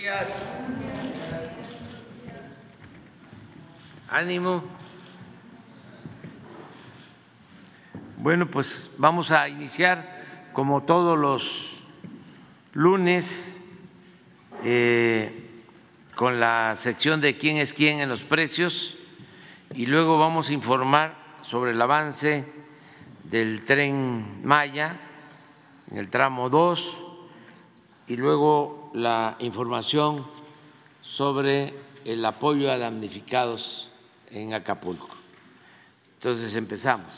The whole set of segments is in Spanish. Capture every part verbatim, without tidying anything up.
días. Ánimo. Bueno, pues vamos a iniciar como todos los lunes eh, con la sección de quién es quién en los precios y luego vamos a informar sobre el avance del Tren Maya en el tramo dos y luego la información sobre el apoyo a damnificados en Acapulco. Entonces empezamos.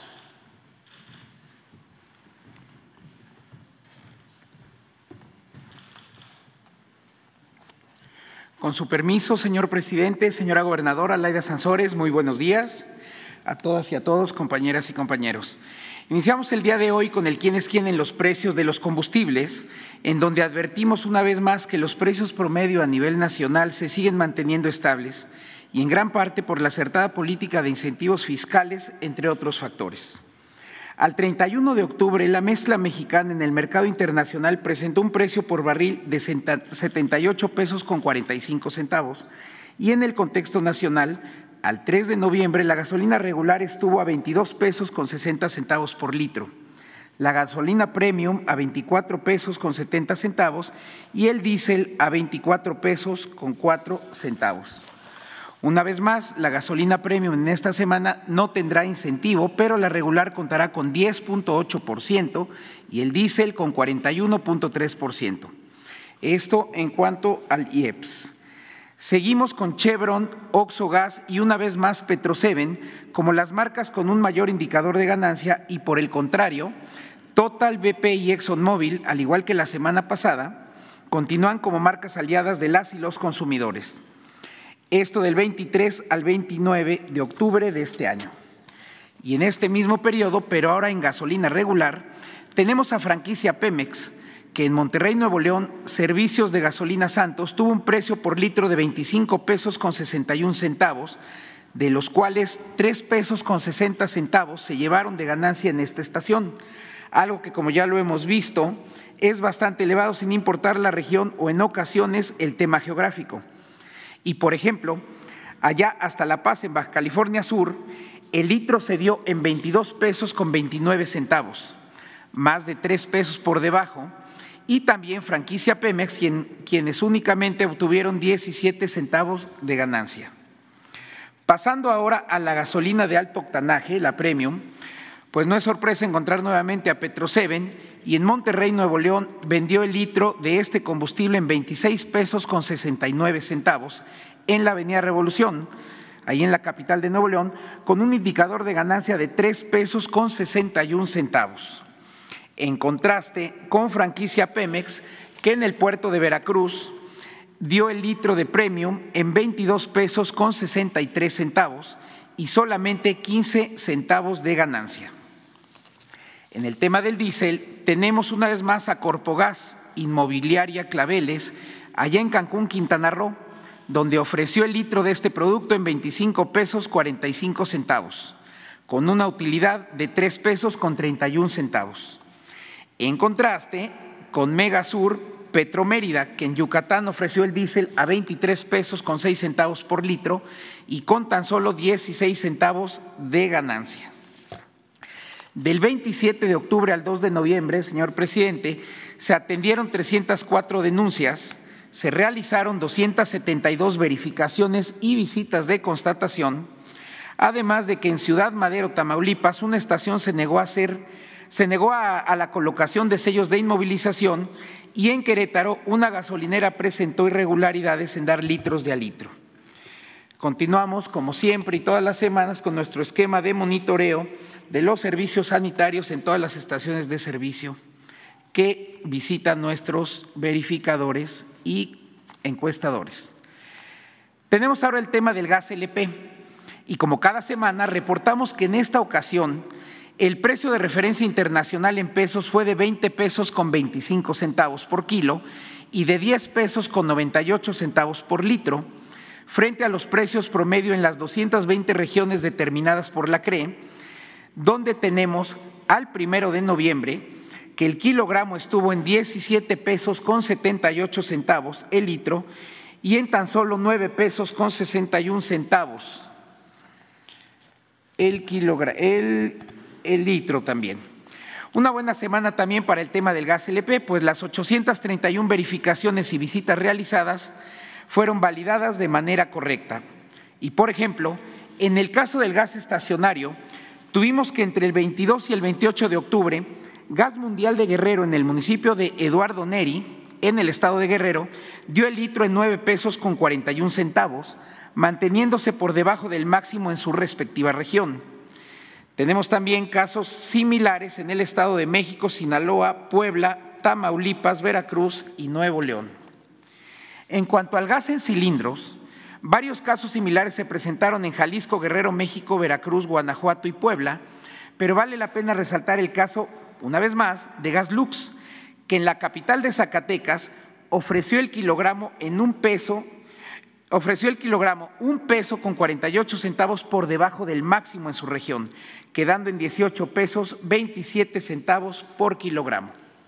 Con su permiso, señor presidente, señora gobernadora Laida Sansores, muy buenos días a todas y a todos, compañeras y compañeros. Iniciamos el día de hoy con el quién es quién en los precios de los combustibles, en donde advertimos una vez más que los precios promedio a nivel nacional se siguen manteniendo estables y en gran parte por la acertada política de incentivos fiscales, entre otros factores. Al treinta y uno de octubre, la mezcla mexicana en el mercado internacional presentó un precio por barril de setenta y ocho pesos con cuarenta y cinco centavos y en el contexto nacional, al tres de noviembre, la gasolina regular estuvo a veintidós pesos con sesenta centavos por litro, la gasolina premium a veinticuatro pesos con setenta centavos y el diésel a veinticuatro pesos con cuatro centavos. Una vez más, la gasolina premium en esta semana no tendrá incentivo, pero la regular contará con diez punto ocho por ciento y el diésel con cuarenta y uno punto tres por ciento. Esto en cuanto al I E P S. Seguimos con Chevron, Oxxo Gas y una vez más Petroseven como las marcas con un mayor indicador de ganancia y por el contrario, Total, B P y ExxonMobil, al igual que la semana pasada, continúan como marcas aliadas de las y los consumidores. Esto del veintitrés al veintinueve de octubre de este año. Y en este mismo periodo, pero ahora en gasolina regular, tenemos a franquicia Pemex, que en Monterrey, Nuevo León, Servicios de Gasolina Santos tuvo un precio por litro de veinticinco pesos con sesenta y un centavos, de los cuales tres pesos con sesenta centavos se llevaron de ganancia en esta estación, algo que, como ya lo hemos visto, es bastante elevado sin importar la región o en ocasiones el tema geográfico. Y, por ejemplo, allá hasta La Paz, en Baja California Sur, el litro se dio en veintidós pesos con veintinueve centavos, más de tres pesos por debajo, y también franquicia Pemex, quien, quienes únicamente obtuvieron diecisiete centavos de ganancia. Pasando ahora a la gasolina de alto octanaje, la premium, pues no es sorpresa encontrar nuevamente a Petroseven y en Monterrey, Nuevo León, vendió el litro de este combustible en veintiséis pesos con sesenta y nueve centavos en la Avenida Revolución, ahí en la capital de Nuevo León, con un indicador de ganancia de tres pesos con sesenta y un centavos. En contraste con franquicia Pemex, que en el puerto de Veracruz dio el litro de premium en veintidós pesos con sesenta y tres centavos y solamente quince centavos de ganancia. En el tema del diésel, tenemos una vez más a Corpogas, Inmobiliaria Claveles, allá en Cancún, Quintana Roo, donde ofreció el litro de este producto en veinticinco pesos cuarenta y cinco centavos, con una utilidad de tres pesos con treinta y un centavos. En contraste, con Megasur, Petromérida, que en Yucatán ofreció el diésel a veintitrés pesos con seis centavos por litro y con tan solo dieciséis centavos de ganancia. Del veintisiete de octubre al dos de noviembre, señor presidente, se atendieron trescientas cuatro denuncias, se realizaron doscientas setenta y dos verificaciones y visitas de constatación, además de que en Ciudad Madero, Tamaulipas, una estación se negó a hacer, se negó a, a la colocación de sellos de inmovilización y en Querétaro una gasolinera presentó irregularidades en dar litros de a litro. Continuamos, como siempre y todas las semanas, con nuestro esquema de monitoreo de los servicios sanitarios en todas las estaciones de servicio que visitan nuestros verificadores y encuestadores. Tenemos ahora el tema del gas L P y como cada semana reportamos que en esta ocasión el precio de referencia internacional en pesos fue de veinte pesos con veinticinco centavos por kilo y de diez pesos con noventa y ocho centavos por litro, frente a los precios promedio en las doscientas veinte regiones determinadas por la C R E, donde tenemos al primero de noviembre que el kilogramo estuvo en diecisiete pesos con setenta y ocho centavos el litro y en tan solo nueve pesos con sesenta y un centavos el, kilogra- el, el litro también. Una buena semana también para el tema del gas L P, pues las ochocientas treinta y una verificaciones y visitas realizadas fueron validadas de manera correcta. Y, por ejemplo, en el caso del gas estacionario, tuvimos que entre el veintidós y el veintiocho de octubre, Gas Mundial de Guerrero en el municipio de Eduardo Neri, en el estado de Guerrero, dio el litro en nueve pesos con cuarenta y un centavos, manteniéndose por debajo del máximo en su respectiva región. Tenemos también casos similares en el estado de México, Sinaloa, Puebla, Tamaulipas, Veracruz y Nuevo León. En cuanto al gas en cilindros, varios casos similares se presentaron en Jalisco, Guerrero, México, Veracruz, Guanajuato y Puebla, pero vale la pena resaltar el caso, una vez más, de Gas Lux, que en la capital de Zacatecas ofreció el kilogramo en un peso, ofreció el kilogramo un peso con cuarenta y ocho centavos por debajo del máximo en su región, quedando en dieciocho pesos veintisiete centavos por kilogramo.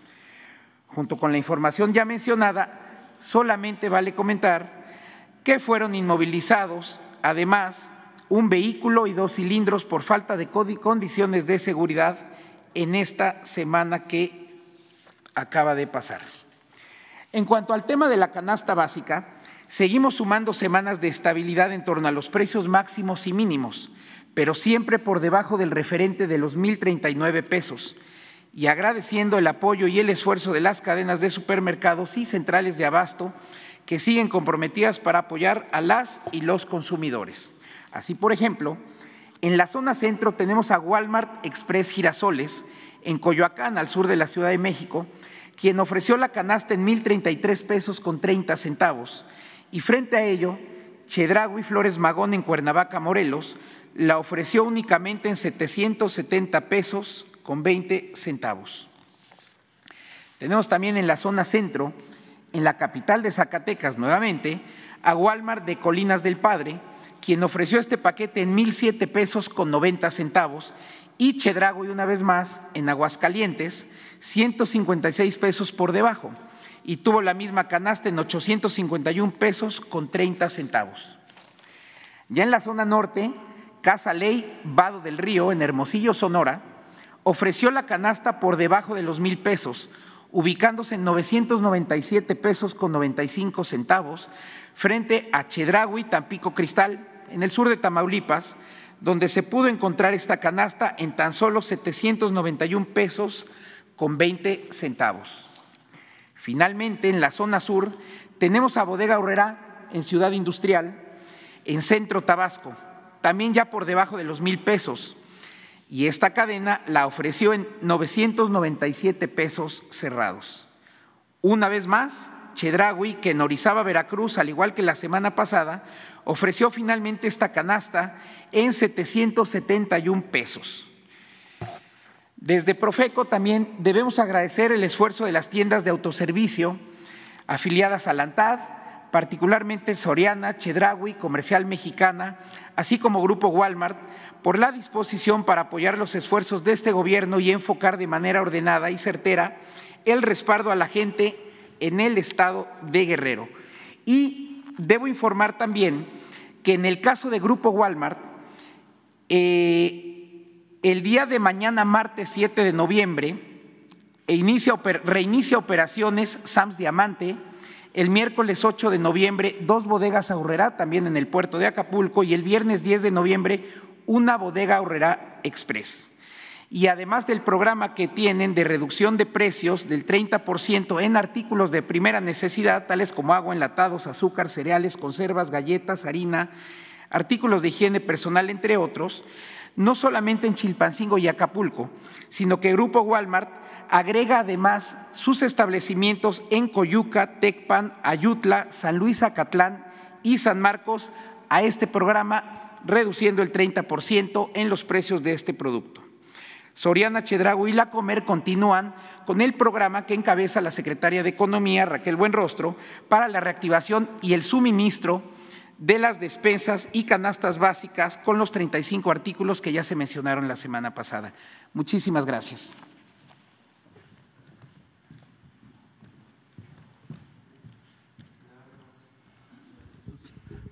Junto con la información ya mencionada, solamente vale comentar que fueron inmovilizados, además, un vehículo y dos cilindros por falta de condiciones de seguridad en esta semana que acaba de pasar. En cuanto al tema de la canasta básica, seguimos sumando semanas de estabilidad en torno a los precios máximos y mínimos, pero siempre por debajo del referente de los mil treinta y nueve pesos, y agradeciendo el apoyo y el esfuerzo de las cadenas de supermercados y centrales de abasto que siguen comprometidas para apoyar a las y los consumidores. Así, por ejemplo, en la zona centro tenemos a Walmart Express Girasoles, en Coyoacán, al sur de la Ciudad de México, quien ofreció la canasta en mil treinta y tres pesos con treinta centavos, y frente a ello, Chedraui Flores Magón en Cuernavaca, Morelos, la ofreció únicamente en setecientos setenta pesos con veinte centavos. Tenemos también en la zona centro, en la capital de Zacatecas nuevamente, a Walmart de Colinas del Padre, quien ofreció este paquete en mil siete pesos con noventa centavos, y Chedraui una vez más en Aguascalientes, ciento cincuenta y seis pesos por debajo, y tuvo la misma canasta en ochocientos cincuenta y un pesos con treinta centavos. Ya en la zona norte, Casa Ley Vado del Río, en Hermosillo, Sonora, ofreció la canasta por debajo de los mil pesos, ubicándose en novecientos noventa y siete pesos con noventa y cinco centavos, frente a Chedraui Tampico Cristal, en el sur de Tamaulipas, donde se pudo encontrar esta canasta en tan solo setecientos noventa y un pesos con veinte centavos. Finalmente, en la zona sur, tenemos a Bodega Aurrerá en Ciudad Industrial, en Centro Tabasco, también ya por debajo de los mil pesos, y esta cadena la ofreció en novecientos noventa y siete pesos cerrados. Una vez más, Chedraui, que en Orizaba, Veracruz, al igual que la semana pasada, ofreció finalmente esta canasta en setecientos setenta y un pesos. Desde Profeco también debemos agradecer el esfuerzo de las tiendas de autoservicio afiliadas a la ANTAD, particularmente Soriana, Chedraui, Comercial Mexicana, así como Grupo Walmart, por la disposición para apoyar los esfuerzos de este gobierno y enfocar de manera ordenada y certera el respaldo a la gente en el estado de Guerrero. Y debo informar también que en el caso de Grupo Walmart, eh, el día de mañana, martes siete de noviembre, inicia, reinicia operaciones Sam's Diamante. El miércoles ocho de noviembre, dos bodegas Aurrerá, también en el puerto de Acapulco, y el viernes diez de noviembre, una bodega Aurrerá Express. Y además del programa que tienen de reducción de precios del treinta por ciento en artículos de primera necesidad, tales como agua, enlatados, azúcar, cereales, conservas, galletas, harina, artículos de higiene personal, entre otros, no solamente en Chilpancingo y Acapulco, sino que Grupo Walmart agrega además sus establecimientos en Coyuca, Tecpan, Ayutla, San Luis Acatlán y San Marcos a este programa, reduciendo el treinta por ciento en los precios de este producto. Soriana, Chedraui y La Comer continúan con el programa que encabeza la secretaria de Economía, Raquel Buenrostro, para la reactivación y el suministro de las despensas y canastas básicas con los treinta y cinco artículos que ya se mencionaron la semana pasada. Muchísimas gracias.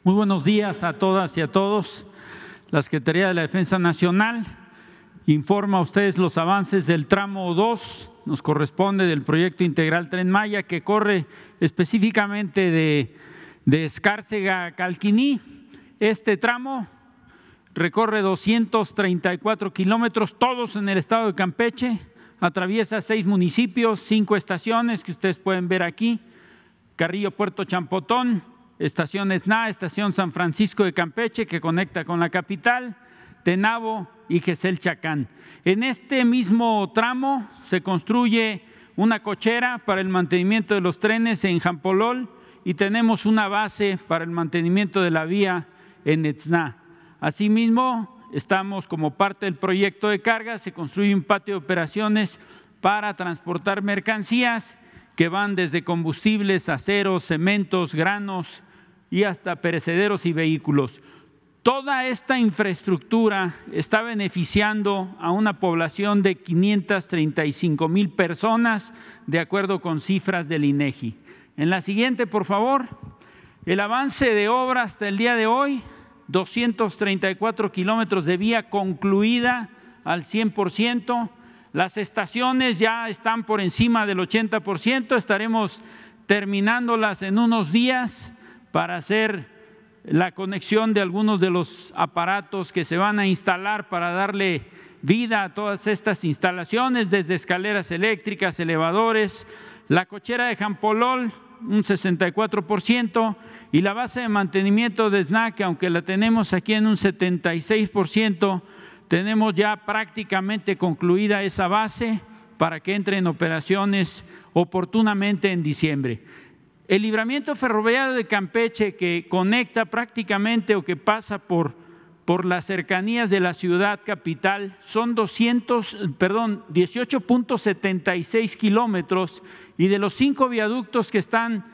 Muy buenos días a todas y a todos. La Secretaría de la Defensa Nacional informa a ustedes los avances del tramo dos, nos corresponde del proyecto integral Tren Maya, que corre específicamente de, de Escárcega a Calquiní. Este tramo recorre doscientos treinta y cuatro kilómetros, todos en el estado de Campeche, atraviesa seis municipios, cinco estaciones que ustedes pueden ver aquí: Carrillo Puerto Champotón, Estación Etna, Estación San Francisco de Campeche, que conecta con la capital, Tenabo y Gesell Chacán. En este mismo tramo se construye una cochera para el mantenimiento de los trenes en Jampolol y tenemos una base para el mantenimiento de la vía en Etzna. Asimismo, estamos como parte del proyecto de carga, se construye un patio de operaciones para transportar mercancías que van desde combustibles, aceros, cementos, granos y hasta perecederos y vehículos. Toda esta infraestructura está beneficiando a una población de quinientas treinta y cinco mil personas, de acuerdo con cifras del INEGI. En la siguiente, por favor, el avance de obra hasta el día de hoy: doscientos treinta y cuatro kilómetros de vía concluida al cien por ciento. Las estaciones ya están por encima del ochenta por ciento, estaremos terminándolas en unos días para hacer la conexión de algunos de los aparatos que se van a instalar para darle vida a todas estas instalaciones, desde escaleras eléctricas, elevadores, la cochera de Jampolol, un sesenta y cuatro por ciento, y la base de mantenimiento de Esna, que aunque la tenemos aquí en un setenta y seis por ciento, tenemos ya prácticamente concluida esa base para que entre en operaciones oportunamente en diciembre. El libramiento ferroviario de Campeche, que conecta prácticamente o que pasa por, por las cercanías de la ciudad capital, son doscientos, perdón, dieciocho punto setenta y seis kilómetros, y de los cinco viaductos que están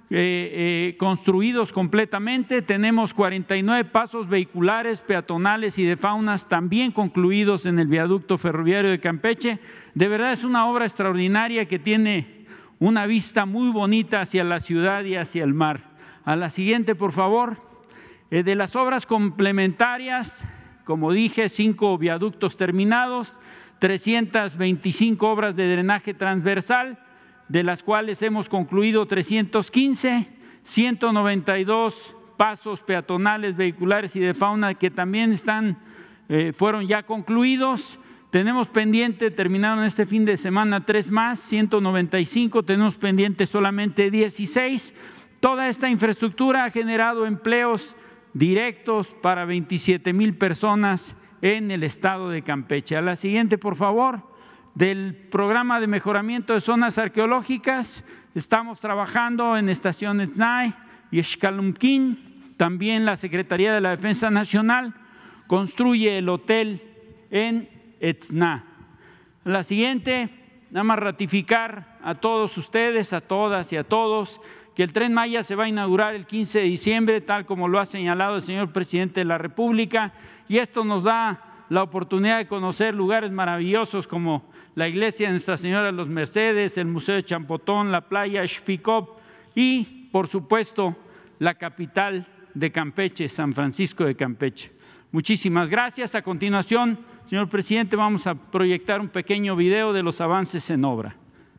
eh, eh, construidos completamente, tenemos cuarenta y nueve pasos vehiculares, peatonales y de faunas también concluidos en el viaducto ferroviario de Campeche. De verdad es una obra extraordinaria que tiene una vista muy bonita hacia la ciudad y hacia el mar. A la siguiente, por favor. Eh, de las obras complementarias, como dije, cinco viaductos terminados, trescientas veinticinco obras de drenaje transversal, de las cuales hemos concluido trescientos quince, ciento noventa y dos pasos peatonales, vehiculares y de fauna que también están, eh, fueron ya concluidos. Tenemos pendiente, terminaron este fin de semana tres más, ciento noventa y cinco, tenemos pendiente solamente dieciséis. Toda esta infraestructura ha generado empleos directos para veintisiete mil personas en el estado de Campeche. A la siguiente, por favor. Del programa de mejoramiento de zonas arqueológicas, estamos trabajando en Estación Etnay y Xcalumquín. También la Secretaría de la Defensa Nacional construye el hotel en Etzna. La siguiente, nada más ratificar a todos ustedes, a todas y a todos, que el Tren Maya se va a inaugurar el quince de diciembre, tal como lo ha señalado el señor presidente de la República, y esto nos da la oportunidad de conocer lugares maravillosos como la iglesia de Nuestra Señora de los Mercedes, el Museo de Champotón, la playa Xpicop y, por supuesto, la capital de Campeche, San Francisco de Campeche. Muchísimas gracias. A continuación, señor presidente, vamos a proyectar un pequeño video de los avances en obra.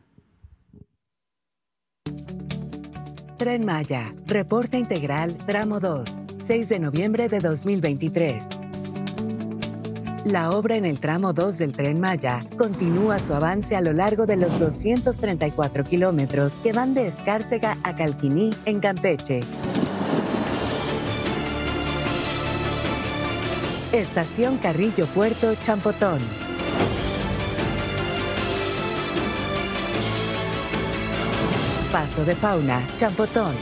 Tren Maya, reporte integral, tramo dos, seis de noviembre de dos mil veintitrés. La obra en el tramo dos del Tren Maya continúa su avance a lo largo de los doscientos treinta y cuatro kilómetros que van de Escárcega a Calquiní, en Campeche. Estación Carrillo Puerto Champotón. Paso de Fauna, Champotón.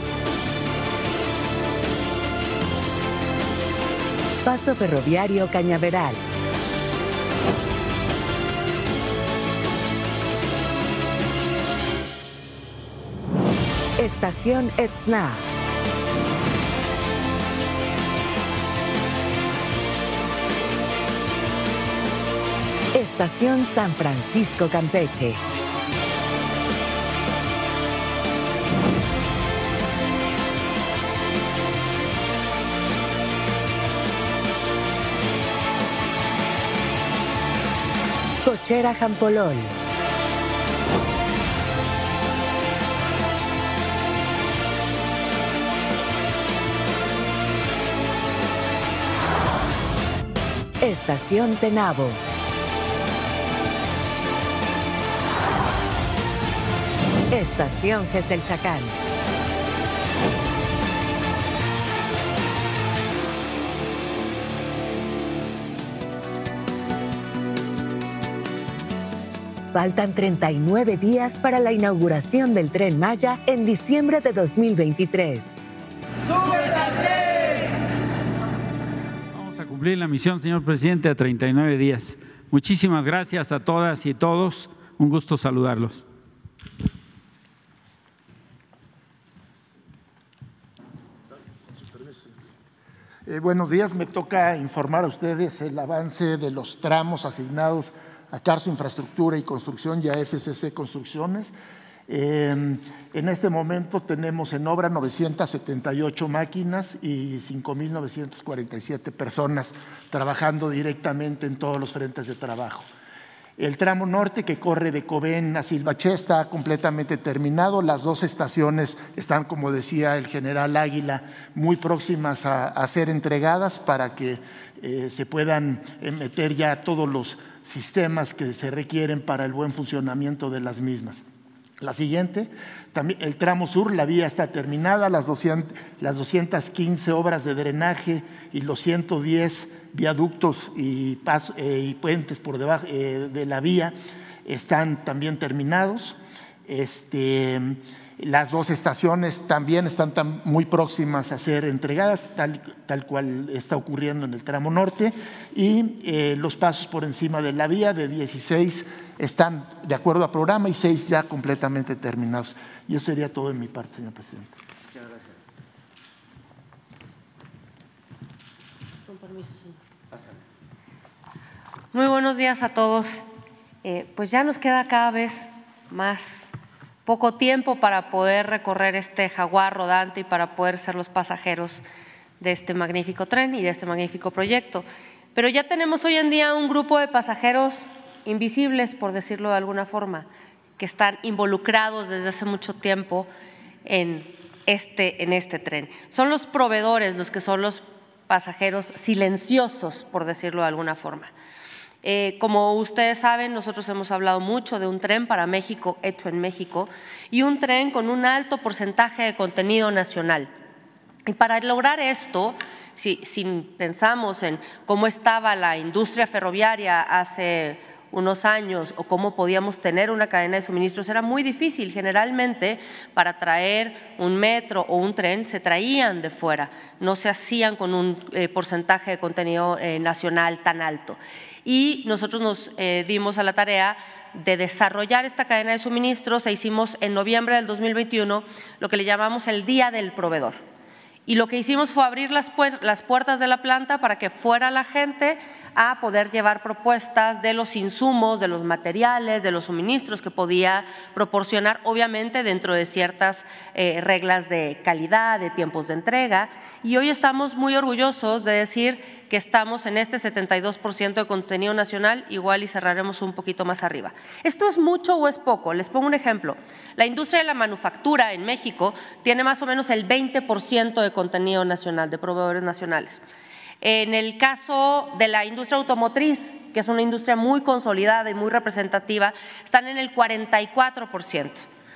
Paso ferroviario Cañaveral. Estación Etzna. Estación San Francisco Campeche. Cochera Jampolol. Estación Tenabo. Estación Geselchacán. Faltan treinta y nueve días para la inauguración del Tren Maya en diciembre de dos mil veintitrés. ¡Súbete al tren! Vamos a cumplir la misión, señor presidente, a treinta y nueve días. Muchísimas gracias a todas y todos. Un gusto saludarlos. Eh, buenos días, me toca informar a ustedes el avance de los tramos asignados a Carso Infraestructura y Construcción y a F C C Construcciones. Eh, en este momento tenemos en obra novecientas setenta y ocho máquinas y cinco mil novecientas cuarenta y siete personas trabajando directamente en todos los frentes de trabajo. El tramo norte que corre de Cobén a Silvaché está completamente terminado. Las dos estaciones están, como decía el general Águila, muy próximas a, a ser entregadas para que eh, se puedan meter ya todos los sistemas que se requieren para el buen funcionamiento de las mismas. La siguiente, también el tramo sur, la vía está terminada, las, doscientas, las doscientas quince obras de drenaje y los ciento diez viaductos y, paso, eh, y puentes por debajo eh, de la vía están también terminados. Este, las dos estaciones también están tan, muy próximas a ser entregadas, tal, tal cual está ocurriendo en el tramo norte, y eh, los pasos por encima de la vía de dieciséis están de acuerdo a programa y seis ya completamente terminados. Y eso sería todo de mi parte, señor presidente. Muchas gracias. Con permiso, señor. Muy buenos días a todos. Eh, pues ya nos queda cada vez más poco tiempo para poder recorrer este jaguar rodante y para poder ser los pasajeros de este magnífico tren y de este magnífico proyecto. Pero ya tenemos hoy en día un grupo de pasajeros invisibles, por decirlo de alguna forma, que están involucrados desde hace mucho tiempo en este, en este tren. Son los proveedores los que son los pasajeros silenciosos, por decirlo de alguna forma. Eh, como ustedes saben, nosotros hemos hablado mucho de un tren para México hecho en México y un tren con un alto porcentaje de contenido nacional. Y para lograr esto, si, si pensamos en cómo estaba la industria ferroviaria hace unos años o cómo podíamos tener una cadena de suministros, era muy difícil. Generalmente, para traer un metro o un tren, se traían de fuera, no se hacían con un eh, porcentaje de contenido eh, nacional tan alto. Y nosotros nos eh, dimos a la tarea de desarrollar esta cadena de suministros e hicimos en noviembre del dos mil veintiuno lo que le llamamos el Día del Proveedor. Y lo que hicimos fue abrir las, pu las puertas de la planta para que fuera la gente a poder llevar propuestas de los insumos, de los materiales, de los suministros que podía proporcionar, obviamente dentro de ciertas eh, reglas de calidad, de tiempos de entrega. Y hoy estamos muy orgullosos de decir que estamos en este setenta y dos por ciento de contenido nacional, igual y cerraremos un poquito más arriba. ¿Esto es mucho o es poco? Les pongo un ejemplo. La industria de la manufactura en México tiene más o menos el veinte por ciento de contenido nacional, de proveedores nacionales. En el caso de la industria automotriz, que es una industria muy consolidada y muy representativa, están en el cuarenta y cuatro por ciento.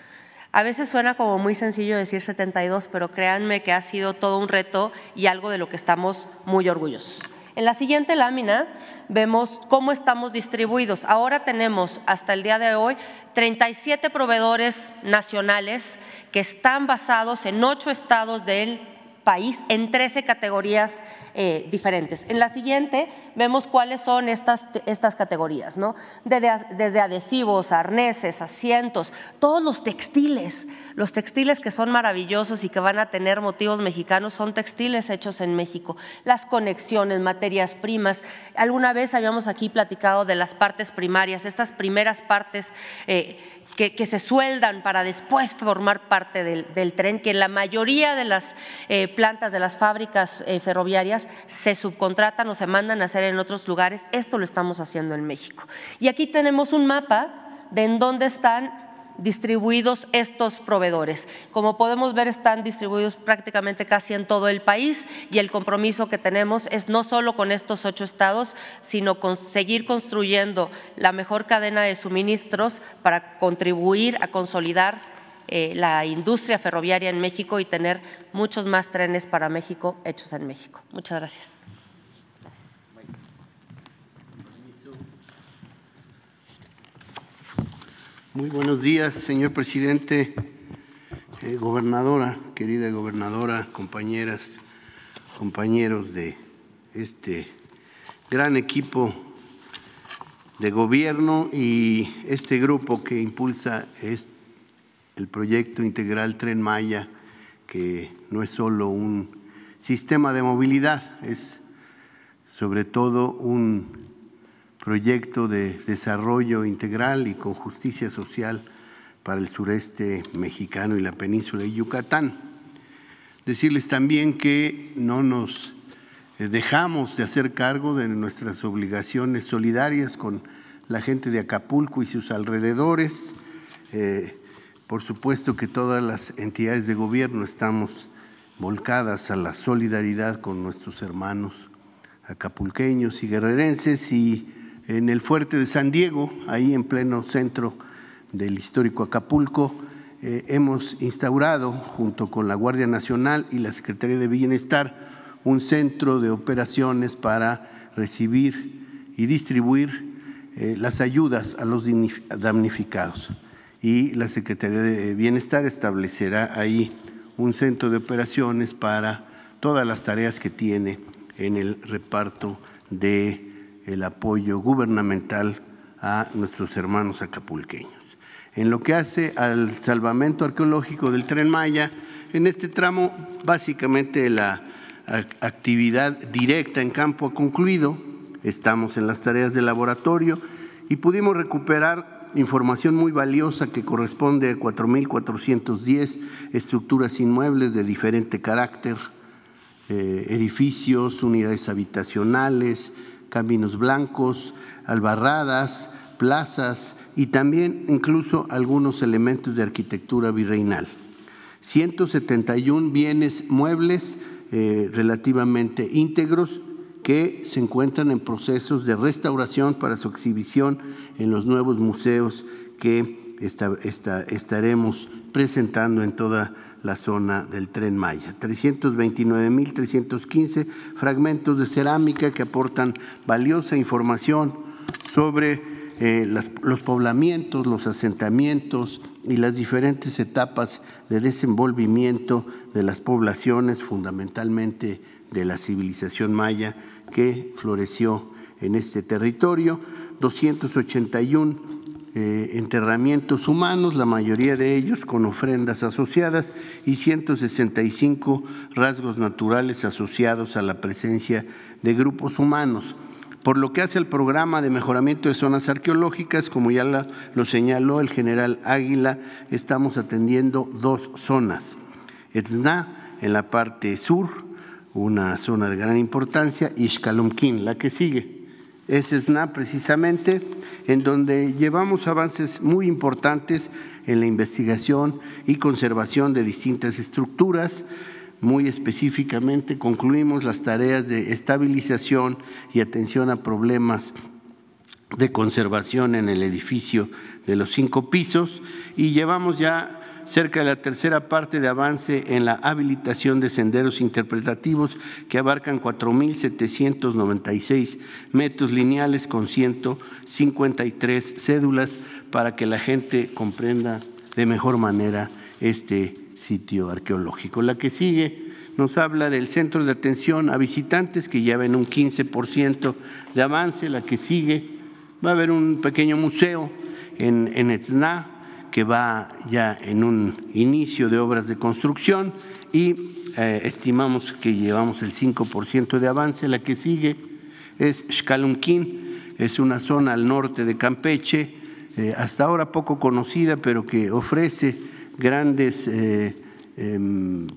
A veces suena como muy sencillo decir setenta y dos, pero créanme que ha sido todo un reto y algo de lo que estamos muy orgullosos. En la siguiente lámina vemos cómo estamos distribuidos. Ahora tenemos hasta el día de hoy treinta y siete proveedores nacionales que están basados en ocho estados del país en trece categorías eh, diferentes. En la siguiente vemos cuáles son estas, estas categorías, ¿no? Desde, desde adhesivos, arneses, asientos, todos los textiles, los textiles que son maravillosos y que van a tener motivos mexicanos son textiles hechos en México. Las conexiones, materias primas. Alguna vez habíamos aquí platicado de las partes primarias, estas primeras partes eh, Que, que se sueldan para después formar parte del, del tren, que la mayoría de las eh, plantas de las fábricas eh, ferroviarias se subcontratan o se mandan a hacer en otros lugares. Esto lo estamos haciendo en México. Y aquí tenemos un mapa de en dónde están distribuidos estos proveedores. Como podemos ver, están distribuidos prácticamente casi en todo el país y el compromiso que tenemos es no solo con estos ocho estados, sino con seguir construyendo la mejor cadena de suministros para contribuir a consolidar eh, la industria ferroviaria en México y tener muchos más trenes para México hechos en México. Muchas gracias. Muy buenos días, señor presidente, eh, gobernadora, querida gobernadora, compañeras, compañeros de este gran equipo de gobierno y este grupo que impulsa es el proyecto integral Tren Maya, que no es solo un sistema de movilidad, es sobre todo un proyecto de desarrollo integral y con justicia social para el sureste mexicano y la península de Yucatán. Decirles también que no nos dejamos de hacer cargo de nuestras obligaciones solidarias con la gente de Acapulco y sus alrededores. Eh, por supuesto que todas las entidades de gobierno estamos volcadas a la solidaridad con nuestros hermanos acapulqueños y guerrerenses, y en el fuerte de San Diego, ahí en pleno centro del histórico Acapulco, eh, hemos instaurado junto con la Guardia Nacional y la Secretaría de Bienestar un centro de operaciones para recibir y distribuir eh, las ayudas a los damnificados. Y la Secretaría de Bienestar establecerá ahí un centro de operaciones para todas las tareas que tiene en el reparto de el apoyo gubernamental a nuestros hermanos acapulqueños. En lo que hace al salvamento arqueológico del Tren Maya, en este tramo básicamente la actividad directa en campo ha concluido, estamos en las tareas de laboratorio y pudimos recuperar información muy valiosa que corresponde a cuatro mil cuatrocientas diez estructuras inmuebles de diferente carácter, eh, edificios, unidades habitacionales, caminos blancos, albarradas, plazas y también incluso algunos elementos de arquitectura virreinal. ciento setenta y uno bienes muebles eh, relativamente íntegros que se encuentran en procesos de restauración para su exhibición en los nuevos museos que esta, esta, estaremos presentando en toda la zona del Tren Maya. trescientos veintinueve mil trescientos quince fragmentos de cerámica que aportan valiosa información sobre eh, las, los poblamientos, los asentamientos y las diferentes etapas de desenvolvimiento de las poblaciones, fundamentalmente de la civilización maya que floreció en este territorio. doscientos ochenta y uno Eh, enterramientos humanos, la mayoría de ellos con ofrendas asociadas, y ciento sesenta y cinco rasgos naturales asociados a la presencia de grupos humanos. Por lo que hace al programa de mejoramiento de zonas arqueológicas, como ya la, lo señaló el general Águila, estamos atendiendo dos zonas. Etzna, en la parte sur, una zona de gran importancia, y Xcalumquín, la que sigue. Es Etzna precisamente en donde llevamos avances muy importantes en la investigación y conservación de distintas estructuras. Muy específicamente concluimos las tareas de estabilización y atención a problemas de conservación en el edificio de los cinco pisos y llevamos ya cerca de la tercera parte de avance en la habilitación de senderos interpretativos que abarcan cuatro mil setecientos noventa y seis metros lineales con ciento cincuenta y tres cédulas para que la gente comprenda de mejor manera este sitio arqueológico. La que sigue nos habla del centro de atención a visitantes que lleva en un quince por ciento de avance. La que sigue va a haber un pequeño museo en, en Etzna, que va ya en un inicio de obras de construcción y eh, estimamos que llevamos el cinco por ciento de avance. La que sigue es Xcalumquín, es una zona al norte de Campeche, eh, hasta ahora poco conocida, pero que ofrece grandes eh, eh,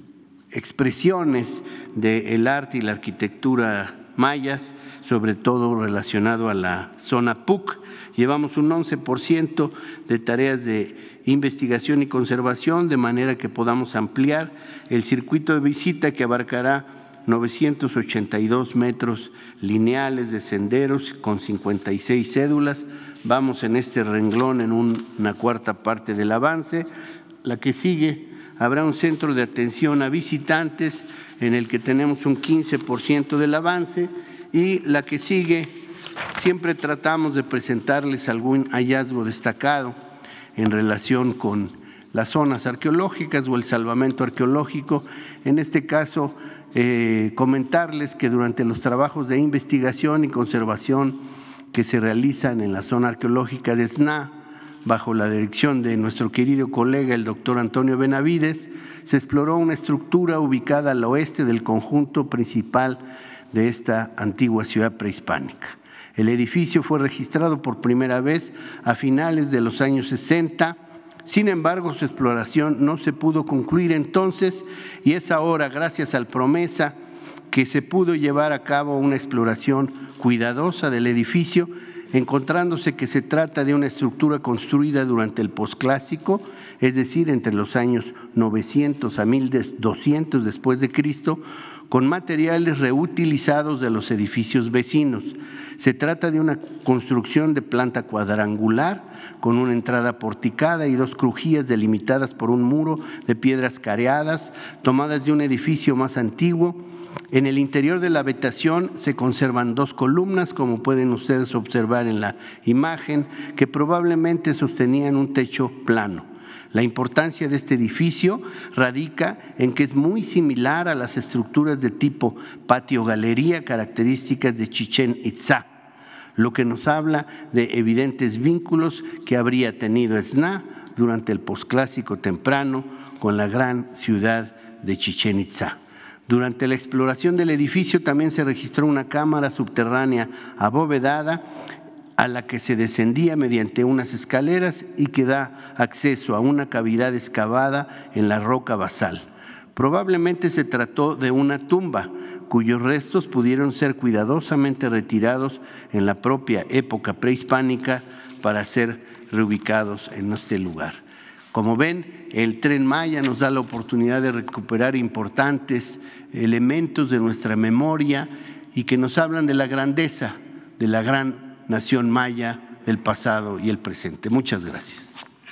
expresiones del arte y la arquitectura mayas, sobre todo relacionado a la zona P U C. Llevamos un once por ciento de tareas de investigación y conservación, de manera que podamos ampliar el circuito de visita que abarcará novecientos ochenta y dos metros lineales de senderos con cincuenta y seis cédulas. Vamos en este renglón en un, una cuarta parte del avance. La que sigue, habrá un centro de atención a visitantes en el que tenemos un quince por ciento del avance, y la que sigue, siempre tratamos de presentarles algún hallazgo destacado en relación con las zonas arqueológicas o el salvamento arqueológico. En este caso, eh, comentarles que durante los trabajos de investigación y conservación que se realizan en la zona arqueológica de Esná, bajo la dirección de nuestro querido colega el doctor Antonio Benavides, se exploró una estructura ubicada al oeste del conjunto principal de esta antigua ciudad prehispánica. El edificio fue registrado por primera vez a finales de los años sesenta, sin embargo su exploración no se pudo concluir entonces, y es ahora, gracias al PROMESA, que se pudo llevar a cabo una exploración cuidadosa del edificio, encontrándose que se trata de una estructura construida durante el posclásico, es decir, entre los años novecientos a mil doscientos después de Cristo, con materiales reutilizados de los edificios vecinos. Se trata de una construcción de planta cuadrangular, con una entrada porticada y dos crujías delimitadas por un muro de piedras careadas, tomadas de un edificio más antiguo. En el interior de la habitación se conservan dos columnas, como pueden ustedes observar en la imagen, que probablemente sostenían un techo plano. La importancia de este edificio radica en que es muy similar a las estructuras de tipo patio-galería características de Chichén Itzá, lo que nos habla de evidentes vínculos que habría tenido Esná durante el posclásico temprano con la gran ciudad de Chichén Itzá. Durante la exploración del edificio también se registró una cámara subterránea abovedada a la que se descendía mediante unas escaleras y que da acceso a una cavidad excavada en la roca basal. Probablemente se trató de una tumba, cuyos restos pudieron ser cuidadosamente retirados en la propia época prehispánica para ser reubicados en este lugar. Como ven, el Tren Maya nos da la oportunidad de recuperar importantes elementos de nuestra memoria y que nos hablan de la grandeza de la gran nación maya del pasado y el presente. Muchas gracias.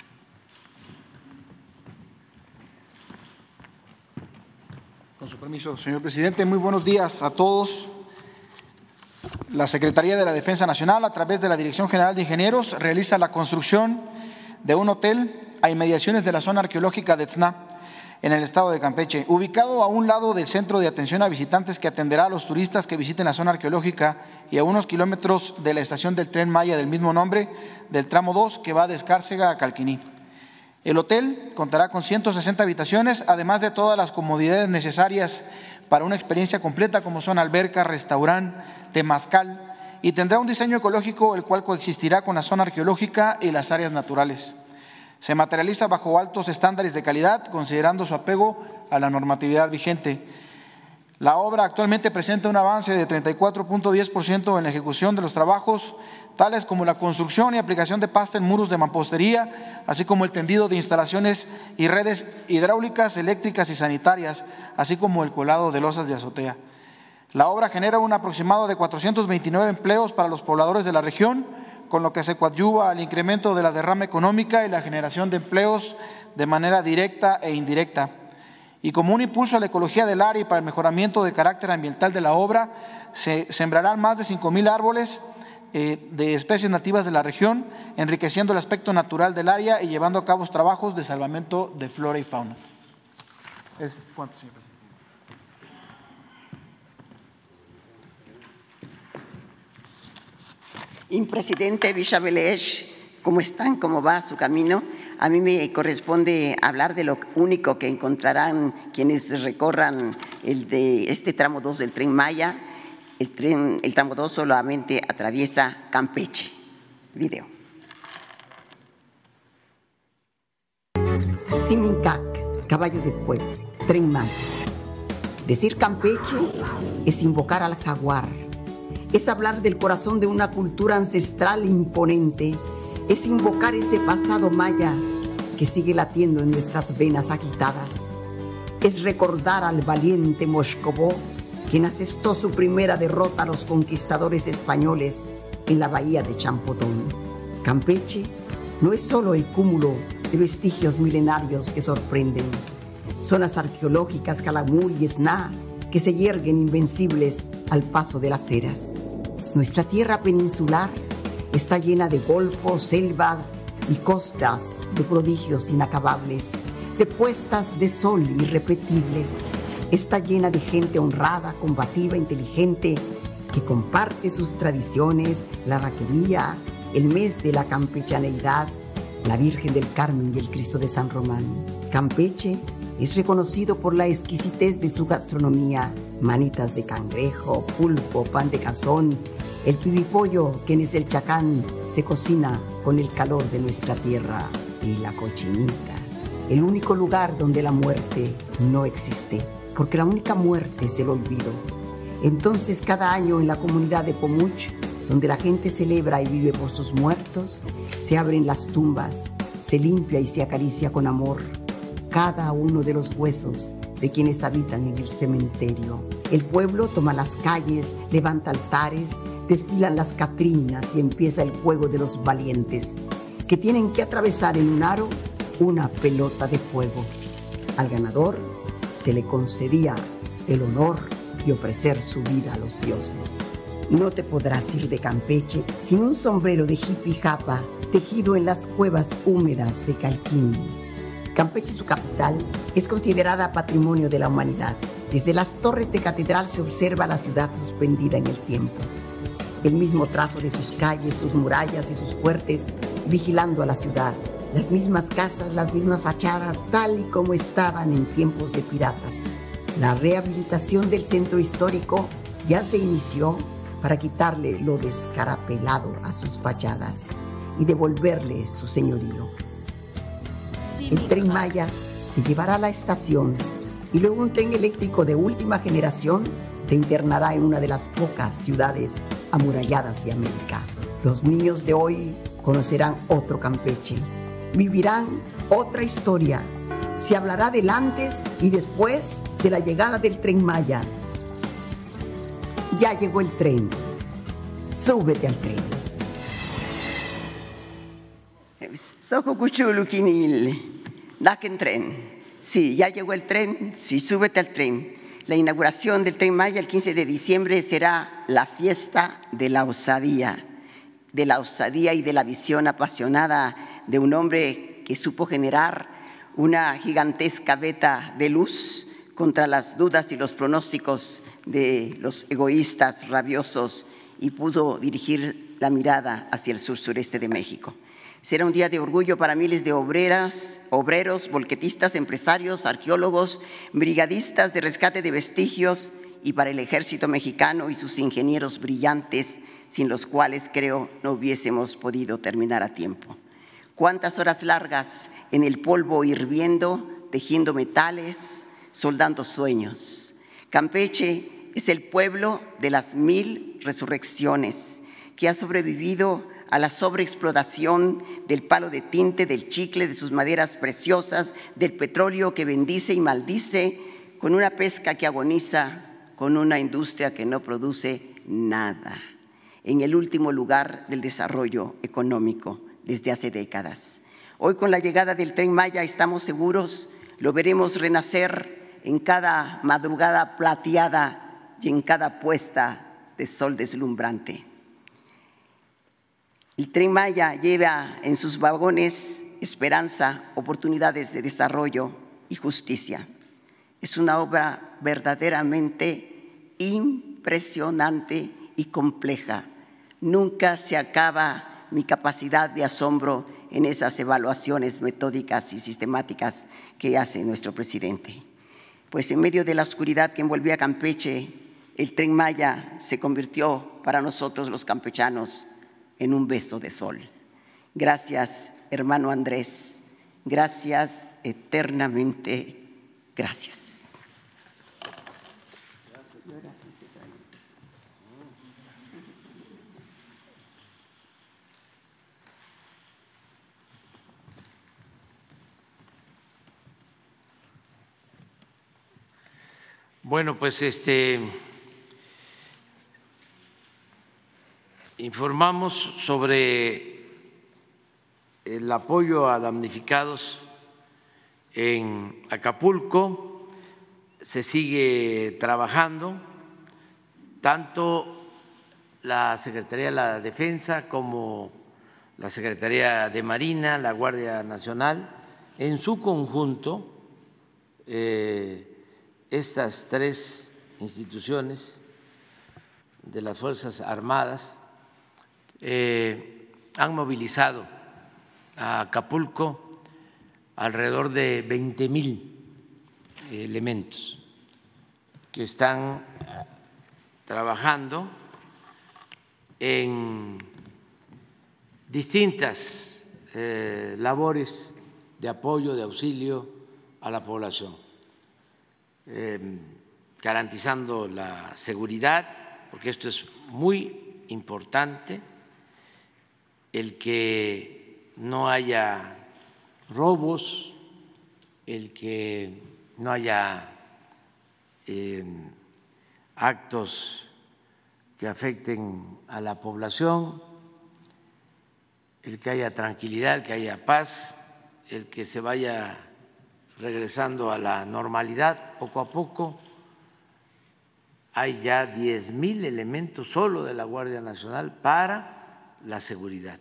Con su permiso, señor presidente, muy buenos días a todos. La Secretaría de la Defensa Nacional, a través de la Dirección General de Ingenieros, realiza la construcción de un hotel a inmediaciones de la zona arqueológica de Tzná, en el estado de Campeche, ubicado a un lado del centro de atención a visitantes que atenderá a los turistas que visiten la zona arqueológica y a unos kilómetros de la estación del Tren Maya del mismo nombre, del tramo dos que va de Escárcega a Calquiní. El hotel contará con ciento sesenta habitaciones, además de todas las comodidades necesarias para una experiencia completa, como son alberca, restaurante, temazcal, y tendrá un diseño ecológico el cual coexistirá con la zona arqueológica y las áreas naturales. Se materializa bajo altos estándares de calidad, considerando su apego a la normatividad vigente. La obra actualmente presenta un avance de treinta y cuatro punto diez por ciento en la ejecución de los trabajos, tales como la construcción y aplicación de pasta en muros de mampostería, así como el tendido de instalaciones y redes hidráulicas, eléctricas y sanitarias, así como el colado de losas de azotea. La obra genera un aproximado de cuatrocientos veintinueve empleos para los pobladores de la región, con lo que se coadyuva al incremento de la derrama económica y la generación de empleos de manera directa e indirecta. Y como un impulso a la ecología del área y para el mejoramiento de carácter ambiental de la obra, se sembrarán más de cinco mil árboles eh, de especies nativas de la región, enriqueciendo el aspecto natural del área y llevando a cabo trabajos de salvamento de flora y fauna. ¿Es cuánto, señor presidente? Presidente Villavelesh, ¿cómo están? ¿Cómo va su camino? A mí me corresponde hablar de lo único que encontrarán quienes recorran el de este tramo dos del Tren Maya. El, tren, el tramo dos solamente atraviesa Campeche. Video. Simincac, caballo de fuego, Tren Maya. Decir Campeche es invocar al jaguar, es hablar del corazón de una cultura ancestral imponente, es invocar ese pasado maya que sigue latiendo en nuestras venas agitadas, es recordar al valiente Moscobó, quien asestó su primera derrota a los conquistadores españoles en la bahía de Champotón. Campeche no es solo el cúmulo de vestigios milenarios que sorprenden, zonas arqueológicas Calamú y Esná que se yerguen invencibles al paso de las eras. Nuestra tierra peninsular está llena de golfos, selvas y costas de prodigios inacabables, de puestas de sol irrepetibles. Está llena de gente honrada, combativa, inteligente, que comparte sus tradiciones, la vaquería, el mes de la campechaneidad, la Virgen del Carmen y el Cristo de San Román. Campeche es reconocido por la exquisitez de su gastronomía, manitas de cangrejo, pulpo, pan de cazón, el pibipollo, que en el Chacán se cocina con el calor de nuestra tierra, y la cochinita, el único lugar donde la muerte no existe, porque la única muerte es el olvido. Entonces, cada año en la comunidad de Pomuch, donde la gente celebra y vive por sus muertos, se abren las tumbas, se limpia y se acaricia con amor cada uno de los huesos de quienes habitan en el cementerio. El pueblo toma las calles, levanta altares, desfilan las catrinas y empieza el juego de los valientes, que tienen que atravesar en un aro una pelota de fuego. Al ganador se le concedía el honor de ofrecer su vida a los dioses. No te podrás ir de Campeche sin un sombrero de jipi japa tejido en las cuevas húmedas de Calquini. Campeche, su capital, es considerada patrimonio de la humanidad. Desde las torres de catedral se observa la ciudad suspendida en el tiempo. El mismo trazo de sus calles, sus murallas y sus fuertes, vigilando a la ciudad. Las mismas casas, las mismas fachadas, tal y como estaban en tiempos de piratas. La rehabilitación del centro histórico ya se inició para quitarle lo descarapelado a sus fachadas y devolverle su señorío. El Tren Maya te llevará a la estación y luego un tren eléctrico de última generación te internará en una de las pocas ciudades amuralladas de América. Los niños de hoy conocerán otro Campeche, vivirán otra historia. Se hablará del antes y después de la llegada del Tren Maya. Ya llegó el tren. Súbete al tren. Soco Cuchuluquinil. Daken tren. Sí, ya llegó el tren. Sí, súbete al tren. La inauguración del Tren Maya el quince de diciembre será la fiesta de la osadía, de la osadía y de la visión apasionada de un hombre que supo generar una gigantesca veta de luz contra las dudas y los pronósticos de los egoístas rabiosos y pudo dirigir la mirada hacia el sur-sureste de México. Será un día de orgullo para miles de obreras, obreros, volquetistas, empresarios, arqueólogos, brigadistas de rescate de vestigios y para el ejército mexicano y sus ingenieros brillantes, sin los cuales creo no hubiésemos podido terminar a tiempo. Cuántas horas largas en el polvo hirviendo, tejiendo metales, soldando sueños. Campeche es el pueblo de las mil resurrecciones que ha sobrevivido a la sobreexplotación del palo de tinte, del chicle, de sus maderas preciosas, del petróleo que bendice y maldice, con una pesca que agoniza, con una industria que no produce nada. En el último lugar del desarrollo económico desde hace décadas. Hoy, con la llegada del Tren Maya, estamos seguros, lo veremos renacer en cada madrugada plateada y en cada puesta de sol deslumbrante. El Tren Maya lleva en sus vagones esperanza, oportunidades de desarrollo y justicia. Es una obra verdaderamente impresionante y compleja. Nunca se acaba mi capacidad de asombro en esas evaluaciones metódicas y sistemáticas que hace nuestro presidente. Pues en medio de la oscuridad que envolvía a Campeche, el Tren Maya se convirtió para nosotros los campechanos en un beso de sol. Gracias, hermano Andrés. Gracias, eternamente, gracias. Bueno, pues este informamos sobre el apoyo a damnificados en Acapulco. Se sigue trabajando, tanto la Secretaría de la Defensa como la Secretaría de Marina, la Guardia Nacional, en su conjunto, eh, estas tres instituciones de las Fuerzas Armadas eh, han movilizado a Acapulco alrededor de veinte mil elementos que están trabajando en distintas eh, labores de apoyo, de auxilio a la población. Eh, garantizando la seguridad, porque esto es muy importante, el que no haya robos, el que no haya eh, actos que afecten a la población, el que haya tranquilidad, el que haya paz, el que se vaya regresando a la normalidad poco a poco. Hay ya diez mil elementos solo de la Guardia Nacional para la seguridad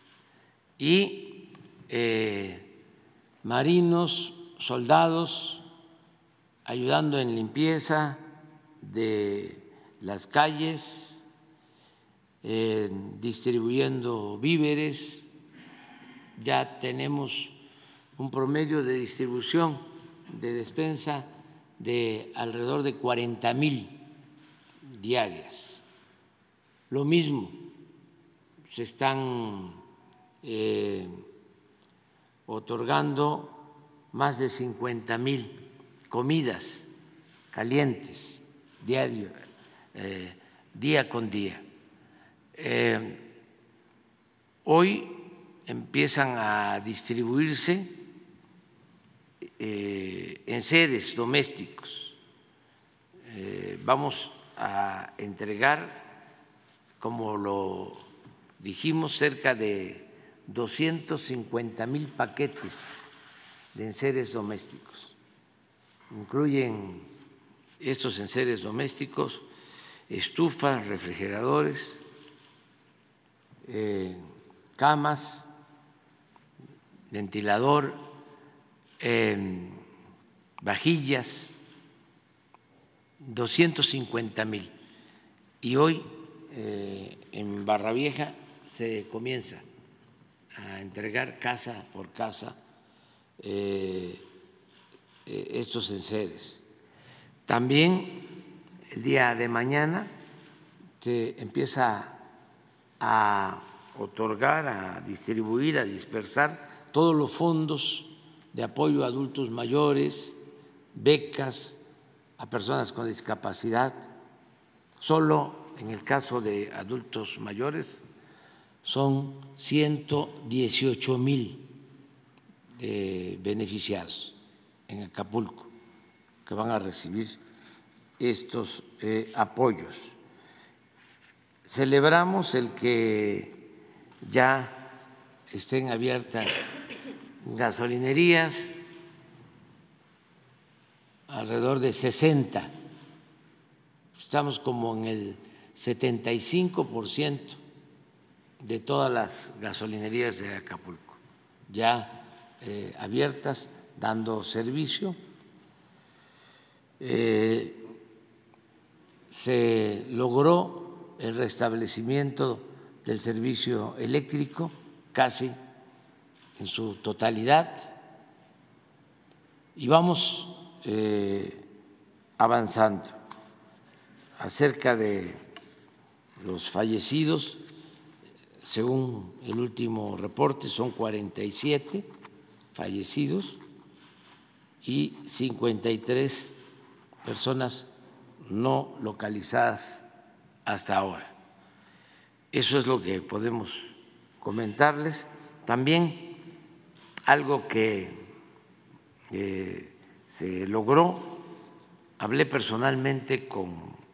y eh, marinos, soldados ayudando en limpieza de las calles, eh, distribuyendo víveres. Ya tenemos un promedio de distribución de despensa de alrededor de cuarenta mil diarias. Lo mismo, se están eh, otorgando más de cincuenta mil comidas calientes diario, eh, día con día. Eh, hoy empiezan a distribuirse Eh, enseres domésticos. Eh, vamos a entregar, como lo dijimos, cerca de doscientos cincuenta mil paquetes de enseres domésticos. Incluyen estos enseres domésticos estufas, refrigeradores, eh, camas, ventilador, Eh, vajillas, doscientos cincuenta mil. Y hoy eh, en Barra Vieja se comienza a entregar casa por casa eh, estos enseres. También el día de mañana se empieza a otorgar, a distribuir, a dispersar todos los fondos de apoyo a adultos mayores, becas a personas con discapacidad. Solo en el caso de adultos mayores son ciento dieciocho mil eh, beneficiados en Acapulco que van a recibir estos eh, apoyos. Celebramos el que ya estén abiertas gasolinerías, alrededor de sesenta. Estamos como en el setenta y cinco por ciento de todas las gasolinerías de Acapulco ya eh, abiertas, dando servicio. Eh, se logró el restablecimiento del servicio eléctrico casi en su totalidad y vamos eh, avanzando. Acerca de los fallecidos, según el último reporte, son cuarenta y siete fallecidos y cincuenta y tres personas no localizadas hasta ahora. Eso es lo que podemos comentarles. También algo que eh, se logró, hablé personalmente con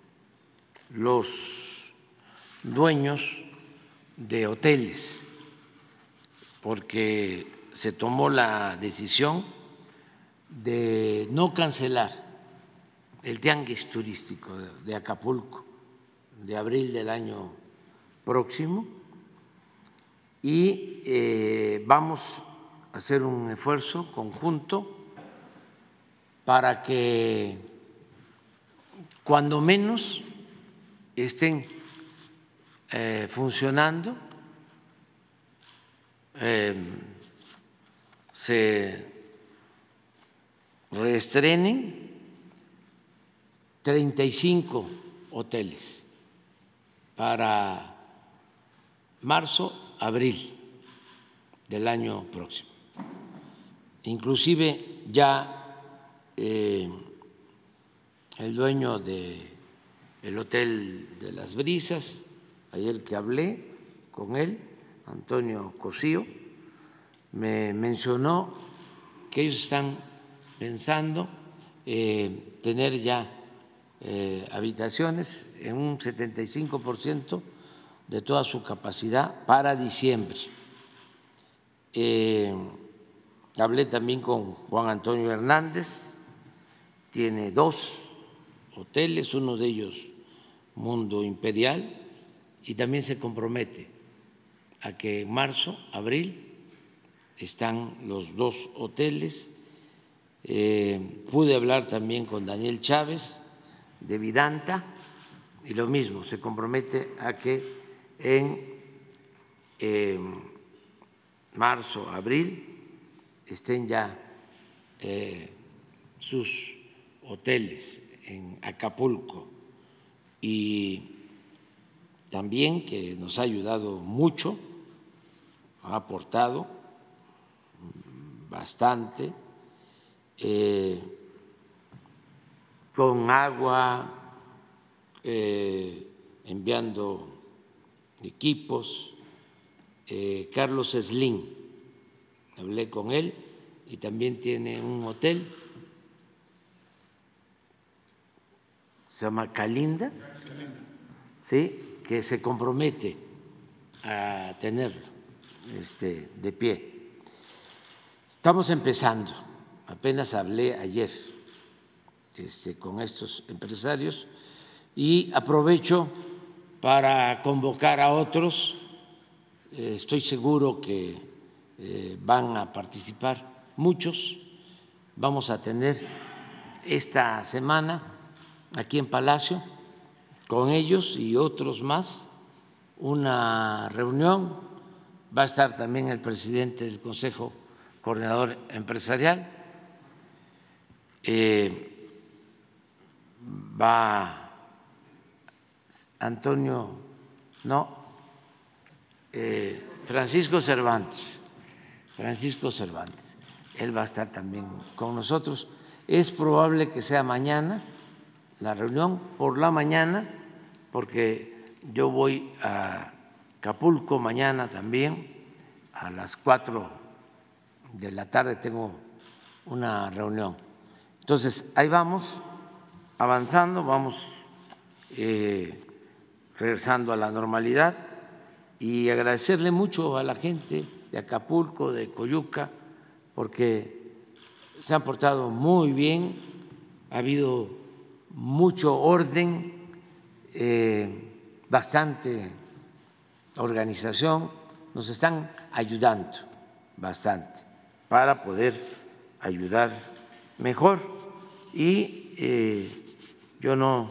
los dueños de hoteles, porque se tomó la decisión de no cancelar el tianguis turístico de Acapulco de abril del año próximo y eh, vamos a hacer un esfuerzo conjunto para que cuando menos estén eh, funcionando, eh, se reestrenen treinta y cinco hoteles para marzo, abril del año próximo. Inclusive ya eh, el dueño de el Hotel de las Brisas, ayer que hablé con él, Antonio Cosío, me mencionó que ellos están pensando eh, tener ya eh, habitaciones en un setenta y cinco por ciento de toda su capacidad para diciembre. Eh, hablé también con Juan Antonio Hernández, tiene dos hoteles, uno de ellos Mundo Imperial, y también se compromete a que en marzo, abril, están los dos hoteles. Eh, pude hablar también con Daniel Chávez de Vidanta y lo mismo, se compromete a que en eh, marzo, abril estén ya eh, sus hoteles en Acapulco, y también que nos ha ayudado mucho, ha aportado bastante eh, con agua, eh, enviando equipos. eh, Carlos Slim, hablé con él y también tiene un hotel, se llama Calinda, ¿sí?, que se compromete a tenerlo este, de pie. Estamos empezando, apenas hablé ayer este, con estos empresarios y aprovecho para convocar a otros. Eh, estoy seguro que eh, van a participar muchos. Vamos a tener esta semana aquí en Palacio con ellos y otros más una reunión. Va a estar también el presidente del Consejo Coordinador Empresarial, eh, va Antonio, no, eh, Francisco Cervantes, Francisco Cervantes, él va a estar también con nosotros. Es probable que sea mañana la reunión, por la mañana, porque yo voy a Acapulco mañana también, a las cuatro de la tarde tengo una reunión. Entonces, ahí vamos avanzando, vamos eh, regresando a la normalidad, y agradecerle mucho a la gente de Acapulco, de Coyuca, porque se han portado muy bien, ha habido mucho orden, eh, bastante organización, nos están ayudando bastante para poder ayudar mejor, y eh, yo no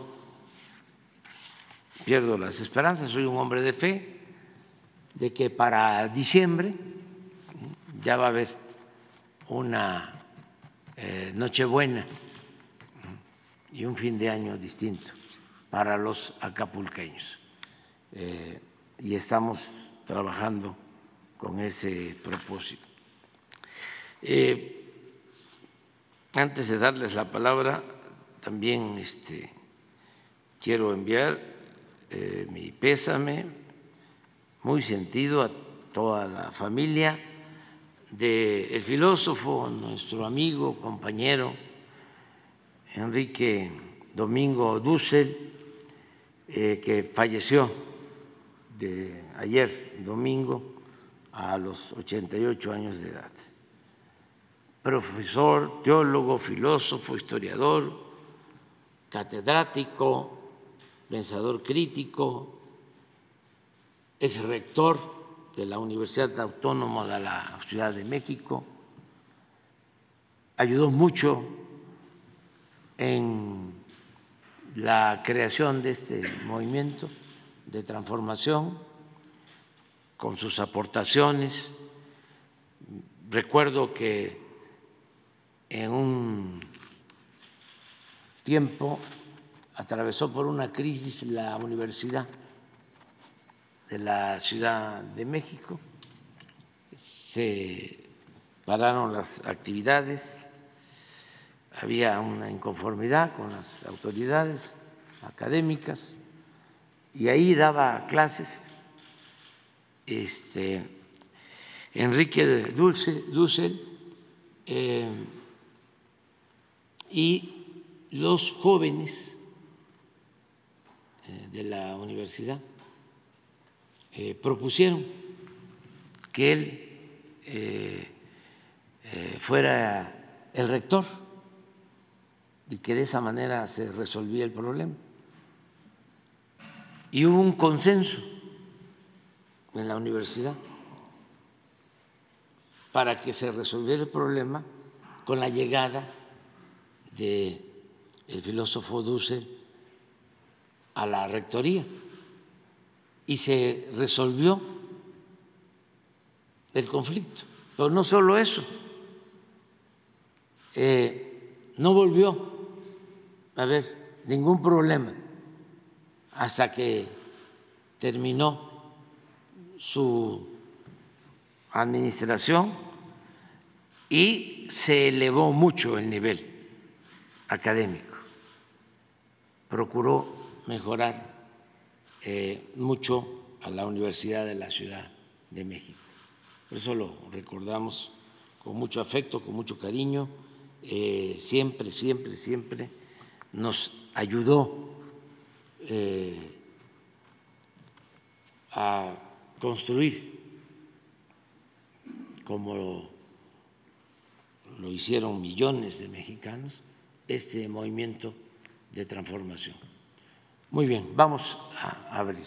pierdo las esperanzas, soy un hombre de fe de que para diciembre ya va a haber una eh, Nochebuena y un fin de año distinto para los acapulqueños. Eh, y estamos trabajando con ese propósito. Eh, antes de darles la palabra, también este, quiero enviar eh, mi pésame muy sentido a toda la familia del filósofo, nuestro amigo, compañero Enrique Domingo Dussel, eh, que falleció de ayer domingo a los ochenta y ocho años de edad. Profesor, teólogo, filósofo, historiador, catedrático, pensador crítico, exrector de la Universidad Autónoma de la Ciudad de México, ayudó mucho en la creación de este movimiento de transformación con sus aportaciones. Recuerdo que en un tiempo atravesó por una crisis la universidad de la Ciudad de México, se pararon las actividades, había una inconformidad con las autoridades académicas y ahí daba clases este, Enrique Dussel eh, y los jóvenes eh, de la universidad eh, propusieron que él eh, eh, fuera el rector y que de esa manera se resolvía el problema. Y hubo un consenso en la universidad para que se resolviera el problema con la llegada del filósofo Dussel a la rectoría y se resolvió el conflicto. Pero no solo eso, eh, no volvió a haber ningún problema hasta que terminó su administración y se elevó mucho el nivel académico, procuró mejorar eh, mucho a la Universidad de la Ciudad de México. Por eso lo recordamos con mucho afecto, con mucho cariño, eh, siempre, siempre, siempre nos ayudó eh, a construir, como lo, lo hicieron millones de mexicanos, este movimiento de transformación. Muy bien, vamos a abrir.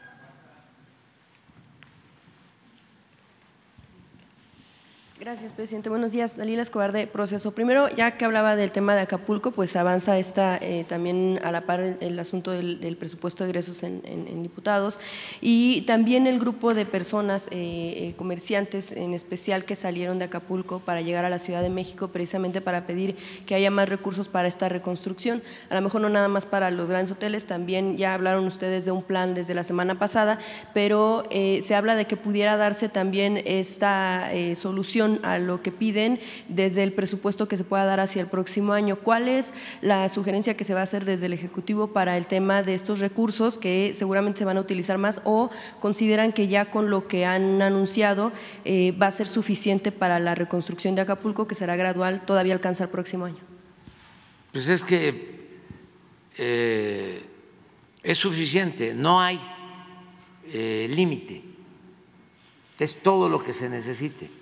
Gracias, presidente. Buenos días. Dalila Escobar, de Proceso. Primero, ya que hablaba del tema de Acapulco, pues avanza esta, eh, también a la par el, el asunto del, del presupuesto de egresos en, en, en diputados y también el grupo de personas, eh, eh, comerciantes en especial, que salieron de Acapulco para llegar a la Ciudad de México precisamente para pedir que haya más recursos para esta reconstrucción. A lo mejor no nada más para los grandes hoteles, también ya hablaron ustedes de un plan desde la semana pasada, pero eh, se habla de que pudiera darse también esta eh, solución a lo que piden desde el presupuesto que se pueda dar hacia el próximo año. ¿Cuál es la sugerencia que se va a hacer desde el Ejecutivo para el tema de estos recursos que seguramente se van a utilizar más, o consideran que ya con lo que han anunciado eh, va a ser suficiente para la reconstrucción de Acapulco, que será gradual, todavía alcanza el próximo año? Pues es que eh, es suficiente, no hay eh, límite, es todo lo que se necesite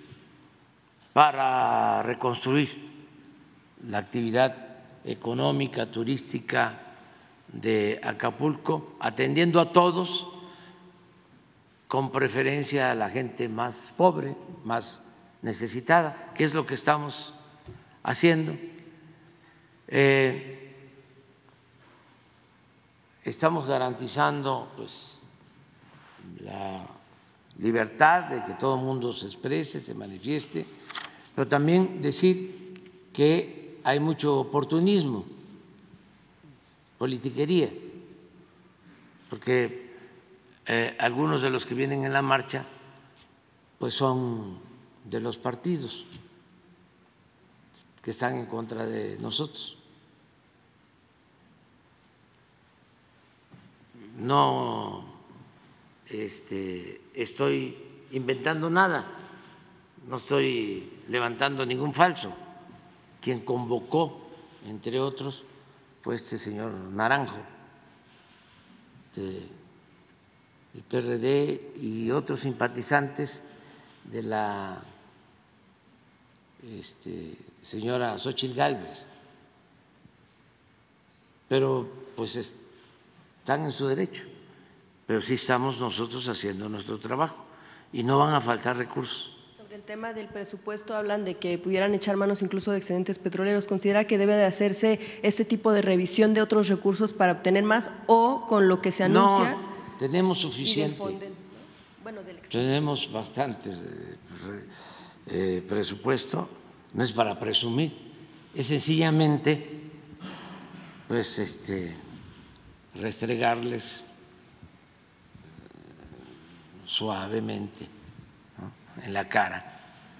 para reconstruir la actividad económica, turística de Acapulco, atendiendo a todos, con preferencia a la gente más pobre, más necesitada, que es lo que estamos haciendo. Eh, estamos garantizando pues, la libertad de que todo el mundo se exprese, se manifieste, pero también decir que hay mucho oportunismo, politiquería, porque eh, algunos de los que vienen en la marcha pues son de los partidos que están en contra de nosotros. No este, estoy inventando nada, no estoy levantando ningún falso. Quien convocó, entre otros, fue este señor Naranjo del P R D y otros simpatizantes de la este, señora Xóchitl Gálvez, pero pues están en su derecho, pero sí estamos nosotros haciendo nuestro trabajo y no van a faltar recursos. Sobre el tema del presupuesto hablan de que pudieran echar manos incluso de excedentes petroleros. ¿Considera que debe de hacerse este tipo de revisión de otros recursos para obtener más o con lo que se anuncia? No, tenemos suficiente. Fondo, ¿no? Bueno, del tenemos bastante eh, presupuesto, no es para presumir, es sencillamente pues este restregarles suavemente, ¿no?, en la cara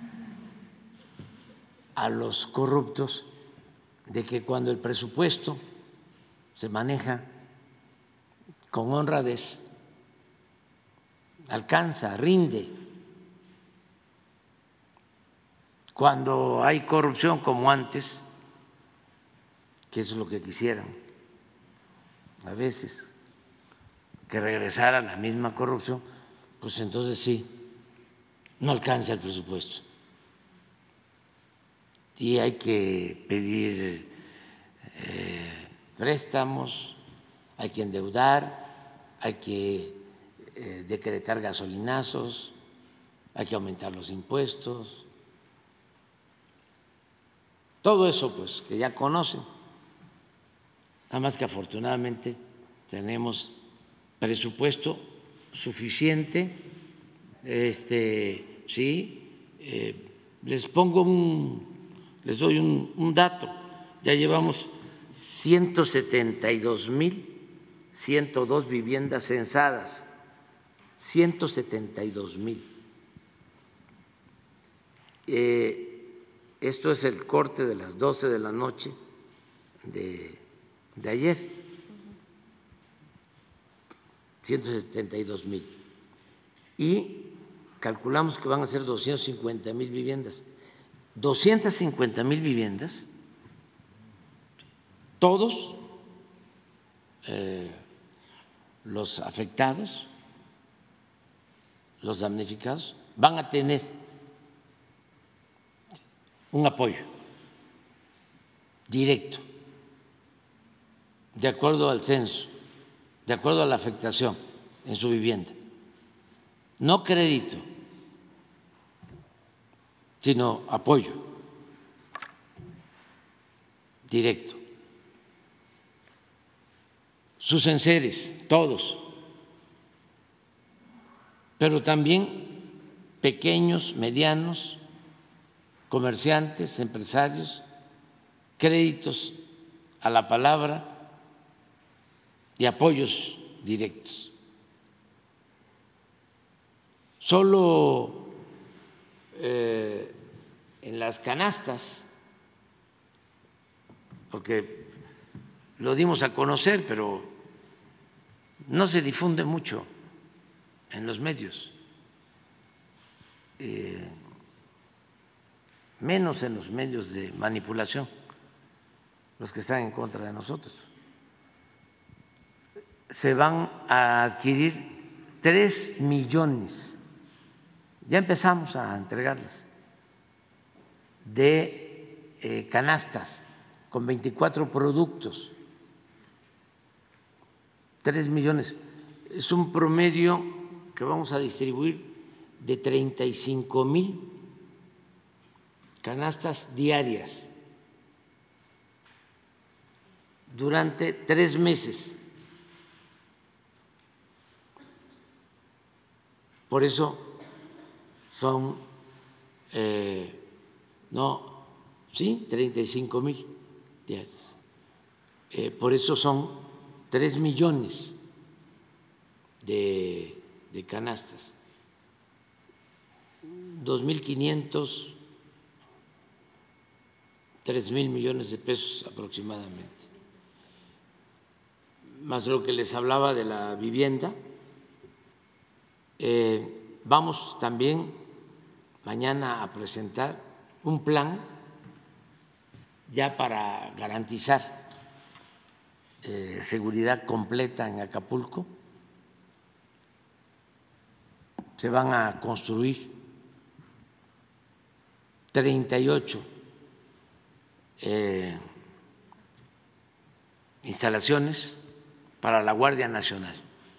a los corruptos de que cuando el presupuesto se maneja con honradez, alcanza, rinde. Cuando hay corrupción como antes, que es lo que quisieran a veces, que regresara la misma corrupción, pues entonces sí, no alcanza el presupuesto. Y hay que pedir eh, préstamos, hay que endeudar, hay que eh, decretar gasolinazos, hay que aumentar los impuestos. Todo eso pues que ya conocen, nada más que afortunadamente tenemos presupuesto suficiente. Este, sí, eh, les pongo un, les doy un, un dato, ya llevamos ciento setenta y dos mil ciento dos viviendas censadas, ciento setenta y dos mil. Eh, Esto es el corte de las doce de la noche de, de ayer, ciento setenta y dos mil. Y calculamos que van a ser doscientas cincuenta mil viviendas. doscientas cincuenta mil viviendas, todos eh, los afectados, los damnificados, van a tener un apoyo directo, de acuerdo al censo, de acuerdo a la afectación en su vivienda. No crédito, sino apoyo directo. Sus enseres, todos, pero también pequeños, medianos, comerciantes, empresarios, créditos a la palabra y apoyos directos. Solo eh, en las canastas, porque lo dimos a conocer, pero no se difunde mucho en los medios, eh, menos en los medios de manipulación, los que están en contra de nosotros. Se van a adquirir tres millones, ya empezamos a entregarles, de eh, canastas con veinticuatro productos, tres millones. Es un promedio que vamos a distribuir de treinta y cinco mil canastas diarias durante tres meses. Por eso son, eh, no, sí, treinta y cinco mil diarios. Eh, por eso son tres millones de, de canastas, dos mil quinientos tres mil millones de pesos aproximadamente. Más lo que les hablaba de la vivienda, eh, vamos también mañana a presentar un plan ya para garantizar eh, seguridad completa en Acapulco. Se van a construir treinta y ocho eh, instalaciones para la Guardia Nacional,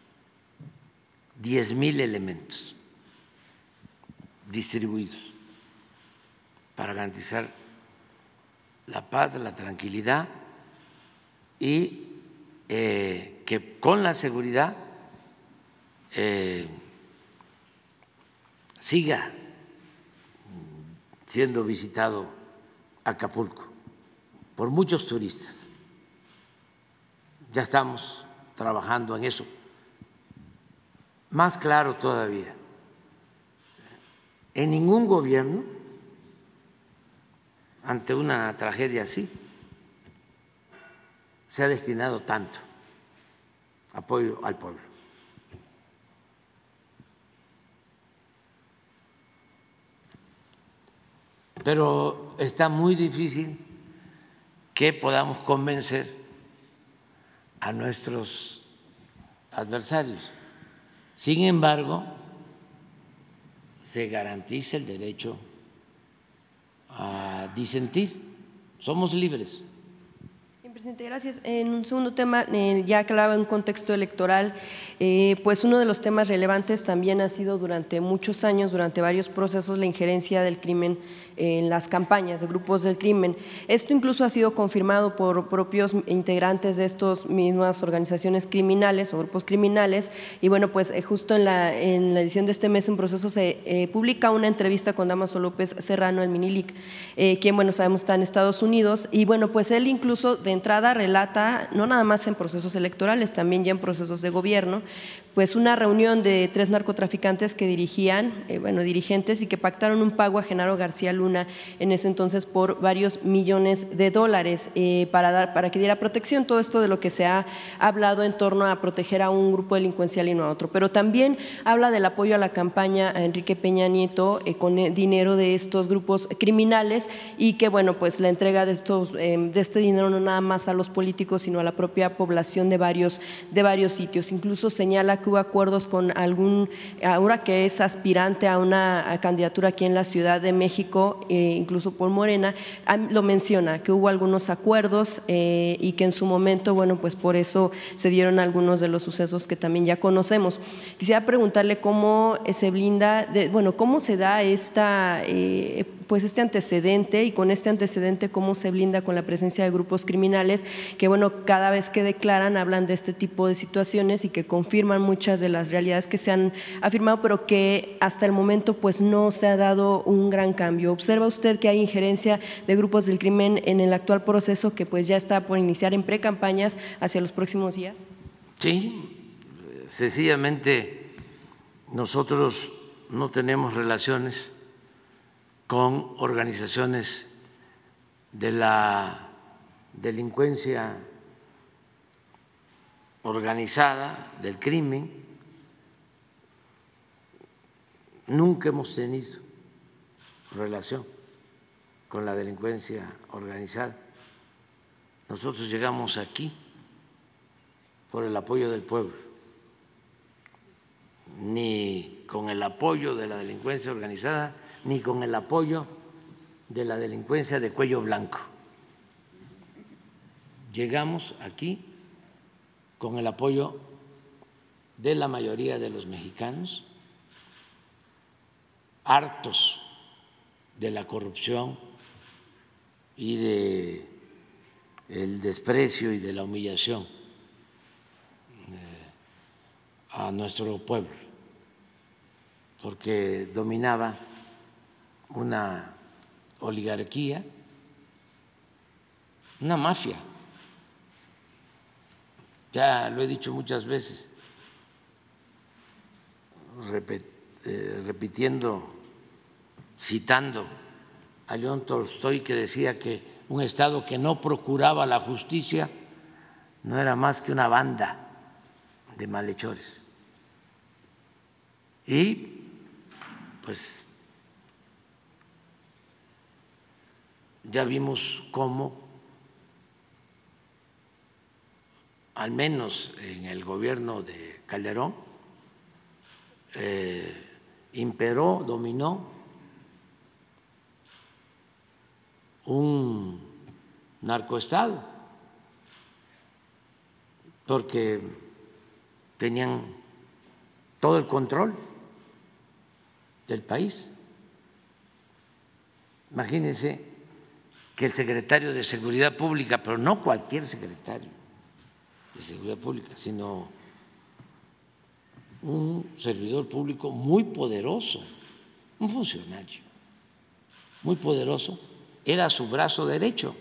diez mil elementos distribuidos para garantizar la paz, la tranquilidad y eh, que con la seguridad eh, siga siendo visitado Acapulco por muchos turistas. Ya estamos trabajando en eso. Más claro todavía, en ningún gobierno, ante una tragedia así, se ha destinado tanto apoyo al pueblo. Pero está muy difícil que podamos convencer a nuestros adversarios. Sin embargo, se garantiza el derecho a disentir. Somos libres. Presidente, gracias. En un segundo tema, eh, ya que hablaba en un contexto electoral, eh, pues uno de los temas relevantes también ha sido durante muchos años, durante varios procesos, la injerencia del crimen en las campañas de grupos del crimen. Esto incluso ha sido confirmado por propios integrantes de estas mismas organizaciones criminales o grupos criminales. Y bueno, pues eh, justo en la, en la edición de este mes en proceso se eh, publica una entrevista con Dámaso López Serrano, el Minilic, eh, quien, bueno, sabemos está en Estados Unidos. Y bueno, pues él incluso de entrada relata, no nada más en procesos electorales, también ya en procesos de gobierno, pues una reunión de tres narcotraficantes que dirigían, eh, bueno, dirigentes y que pactaron un pago a Genaro García Luna en ese entonces por varios millones de dólares eh, para, dar, para que diera protección. Todo esto de lo que se ha hablado en torno a proteger a un grupo delincuencial y no a otro. Pero también habla del apoyo a la campaña a Enrique Peña Nieto eh, con dinero de estos grupos criminales y que, bueno, pues la entrega de, estos, eh, de este dinero no nada más a los políticos, sino a la propia población de varios, de varios sitios. Incluso señala que hubo acuerdos con algún, ahora que es aspirante a una candidatura aquí en la Ciudad de México, eh, incluso por Morena, lo menciona, que hubo algunos acuerdos eh, y que en su momento, bueno, pues por eso se dieron algunos de los sucesos que también ya conocemos. Quisiera preguntarle cómo se blinda, de, bueno, cómo se da esta, eh, pues este antecedente y con este antecedente cómo se blinda con la presencia de grupos criminales que, bueno, cada vez que declaran hablan de este tipo de situaciones y que confirman muchas de las realidades que se han afirmado, pero que hasta el momento pues no se ha dado un gran cambio. ¿Observa usted que hay injerencia de grupos del crimen en el actual proceso que pues ya está por iniciar en precampañas hacia los próximos días? Sí, sencillamente nosotros no tenemos relaciones con organizaciones de la delincuencia organizada, del crimen. Nunca hemos tenido relación con la delincuencia organizada. Nosotros llegamos aquí por el apoyo del pueblo, ni con el apoyo de la delincuencia organizada, ni con el apoyo de la delincuencia de cuello blanco. Llegamos aquí con el apoyo de la mayoría de los mexicanos, hartos de la corrupción y de el desprecio y de la humillación a nuestro pueblo, porque dominaba una oligarquía, una mafia. Ya lo he dicho muchas veces, repet, eh, repitiendo, citando a León Tolstoy, que decía que un Estado que no procuraba la justicia, no era más que una banda de malhechores. Y pues ya vimos cómo, al menos en el gobierno de Calderón, eh, imperó, dominó un narcoestado, porque tenían todo el control del país. Imagínense que el secretario de Seguridad Pública, pero no cualquier secretario de Seguridad Pública, sino un servidor público muy poderoso, un funcionario muy poderoso, era su brazo derecho.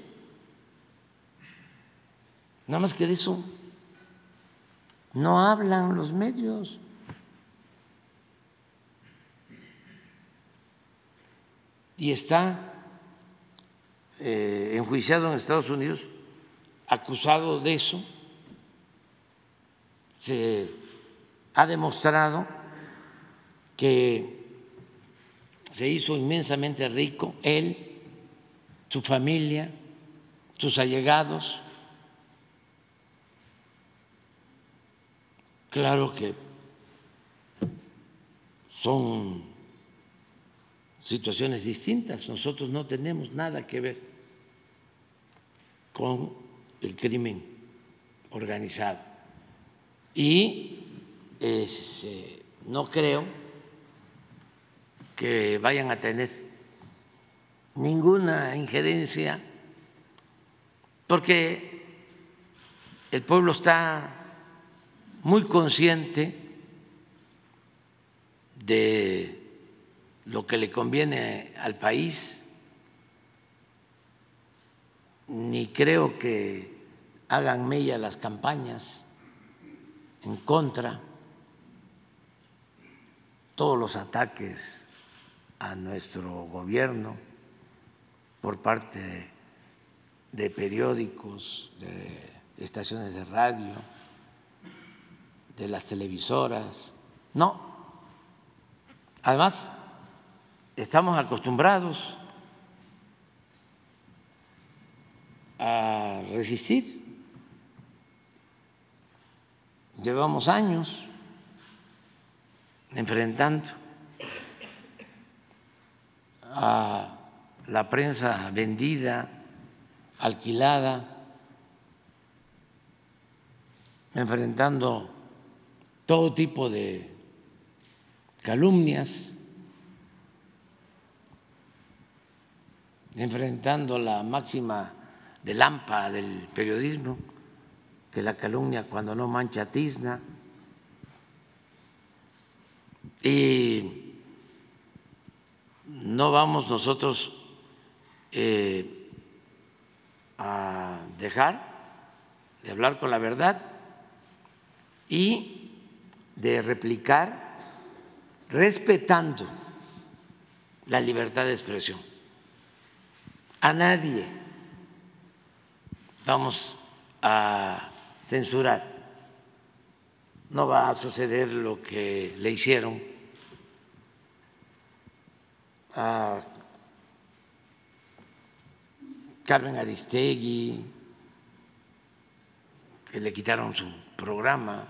Nada más que de eso no hablan los medios. Y está eh, enjuiciado en Estados Unidos, acusado de eso. Se ha demostrado que se hizo inmensamente rico él, su familia, sus allegados. Claro que son situaciones distintas. Nosotros no tenemos nada que ver con el crimen organizado y eh, no creo que vayan a tener ninguna injerencia, porque el pueblo está muy consciente de lo que le conviene al país, ni creo que hagan mella las campañas en contra, todos los ataques a nuestro gobierno por parte de periódicos, de estaciones de radio, de las televisoras. No. Además, estamos acostumbrados a resistir. Llevamos años enfrentando a la prensa vendida, alquilada, enfrentando todo tipo de calumnias, enfrentando la máxima del AMPA del periodismo, que la calumnia cuando no mancha tizna. Y no vamos nosotros eh, a dejar de hablar con la verdad y de replicar respetando la libertad de expresión. A nadie vamos a censurar. No va a suceder lo que le hicieron a Carmen Aristegui, que le quitaron su programa,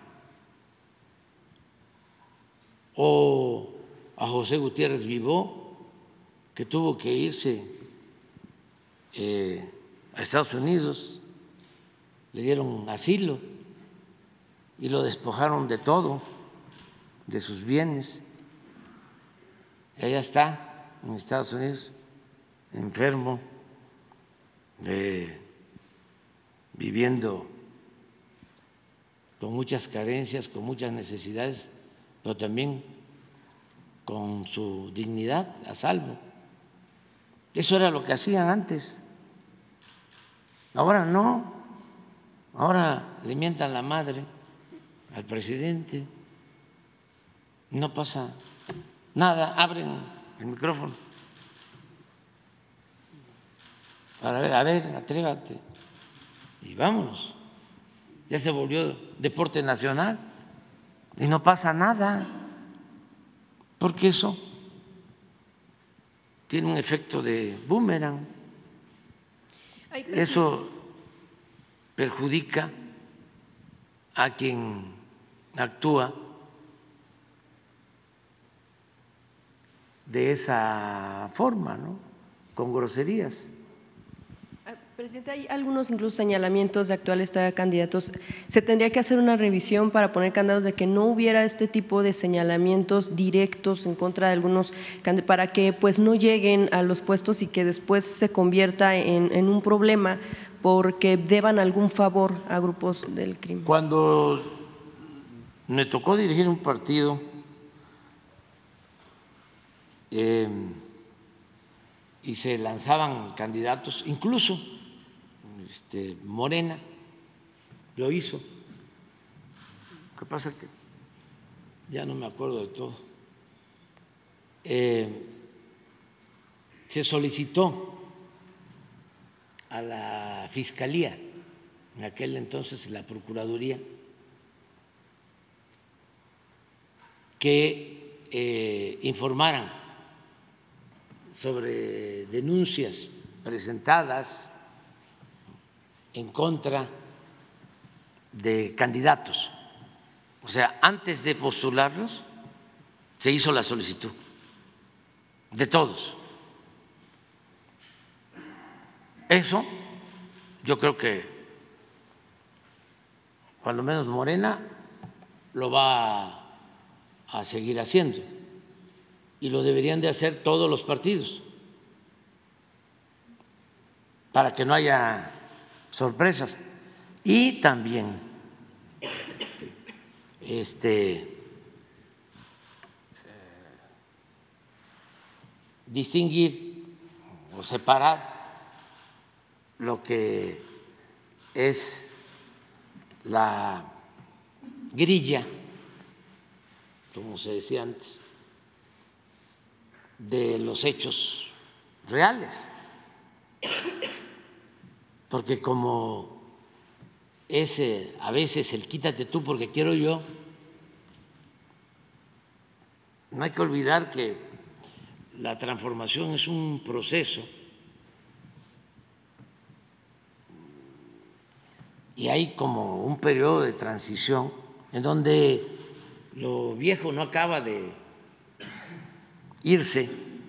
o a José Gutiérrez Vivó, que tuvo que irse eh, a Estados Unidos, le dieron asilo y lo despojaron de todo, de sus bienes. Y allá está, en Estados Unidos, enfermo, eh, viviendo con muchas carencias, con muchas necesidades, pero también con su dignidad a salvo. Eso era lo que hacían antes. Ahora no. Ahora le mientan la madre al presidente. No pasa nada. Abren el micrófono. para ver, a ver, atrévate y vámonos. Ya se volvió deporte nacional y no pasa nada, porque eso tiene un efecto de boomerang. Eso perjudica a quien actúa de esa forma, ¿no? Con groserías. Presidente, hay algunos incluso señalamientos de actuales candidatos. ¿Se tendría que hacer una revisión para poner candados de que no hubiera este tipo de señalamientos directos en contra de algunos, para que pues no lleguen a los puestos y que después se convierta en, en un problema porque deban algún favor a grupos del crimen? Cuando me tocó dirigir un partido, eh, y se lanzaban candidatos, incluso este, Morena lo hizo. Lo que pasa es que ya no me acuerdo de todo. Eh, se solicitó a la Fiscalía, en aquel entonces la Procuraduría, que eh, informaran sobre denuncias presentadas en contra de candidatos. O sea, antes de postularlos, se hizo la solicitud de todos. Eso yo creo que cuando menos Morena lo va a seguir haciendo y lo deberían de hacer todos los partidos para que no haya sorpresas. Y también este, eh, distinguir o separar lo que es la grilla, como se decía antes, de los hechos reales, porque como ese a veces el quítate tú porque quiero yo, no hay que olvidar que la transformación es un proceso y hay como un periodo de transición en donde lo viejo no acaba de irse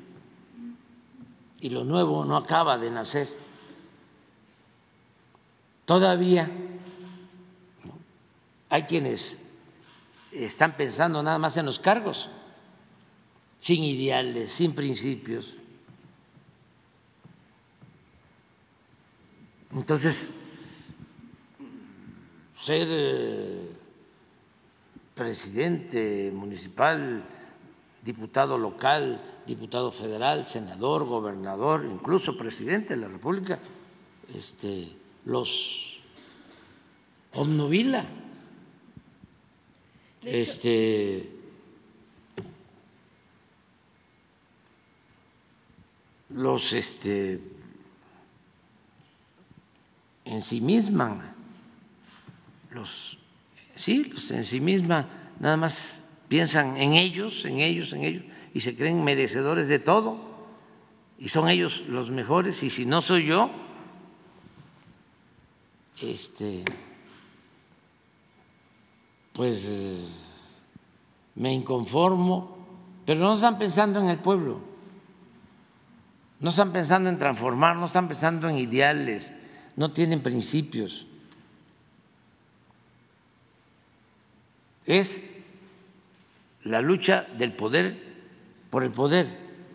y lo nuevo no acaba de nacer. Todavía hay quienes están pensando nada más en los cargos, sin ideales, sin principios. Entonces, ser eh, presidente municipal, diputado local, diputado federal, senador, gobernador, incluso presidente de la República, este, los obnubila. Este, los este, ensimisman, los, sí, los ensimisman, nada más piensan en ellos, en ellos, en ellos, y se creen merecedores de todo, y son ellos los mejores, y si no soy yo, este, pues me inconformo, pero no están pensando en el pueblo, no están pensando en transformar, no están pensando en ideales, no tienen principios. Es la lucha del poder por el poder,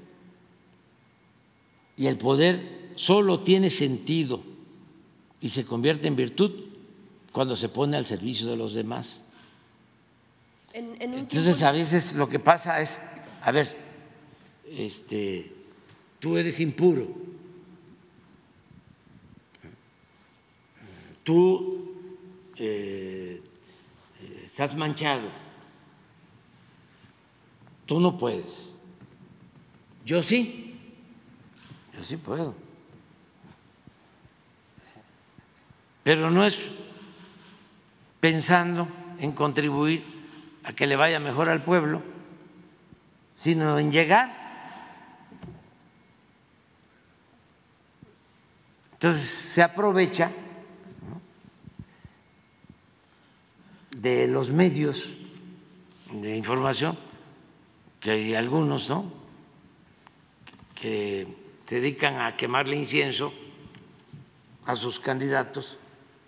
y el poder solo tiene sentido y se convierte en virtud cuando se pone al servicio de los demás. En, en Entonces a veces lo que pasa es, a ver, este, tú eres impuro, tú eh, estás manchado, tú no puedes, yo sí, yo sí puedo. pero no es pensando en contribuir a que le vaya mejor al pueblo, sino en llegar. Entonces se aprovecha, ¿no?, de los medios de información, que hay algunos, ¿no?, que se dedican a quemarle incienso a sus candidatos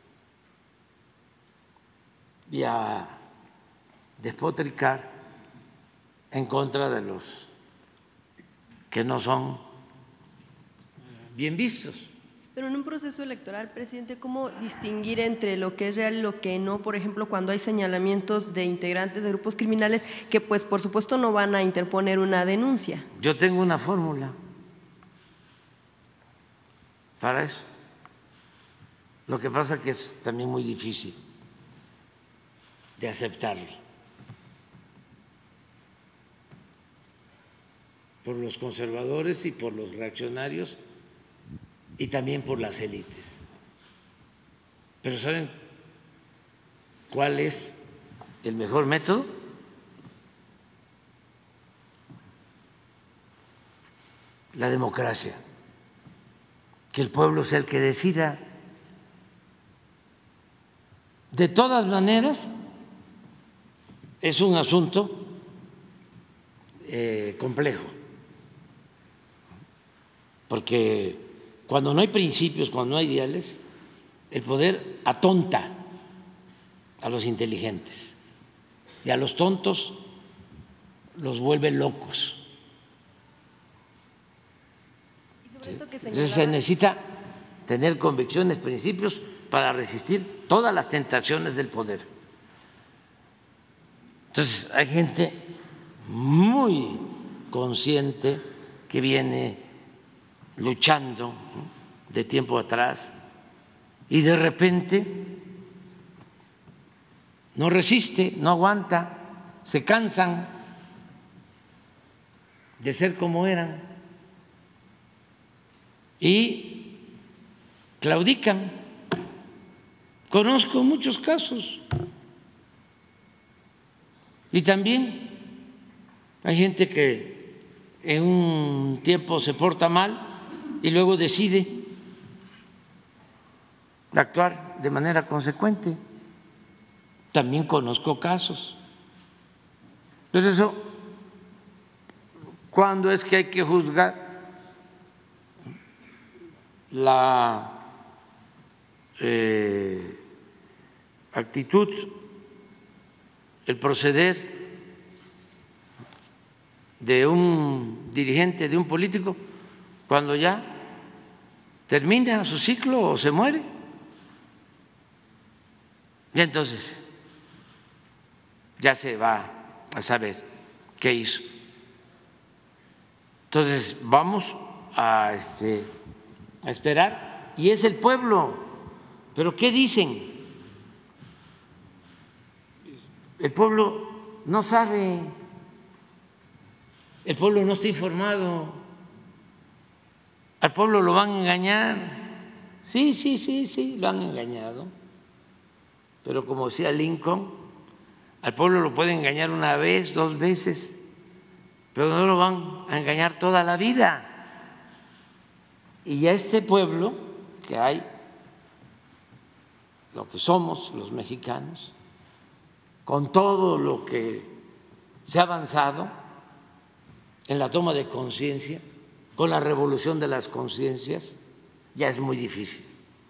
y a despotricar en contra de los que no son bien vistos. Pero en un proceso electoral, presidente, ¿cómo distinguir entre lo que es real y lo que no? Por ejemplo, cuando hay señalamientos de integrantes de grupos criminales que, pues, por supuesto, no van a interponer una denuncia. Yo tengo una fórmula para eso. Lo que pasa es que es también muy difícil de aceptarlo por los conservadores y por los reaccionarios y también por las élites. Pero ¿saben cuál es el mejor método? La democracia, que el pueblo sea el que decida. De todas maneras, es un asunto eh, complejo, porque cuando no hay principios, cuando no hay ideales, el poder atonta a los inteligentes y a los tontos los vuelve locos. ¿Sí? Entonces se necesita tener convicciones, principios para resistir todas las tentaciones del poder. Entonces hay gente muy consciente que viene luchando de tiempo atrás y de repente no resiste, no aguanta, se cansan de ser como eran y claudican. Conozco muchos casos y también hay gente que en un tiempo se porta mal y luego decide actuar de manera consecuente. También conozco casos. Pero eso, ¿cuándo es que hay que juzgar la eh, actitud, el proceder de un dirigente, de un político, cuando ya termina su ciclo o se muere? Y entonces ya se va a saber qué hizo. Entonces vamos a, este, a esperar, y es el pueblo. ¿Pero qué dicen? El pueblo no sabe, el pueblo no está informado, al pueblo lo van a engañar. Sí, sí, sí, sí, lo han engañado. Pero como decía Lincoln, al pueblo lo pueden engañar una vez, dos veces, pero no lo van a engañar toda la vida. Y a este pueblo que hay, lo que somos los mexicanos, con todo lo que se ha avanzado en la toma de conciencia, con la revolución de las conciencias, ya es muy difícil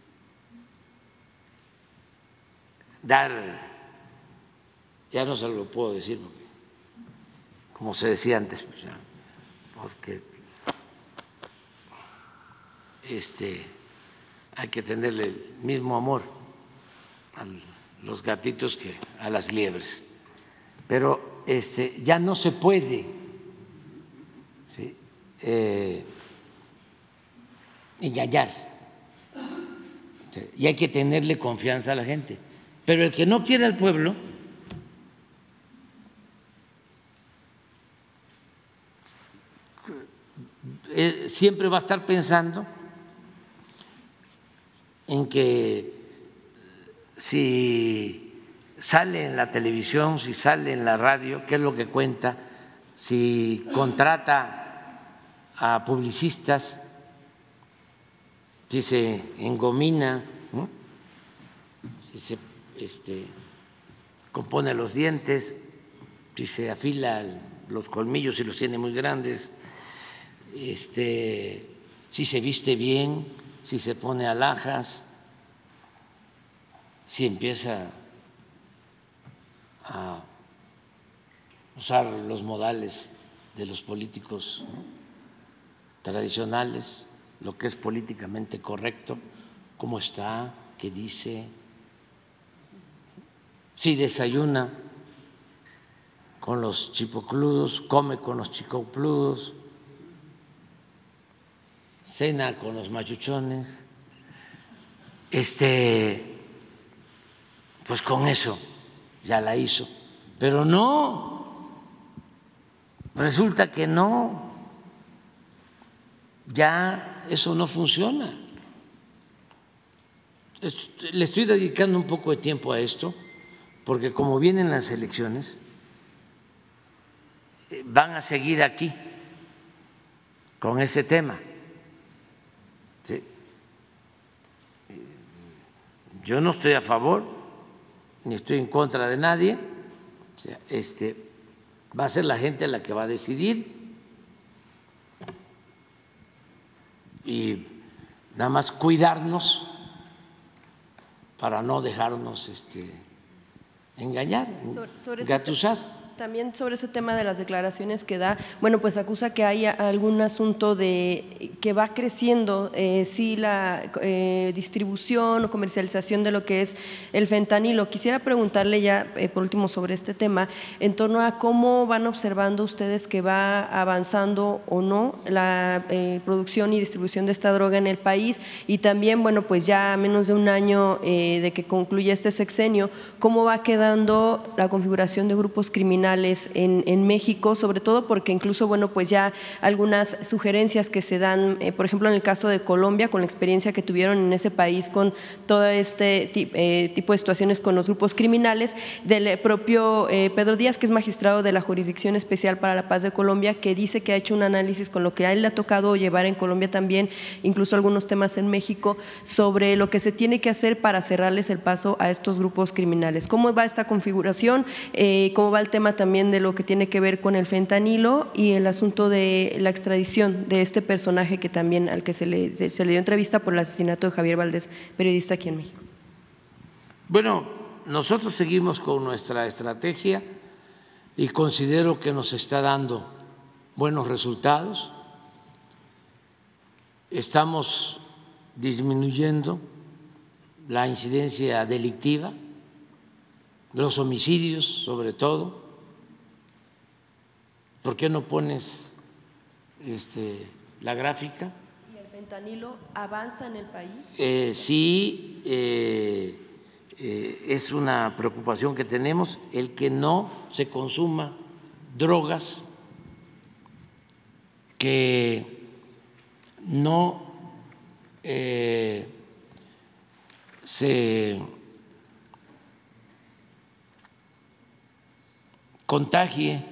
dar, ya no se lo puedo decir, porque, como se decía antes, pues ya, porque este, hay que tenerle el mismo amor a los gatitos que a las liebres, pero este, ya no se puede, ¿sí?, eh, engañar, ¿sí?, y hay que tenerle confianza a la gente. Pero el que no quiere al pueblo eh, siempre va a estar pensando en que si sale en la televisión, si sale en la radio, qué es lo que cuenta, si contrata a publicistas, si se engomina, ¿no? Si se este, compone los dientes, si se afila los colmillos y los tiene muy grandes, este, si se viste bien, si se pone alhajas, si empieza a usar los modales de los políticos, ¿no?, tradicionales, lo que es políticamente correcto, cómo está, qué dice, si desayuna con los chipocludos, come con los chicopludos, cena con los machuchones, este, pues con eso ya la hizo, pero no, resulta que no, ya eso no funciona. Le estoy dedicando un poco de tiempo a esto, porque como vienen las elecciones, van a seguir aquí con ese tema. ¿Sí? Yo no estoy a favor ni estoy en contra de nadie. O sea, este, va a ser la gente la que va a decidir y nada más cuidarnos para no dejarnos este, engañar, sobre, sobre engatusar. Este... También sobre ese tema de las declaraciones que da, bueno, pues acusa que hay algún asunto de que va creciendo, eh, sí, la eh, distribución o comercialización de lo que es el fentanilo. Quisiera preguntarle ya, eh, por último, sobre este tema, en torno a cómo van observando ustedes que va avanzando o no la eh, producción y distribución de esta droga en el país, y también, bueno, pues ya a menos de un año eh, de que concluya este sexenio, cómo va quedando la configuración de grupos criminales En, en México, sobre todo porque incluso, bueno, pues ya algunas sugerencias que se dan, eh, por ejemplo, en el caso de Colombia, con la experiencia que tuvieron en ese país con todo este eh, tipo de situaciones con los grupos criminales, del propio eh, Pedro Díaz, que es magistrado de la Jurisdicción Especial para la Paz de Colombia, que dice que ha hecho un análisis con lo que a él le ha tocado llevar en Colombia también, incluso algunos temas en México, sobre lo que se tiene que hacer para cerrarles el paso a estos grupos criminales. ¿Cómo va esta configuración? Eh, ¿Cómo va el tema también de lo que tiene que ver con el fentanilo y el asunto de la extradición de este personaje que también al que se le, se le dio entrevista por el asesinato de Javier Valdés, periodista aquí en México? Bueno, nosotros seguimos con nuestra estrategia y considero que nos está dando buenos resultados. Estamos disminuyendo la incidencia delictiva, los homicidios sobre todo. ¿Por qué no pones este, la gráfica? ¿Y el fentanilo avanza en el país? Eh, sí, eh, eh, es una preocupación que tenemos el que no se consuma drogas, que no eh, se contagie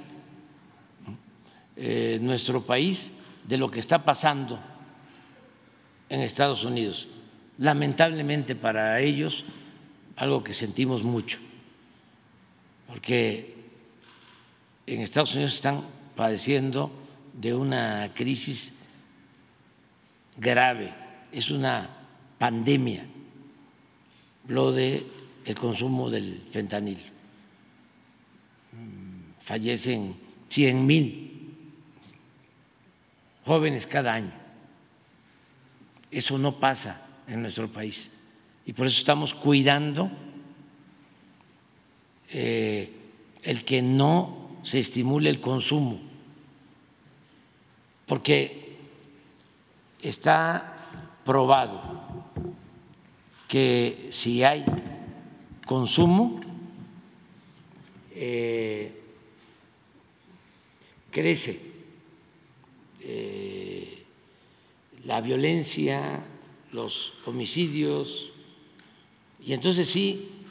eh, nuestro país de lo que está pasando en Estados Unidos. Lamentablemente para ellos, algo que sentimos mucho, porque en Estados Unidos están padeciendo de una crisis grave, es una pandemia lo de el consumo del fentanilo. Fallecen cien mil jóvenes cada año. Eso no pasa en nuestro país y por eso estamos cuidando eh, el que no se estimule el consumo, porque está probado que si hay consumo, eh, crece eh, la violencia, los homicidios, y entonces sí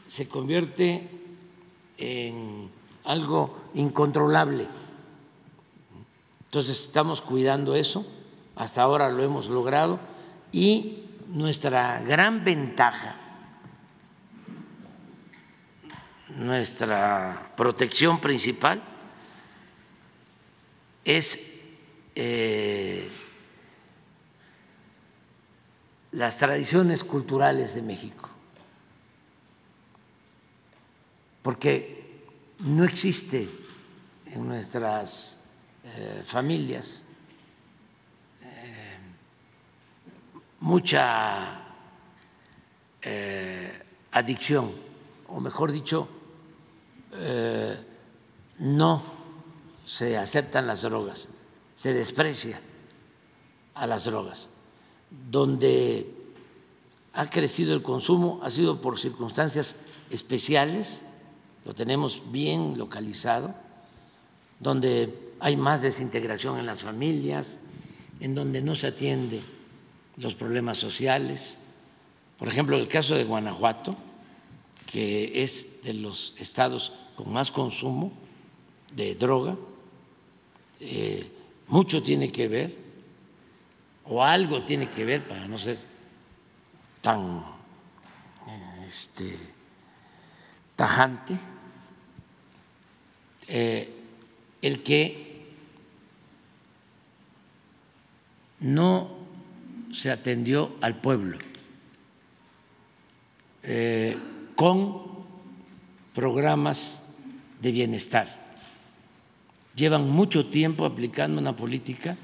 se convierte en algo incontrolable. Entonces estamos cuidando eso, hasta ahora lo hemos logrado y nuestra gran ventaja, nuestra protección principal es eh, las tradiciones culturales de México, porque no existe en nuestras eh, familias eh, mucha eh, adicción, o mejor dicho, eh, no se aceptan las drogas, se desprecia a las drogas. Donde ha crecido el consumo ha sido por circunstancias especiales, lo tenemos bien localizado, donde hay más desintegración en las familias, en donde no se atiende los problemas sociales. Por ejemplo, el caso de Guanajuato, que es de los estados con más consumo de droga, eh, mucho tiene que ver, o algo tiene que ver, para no ser tan este, tajante, eh, el que no se atendió al pueblo eh, con programas de bienestar. Llevan mucho tiempo aplicando una política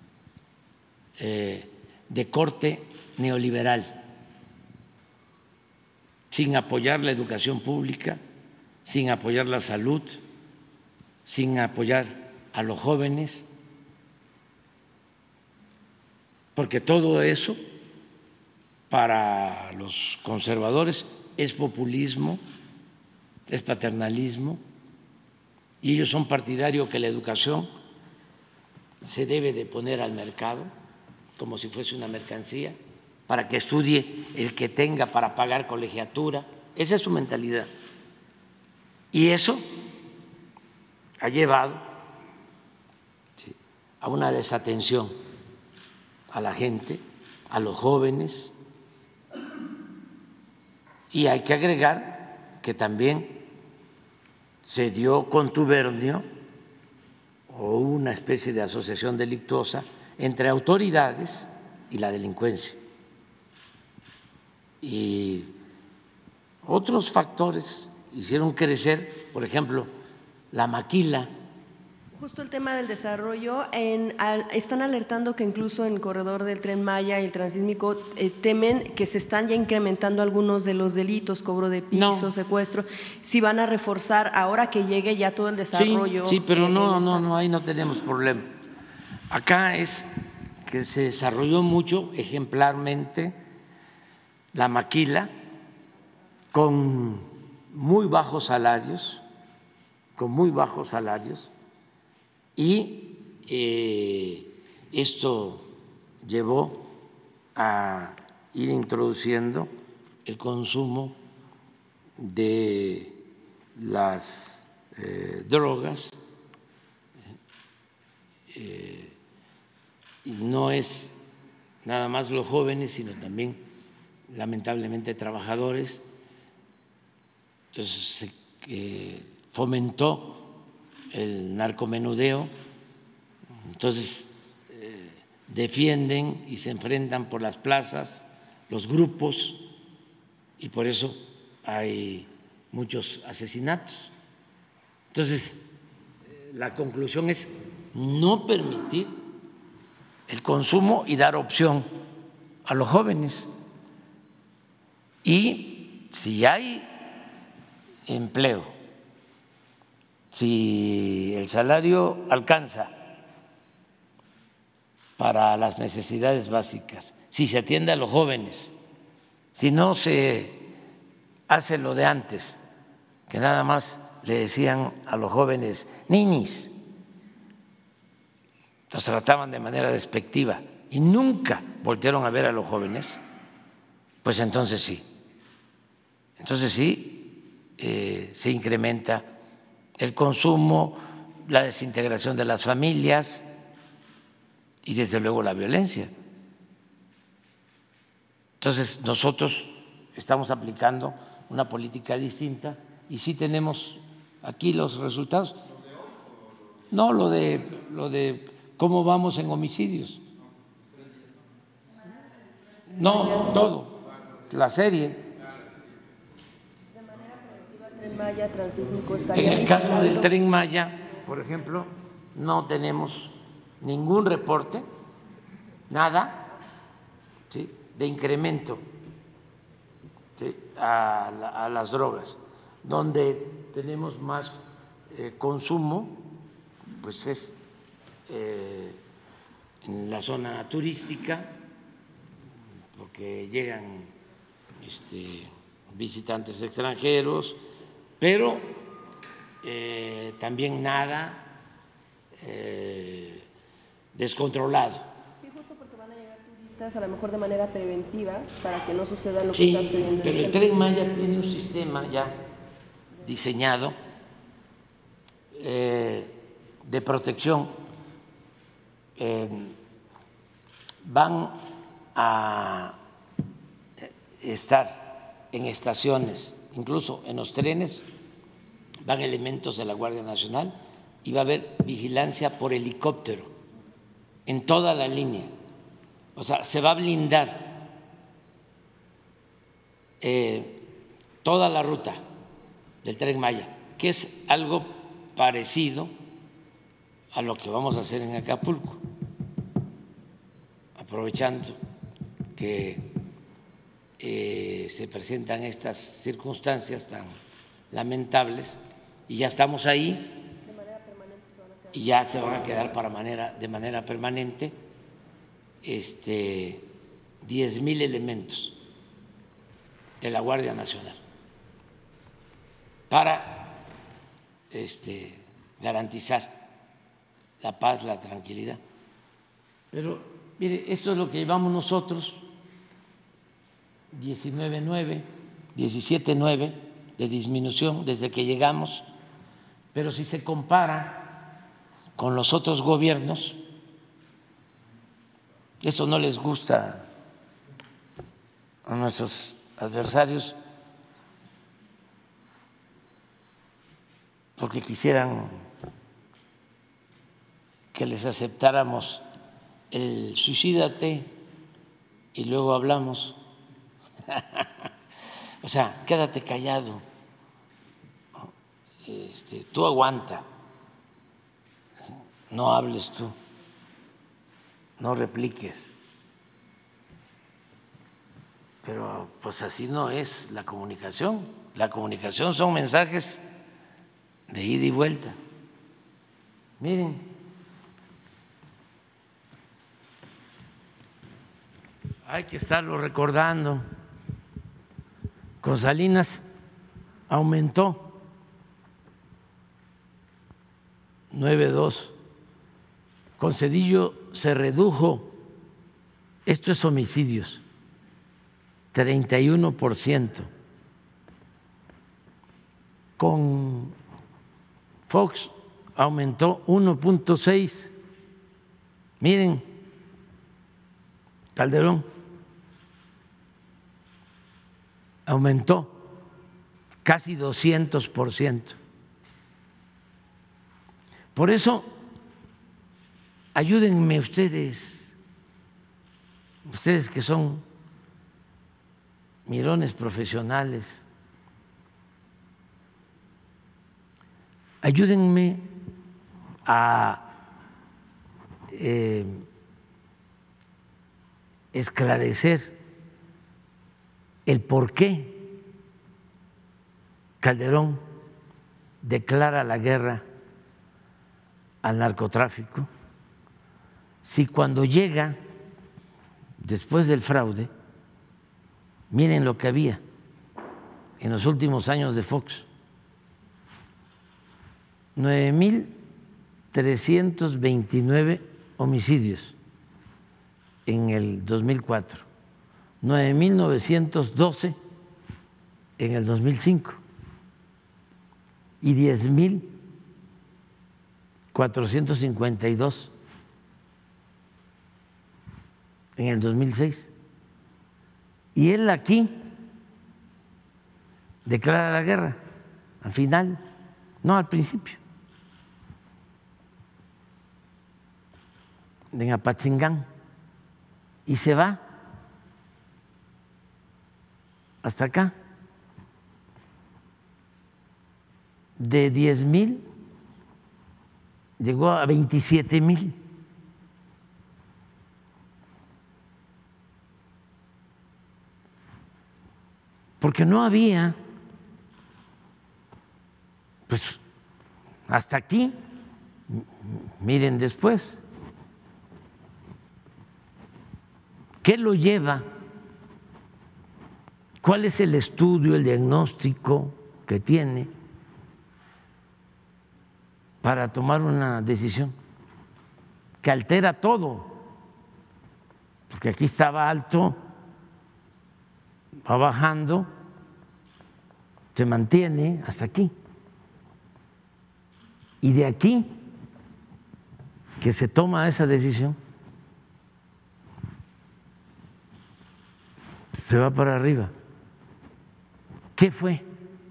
eh, de corte neoliberal, sin apoyar la educación pública, sin apoyar la salud, sin apoyar a los jóvenes, porque todo eso para los conservadores es populismo, es paternalismo, y ellos son partidarios que la educación se debe de poner al mercado como si fuese una mercancía, para que estudie el que tenga para pagar colegiatura. Esa es su mentalidad. Y eso ha llevado sí, a una desatención a la gente, a los jóvenes, y hay que agregar que también se dio contubernio o una especie de asociación delictuosa entre autoridades y la delincuencia. Y otros factores hicieron crecer, por ejemplo, la maquila. Justo el tema del desarrollo, en, al, están alertando que incluso en el corredor del Tren Maya y el Transísmico eh, temen que se están ya incrementando algunos de los delitos, cobro de piso, no. secuestro. Si van a reforzar ahora que llegue ya todo el desarrollo. Sí, sí pero no, no, no, ahí no tenemos problema. Acá es que se desarrolló mucho, ejemplarmente, la maquila con muy bajos salarios, con muy bajos salarios, y eh, esto llevó a ir introduciendo el consumo de las eh, drogas, eh, y no es nada más los jóvenes, sino también lamentablemente trabajadores. Entonces se eh, fomentó el narcomenudeo, entonces eh, defienden y se enfrentan por las plazas los grupos, y por eso hay muchos asesinatos. Entonces, eh, la conclusión es no permitir el consumo y dar opción a los jóvenes. Y si hay empleo, si el salario alcanza para las necesidades básicas, si se atiende a los jóvenes, si no se hace lo de antes, que nada más le decían a los jóvenes ninis, los trataban de manera despectiva y nunca voltearon a ver a los jóvenes, pues entonces sí, entonces sí eh, se incrementa el consumo, la desintegración de las familias y desde luego la violencia. Entonces nosotros estamos aplicando una política distinta y sí tenemos aquí los resultados. No, lo de, lo de cómo vamos en homicidios. No, todo, la serie. En el caso del Tren Maya, por ejemplo, no tenemos ningún reporte, nada, ¿sí?, de incremento, ¿sí?, a, a las drogas. Donde tenemos más eh, consumo, pues es eh, en la zona turística, porque llegan este, visitantes extranjeros, pero eh, también nada eh, descontrolado. Sí, justo porque van a llegar turistas a lo mejor de manera preventiva para que no suceda lo sí, que está sucediendo. Pero el Tren Maya tiene un sistema ya diseñado eh, de protección. Eh, van a estar en estaciones, incluso en los trenes van elementos de la Guardia Nacional y va a haber vigilancia por helicóptero en toda la línea. O sea, se va a blindar eh, toda la ruta del Tren Maya, que es algo parecido a lo que vamos a hacer en Acapulco, aprovechando que eh, se presentan estas circunstancias tan lamentables y ya estamos ahí y ya se van a quedar para manera, de manera permanente este, diez mil elementos de la Guardia Nacional para este, garantizar la paz, la tranquilidad. Pero mire, esto es lo que llevamos nosotros, diecinueve nueve, diecisiete nueve de disminución desde que llegamos, pero si se compara con los otros gobiernos, eso no les gusta a nuestros adversarios porque quisieran que les aceptáramos el suicídate y luego hablamos. O sea, quédate callado, este, tú aguanta, no hables tú, no repliques. Pero pues así no es la comunicación. La comunicación son mensajes de ida y vuelta. Miren, hay que estarlo recordando. Con Salinas aumentó nueve dos, con Zedillo se redujo, esto es homicidios, treinta y uno por ciento, con Fox aumentó uno punto seis. Miren, Calderón aumentó casi doscientos por ciento. Por eso, ayúdenme ustedes, ustedes que son mirones profesionales, ayúdenme a eh, esclarecer el por qué Calderón declara la guerra al narcotráfico, si cuando llega, después del fraude, miren lo que había en los últimos años de Fox, nueve mil trescientos veintinueve homicidios en el dos mil cuatro, nueve mil novecientos doce en el dos mil cinco. y diez mil cuatrocientos cincuenta y dos en el dos mil seis. Y él aquí declara la guerra, al final, no al principio, en Apatzingán, y se va hasta acá. De diez mil llegó a veintisiete mil. Porque no había, pues hasta aquí, miren después, ¿qué lo lleva? ¿Cuál es el estudio, el diagnóstico que tiene para tomar una decisión que altera todo? Porque aquí estaba alto, va bajando, se mantiene hasta aquí. Y de aquí que se toma esa decisión, se va para arriba. ¿Qué fue?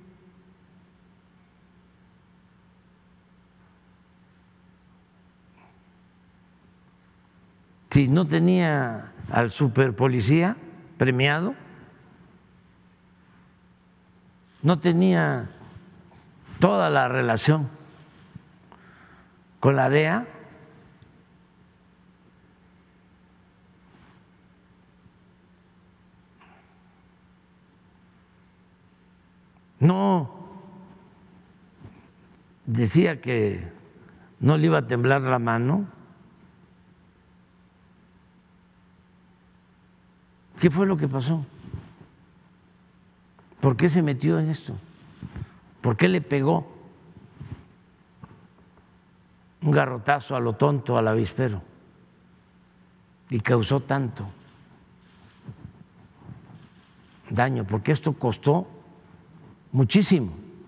Si no tenía al superpolicía premiado, no tenía toda la relación con la D E A, no decía que no le iba a temblar la mano. ¿Qué fue lo que pasó? ¿Por qué se metió en esto? ¿Por qué le pegó un garrotazo a lo tonto, al avispero, y causó tanto daño? Porque esto costó muchísimo.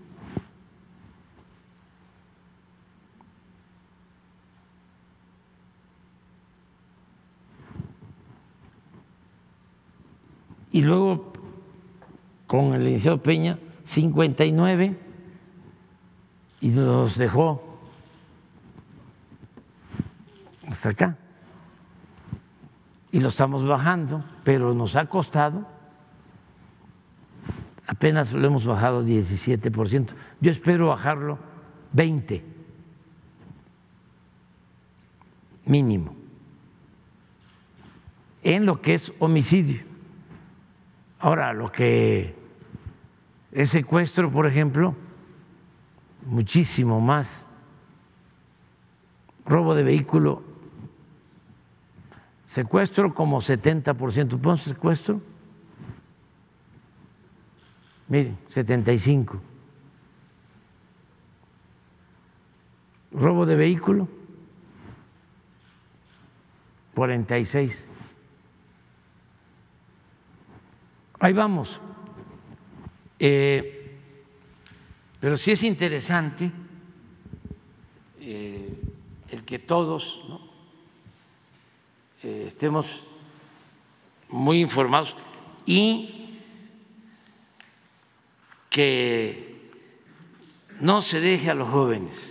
Y luego, con el licenciado Peña, cincuenta y nueve, y nos dejó hasta acá. Y lo estamos bajando, pero nos ha costado, apenas lo hemos bajado diecisiete por ciento. Yo espero bajarlo veinte mínimo en lo que es homicidio. Ahora, lo que es secuestro, por ejemplo, muchísimo más. Robo de vehículo, secuestro como setenta por ciento. ¿Pon secuestro? Miren, setenta y cinco. Robo de vehículo, cuarenta y seis. Ahí vamos. Eh, pero sí es interesante eh, el que todos, ¿no?, eh, estemos muy informados y que no se deje a los jóvenes,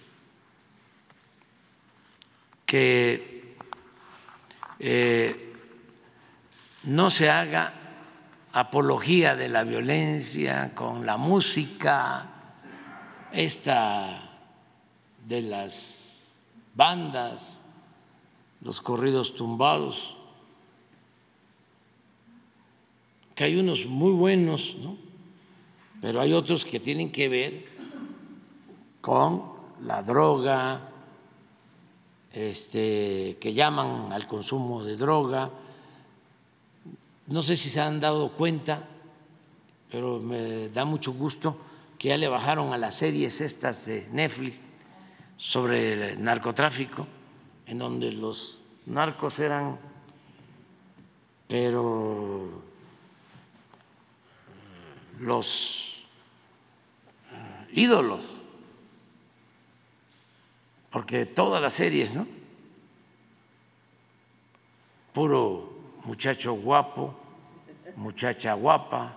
que eh, no se haga apología de la violencia con la música esta de las bandas, los corridos tumbados, que hay unos muy buenos, ¿no?, pero hay otros que tienen que ver con la droga, este, que llaman al consumo de droga. No sé si se han dado cuenta, pero me da mucho gusto que ya le bajaron a las series estas de Netflix sobre el narcotráfico, en donde los narcos eran, pero los ídolos porque todas las series, ¿no? Puro muchacho guapo, muchacha guapa,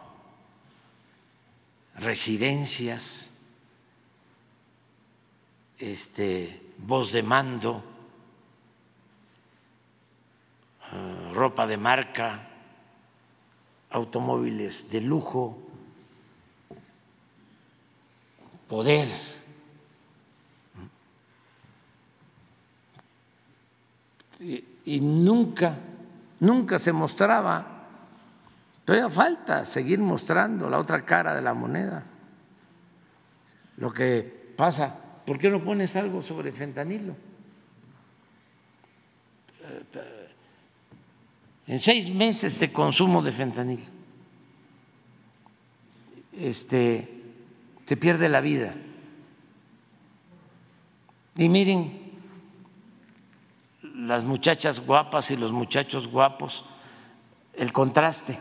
residencias, este, voz de mando, uh, ropa de marca, automóviles de lujo, poder. Y, y nunca, nunca se mostraba. Todavía falta seguir mostrando la otra cara de la moneda. Lo que pasa, ¿por qué no pones algo sobre fentanilo? En seis meses de consumo de fentanilo, este, se pierde la vida. Y miren, las muchachas guapas y los muchachos guapos, el contraste.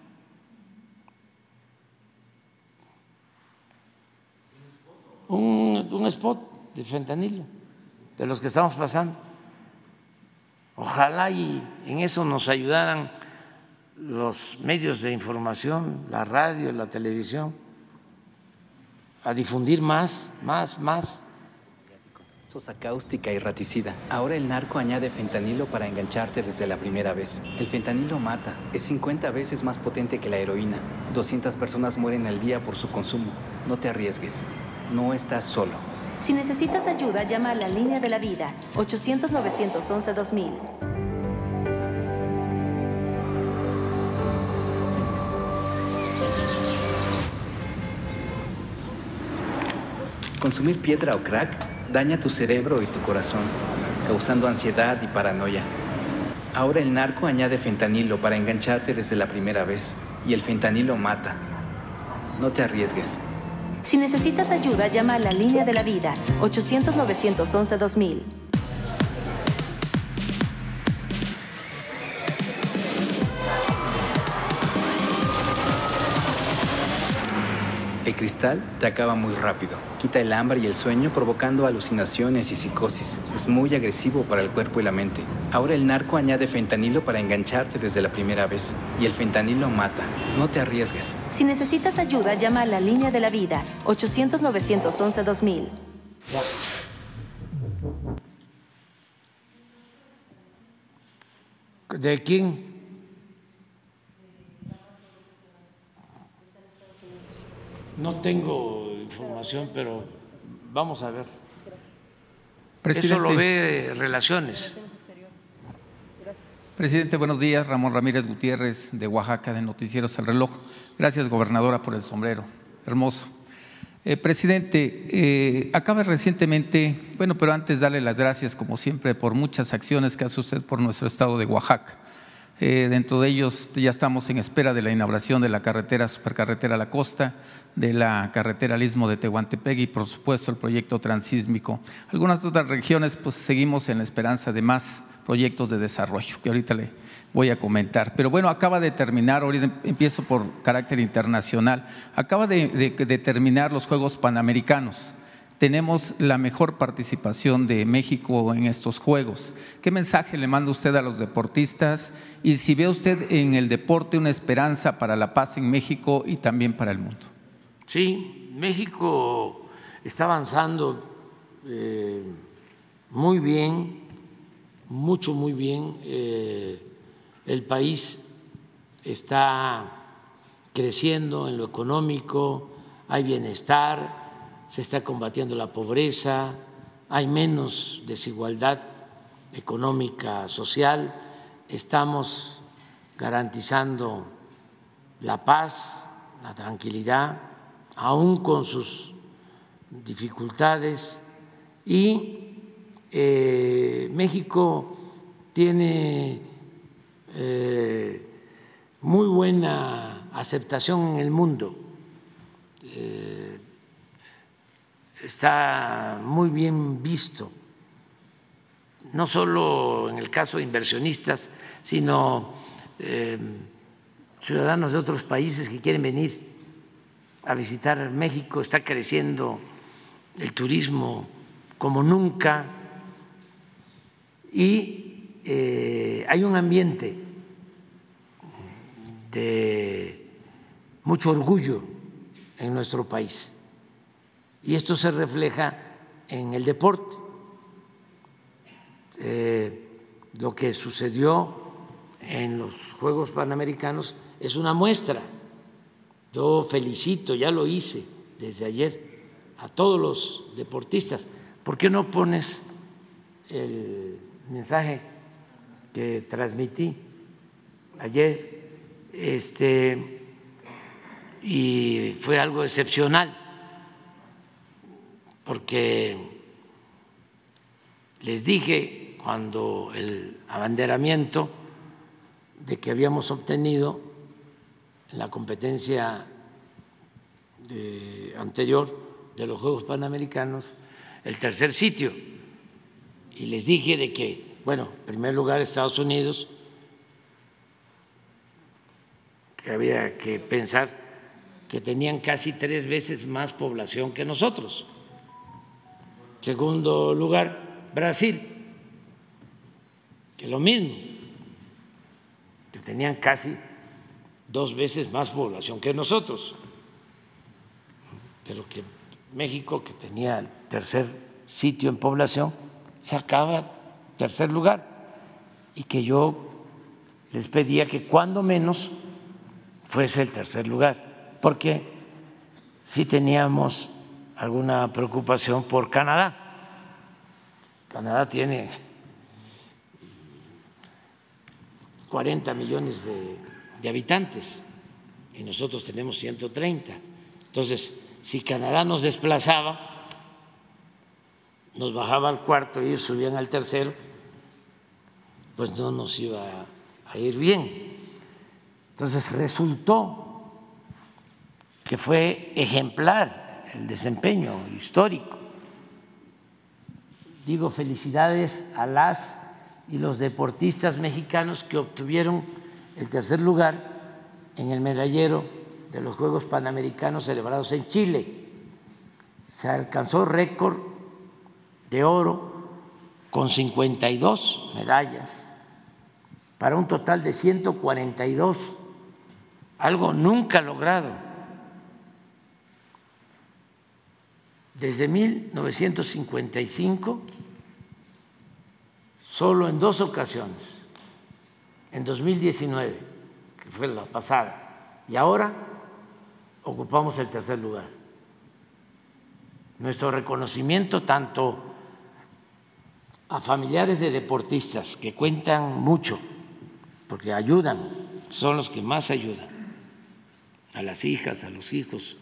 Un, un spot de fentanilo, de los que estamos pasando. Ojalá y en eso nos ayudaran los medios de información, la radio, la televisión, a difundir más, más, más. Sosa cáustica y raticida. Ahora el narco añade fentanilo para engancharte desde la primera vez. El fentanilo mata. Es cincuenta veces más potente que la heroína. doscientas personas mueren al día por su consumo. No te arriesgues. No estás solo. Si necesitas ayuda, llama a la línea de la vida, ochocientos, novecientos once, dos mil. Consumir piedra o crack daña tu cerebro y tu corazón, causando ansiedad y paranoia. Ahora el narco añade fentanilo para engancharte desde la primera vez. Y el fentanilo mata. No te arriesgues. Si necesitas ayuda, llama a la línea de la vida, ochocientos, novecientos once, dos mil. El cristal te acaba muy rápido. Quita el hambre y el sueño, provocando alucinaciones y psicosis. Es muy agresivo para el cuerpo y la mente. Ahora el narco añade fentanilo para engancharte desde la primera vez. Y el fentanilo mata. No te arriesgues. Si necesitas ayuda, llama a la línea de la vida, ochocientos, novecientos once, dos mil. ¿De quién? No tengo información, pero vamos a ver. Presidente. Eso lo ve Relaciones. Presidente, buenos días. Ramón Ramírez Gutiérrez, de Oaxaca, de Noticieros El Reloj. Gracias, gobernadora, por el sombrero. Hermoso. Eh, presidente, eh, acaba recientemente, bueno, pero antes darle las gracias, como siempre, por muchas acciones que hace usted por nuestro estado de Oaxaca. Eh, dentro de ellos ya estamos en espera de la inauguración de la carretera, supercarretera a la costa, de la carretera al Istmo de Tehuantepec y, por supuesto, el proyecto transísmico. Algunas otras regiones, pues seguimos en la esperanza de más proyectos de desarrollo, que ahorita le voy a comentar. Pero bueno, acaba de terminar, ahorita empiezo por carácter internacional, acaba de, de, de terminar los Juegos Panamericanos. Tenemos la mejor participación de México en estos Juegos. ¿Qué mensaje le manda usted a los deportistas? Y si ve usted en el deporte una esperanza para la paz en México y también para el mundo. Sí, México está avanzando eh, muy bien, mucho, muy bien. Eh, el país está creciendo en lo económico, hay bienestar, se está combatiendo la pobreza, hay menos desigualdad económica, social, estamos garantizando la paz, la tranquilidad, aún con sus dificultades, y eh, México tiene eh, muy buena aceptación en el mundo. Eh, está muy bien visto, no solo en el caso de inversionistas, sino eh, ciudadanos de otros países que quieren venir a visitar México. Está creciendo el turismo como nunca, y eh, hay un ambiente de mucho orgullo en nuestro país y esto se refleja en el deporte. Eh, lo que sucedió en los Juegos Panamericanos es una muestra. Yo felicito, ya lo hice desde ayer, a todos los deportistas. ¿Por qué no pones el mensaje que transmití ayer? Este, y fue algo excepcional, porque les dije cuando el abanderamiento de que habíamos obtenido en la competencia de, anterior de los Juegos Panamericanos el tercer sitio, y les dije de que, bueno, en primer lugar Estados Unidos, que había que pensar que tenían casi tres veces más población que nosotros. Segundo lugar, Brasil, que lo mismo, que tenían casi dos veces más población que nosotros, pero que México, que tenía el tercer sitio en población, sacaba tercer lugar, y que yo les pedía que cuando menos fuese el tercer lugar, porque sí teníamos alguna preocupación por Canadá. Canadá tiene cuarenta millones de, de habitantes y nosotros tenemos ciento treinta. Entonces, si Canadá nos desplazaba, nos bajaba al cuarto y ellos subían al tercero, pues no nos iba a ir bien. Entonces resultó que fue ejemplar el desempeño histórico. Digo, felicidades a las y los deportistas mexicanos que obtuvieron el tercer lugar en el medallero de los Juegos Panamericanos celebrados en Chile. Se alcanzó récord de oro con cincuenta y dos medallas para un total de ciento cuarenta y dos, algo nunca logrado. Desde mil novecientos cincuenta y cinco, solo en dos ocasiones, en dos mil diecinueve, que fue la pasada, y ahora ocupamos el tercer lugar. Nuestro reconocimiento tanto a familiares de deportistas que cuentan mucho, porque ayudan, son los que más ayudan, a las hijas, a los hijos,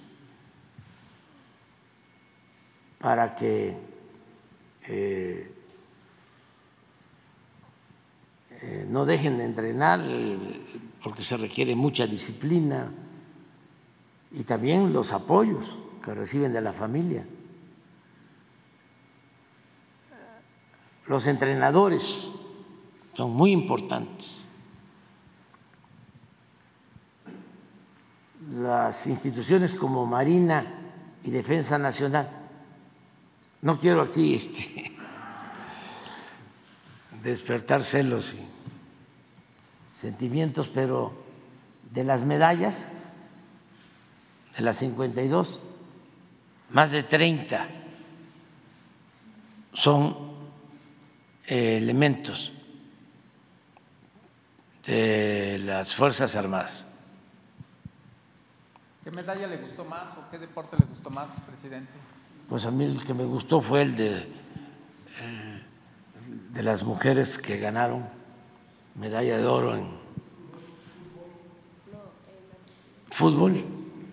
para que eh, eh, no dejen de entrenar, porque se requiere mucha disciplina, y también los apoyos que reciben de la familia. Los entrenadores son muy importantes. Las instituciones como Marina y Defensa Nacional, no quiero aquí este, despertar celos y sentimientos, pero de las medallas, de las cincuenta y dos, más de treinta son eh, elementos de las Fuerzas Armadas. ¿Qué medalla le gustó más o qué deporte le gustó más, presidente? Pues a mí el que me gustó fue el de, eh, de las mujeres que ganaron medalla de oro en fútbol.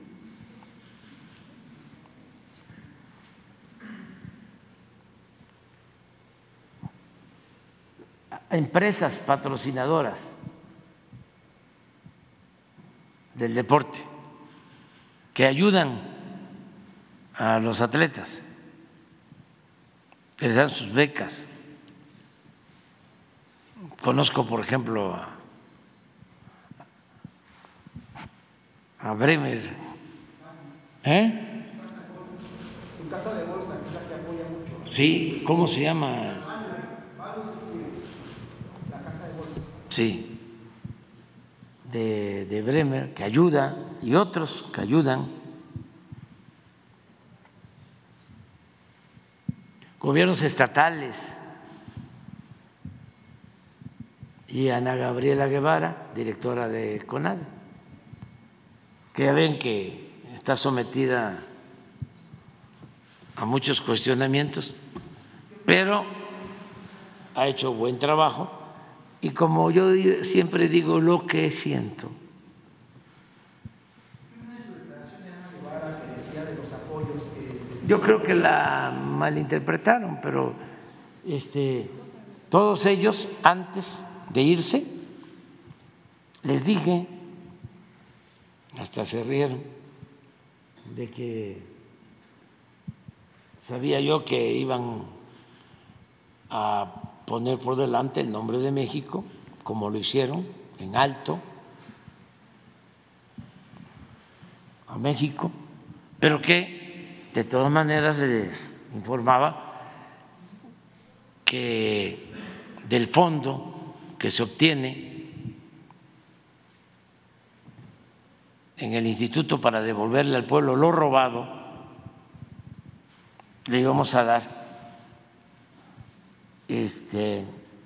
Empresas patrocinadoras del deporte que ayudan a los atletas, que les dan sus becas. Conozco, por ejemplo, a, a Bremer. ¿Eh? Su casa de bolsa, que apoya mucho. Sí, ¿cómo se llama? sí, de, de Bremer, que ayuda, y otros que ayudan. Gobiernos estatales, y Ana Gabriela Guevara, directora de CONADE, que ya ven que está sometida a muchos cuestionamientos, pero ha hecho buen trabajo. Y como yo siempre digo lo que siento, yo creo que la malinterpretaron, pero este, todos ellos antes de irse les dije, hasta se rieron, de que sabía yo que iban a poner por delante el nombre de México, como lo hicieron en alto a México, pero que de todas maneras les informaba que del fondo que se obtiene en el instituto para devolverle al pueblo lo robado, le íbamos a dar este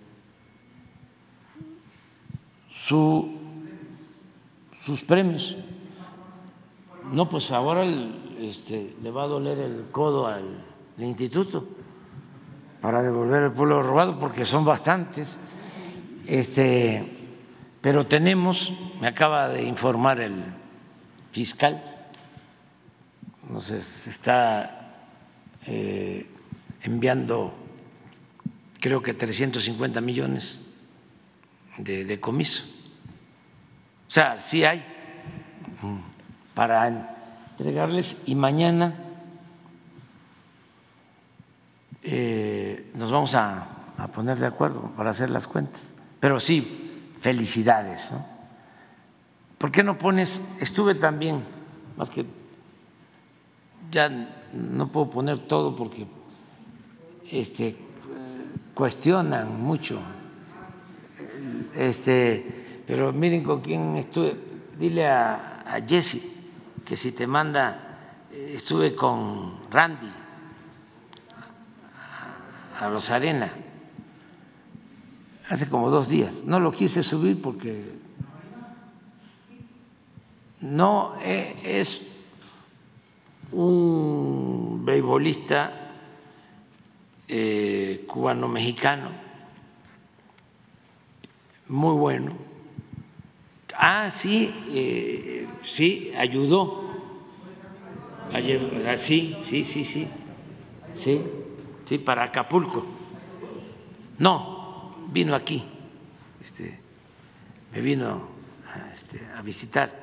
su sus premios. No, pues ahora el, este, le va a doler el codo al, al instituto para devolver el pueblo robado, porque son bastantes. Este, pero tenemos, me acaba de informar el fiscal, nos está eh, enviando creo que trescientos cincuenta millones de decomiso. O sea, sí hay para entregarles, y mañana eh, nos vamos a, a poner de acuerdo para hacer las cuentas. Pero sí, felicidades, ¿no? ¿Por qué no pones? Estuve también, más que ya no puedo poner todo porque este, cuestionan mucho, este, pero miren con quién estuve. Dile a, a Jesse que si te manda, estuve con Randy a Rosarena hace como dos días. No lo quise subir porque no es un beisbolista eh, cubano-mexicano muy bueno. Ah, sí, eh, sí, ayudó. Ayer, sí, sí, sí, sí, sí, sí, para Acapulco. No, vino aquí, este, me vino a, este, a visitar.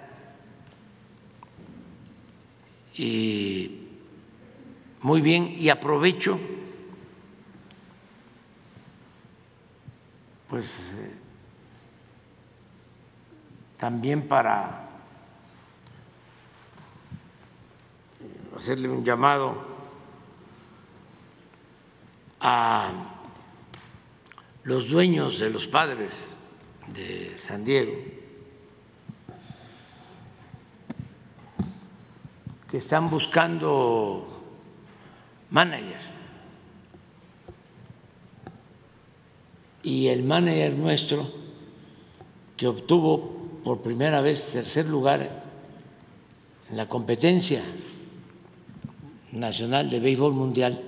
Y muy bien, y aprovecho pues eh, también para hacerle un llamado a los dueños de los Padres de San Diego, que están buscando manager, y el manager nuestro, que obtuvo por primera vez tercer lugar en la competencia nacional de béisbol mundial,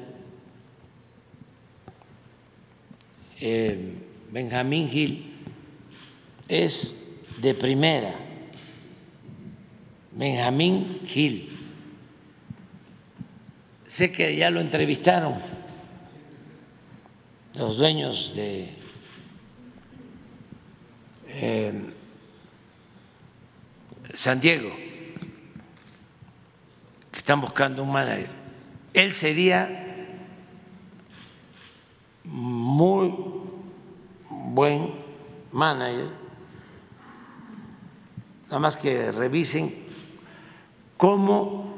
eh, Benjamín Gil, es de primera. Benjamín Gil, sé que ya lo entrevistaron los dueños de eh, San Diego, que están buscando un manager. Él sería muy buen manager, nada más que revisen cómo